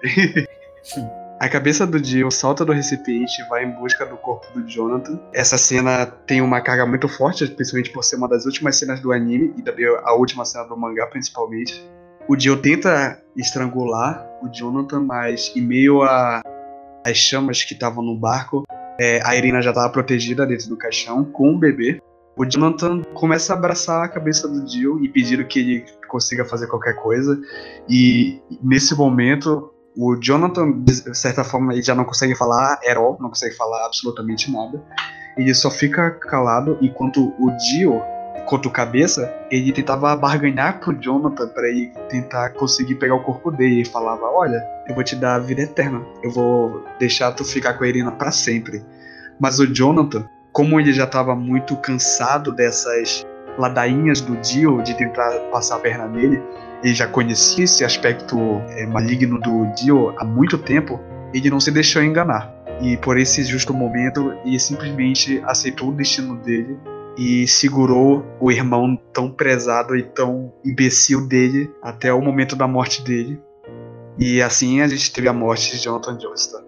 A cabeça do Dio salta do recipiente e vai em busca do corpo do Jonathan. Essa cena tem uma carga muito forte, principalmente por ser uma das últimas cenas do anime e também a última cena do mangá, principalmente. O Dio tenta estrangular o Jonathan, mas em meio às chamas que estavam no barco, a Irina já estava protegida dentro do caixão com o bebê. O Jonathan começa a abraçar a cabeça do Dio e pedir que ele consiga fazer qualquer coisa. E nesse momento, o Jonathan, de certa forma, ele já não consegue falar não consegue falar absolutamente nada. Ele só fica calado, enquanto o Dio, enquanto o cabeça, ele tentava barganhar pro Jonathan para ele tentar conseguir pegar o corpo dele. Ele falava, olha, eu vou te dar a vida eterna, eu vou deixar tu ficar com a Irina para sempre. Mas o Jonathan, como ele já estava muito cansado dessas ladainhas do Dio, de tentar passar a perna nele, ele já conhecia esse aspecto maligno do Dio há muito tempo, ele não se deixou enganar. E por esse justo momento, ele simplesmente aceitou o destino dele e segurou o irmão tão prezado e tão imbecil dele até o momento da morte dele. E assim a gente teve a morte de Jonathan Joestar.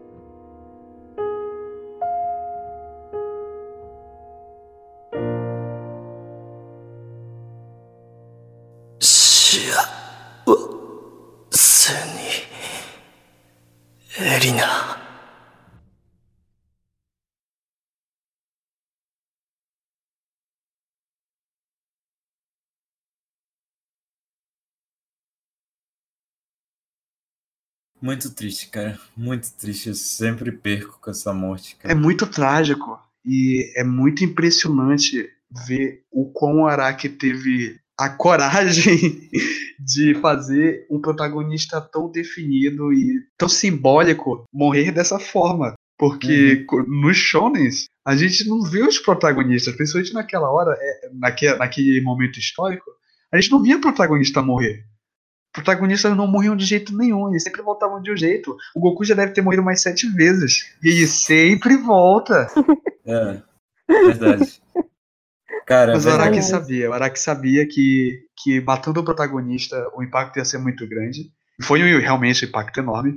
Erina. Muito triste, cara. Muito triste. Eu sempre perco com essa morte, É cara. muito trágico e é muito impressionante ver o quão o Araki teve a coragem de fazer um protagonista tão definido e tão simbólico morrer dessa forma. Porque nos shonens, a gente não vê os protagonistas, principalmente naquela hora, naquele momento histórico, a gente não via o protagonista morrer. Protagonistas não morriam de jeito nenhum, eles sempre voltavam de um jeito. O Goku já deve ter morrido mais 7 vezes. E ele sempre volta. É, verdade. Cara, é Mas o Araki verdade. sabia. O Araki sabia que matando o protagonista, o impacto ia ser muito grande. Foi realmente um impacto enorme.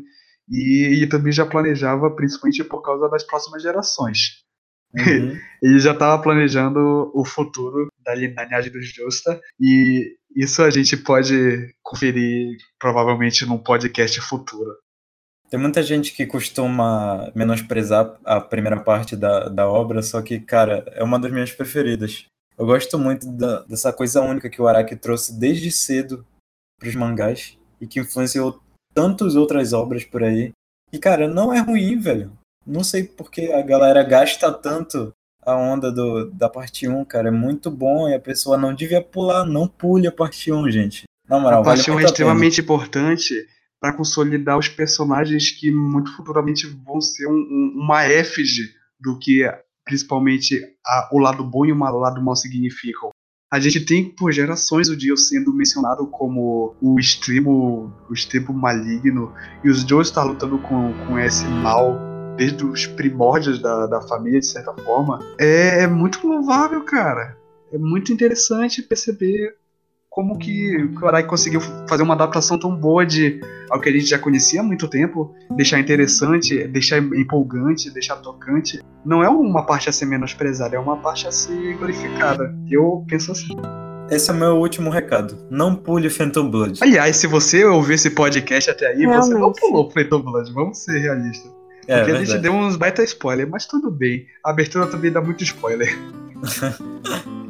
E ele também já planejava, principalmente por causa das próximas gerações. Uhum. Ele já estava planejando o futuro da linhagem dos Joestar. E isso a gente pode conferir provavelmente num podcast futuro. Tem muita gente que costuma menosprezar a primeira parte da obra, só que, cara, é uma das minhas preferidas. Eu gosto muito dessa coisa única que o Araki trouxe desde cedo pros mangás e que influenciou tantas outras obras por aí. E, cara, não é ruim, velho. Não sei porque a galera gasta tanto a onda da parte 1, cara. É muito bom e a pessoa não devia pular. Não pule a parte 1, gente. Na A moral, vale parte 1 é muito a pena. extremamente importante para consolidar os personagens que muito futuramente vão ser uma efígie do que principalmente o lado bom e o lado mal significam. A gente tem por gerações o Dio sendo mencionado como o extremo maligno, e os Joe está lutando com esse mal desde os primórdios da família, de certa forma. É muito louvável, cara. É muito interessante perceber como que o Araki conseguiu fazer uma adaptação tão boa ao que a gente já conhecia há muito tempo, deixar interessante, deixar empolgante, deixar tocante. Não é uma parte a ser menosprezada, é uma parte a ser glorificada. Eu penso assim. Esse é o meu último recado. Não pule Phantom Blood. Aliás, se você ouvir esse podcast até aí, você não Realmente. pulou Phantom Blood, vamos ser realistas. É, Porque a gente verdade. deu uns baita spoiler, mas tudo bem. A abertura também dá muito spoiler.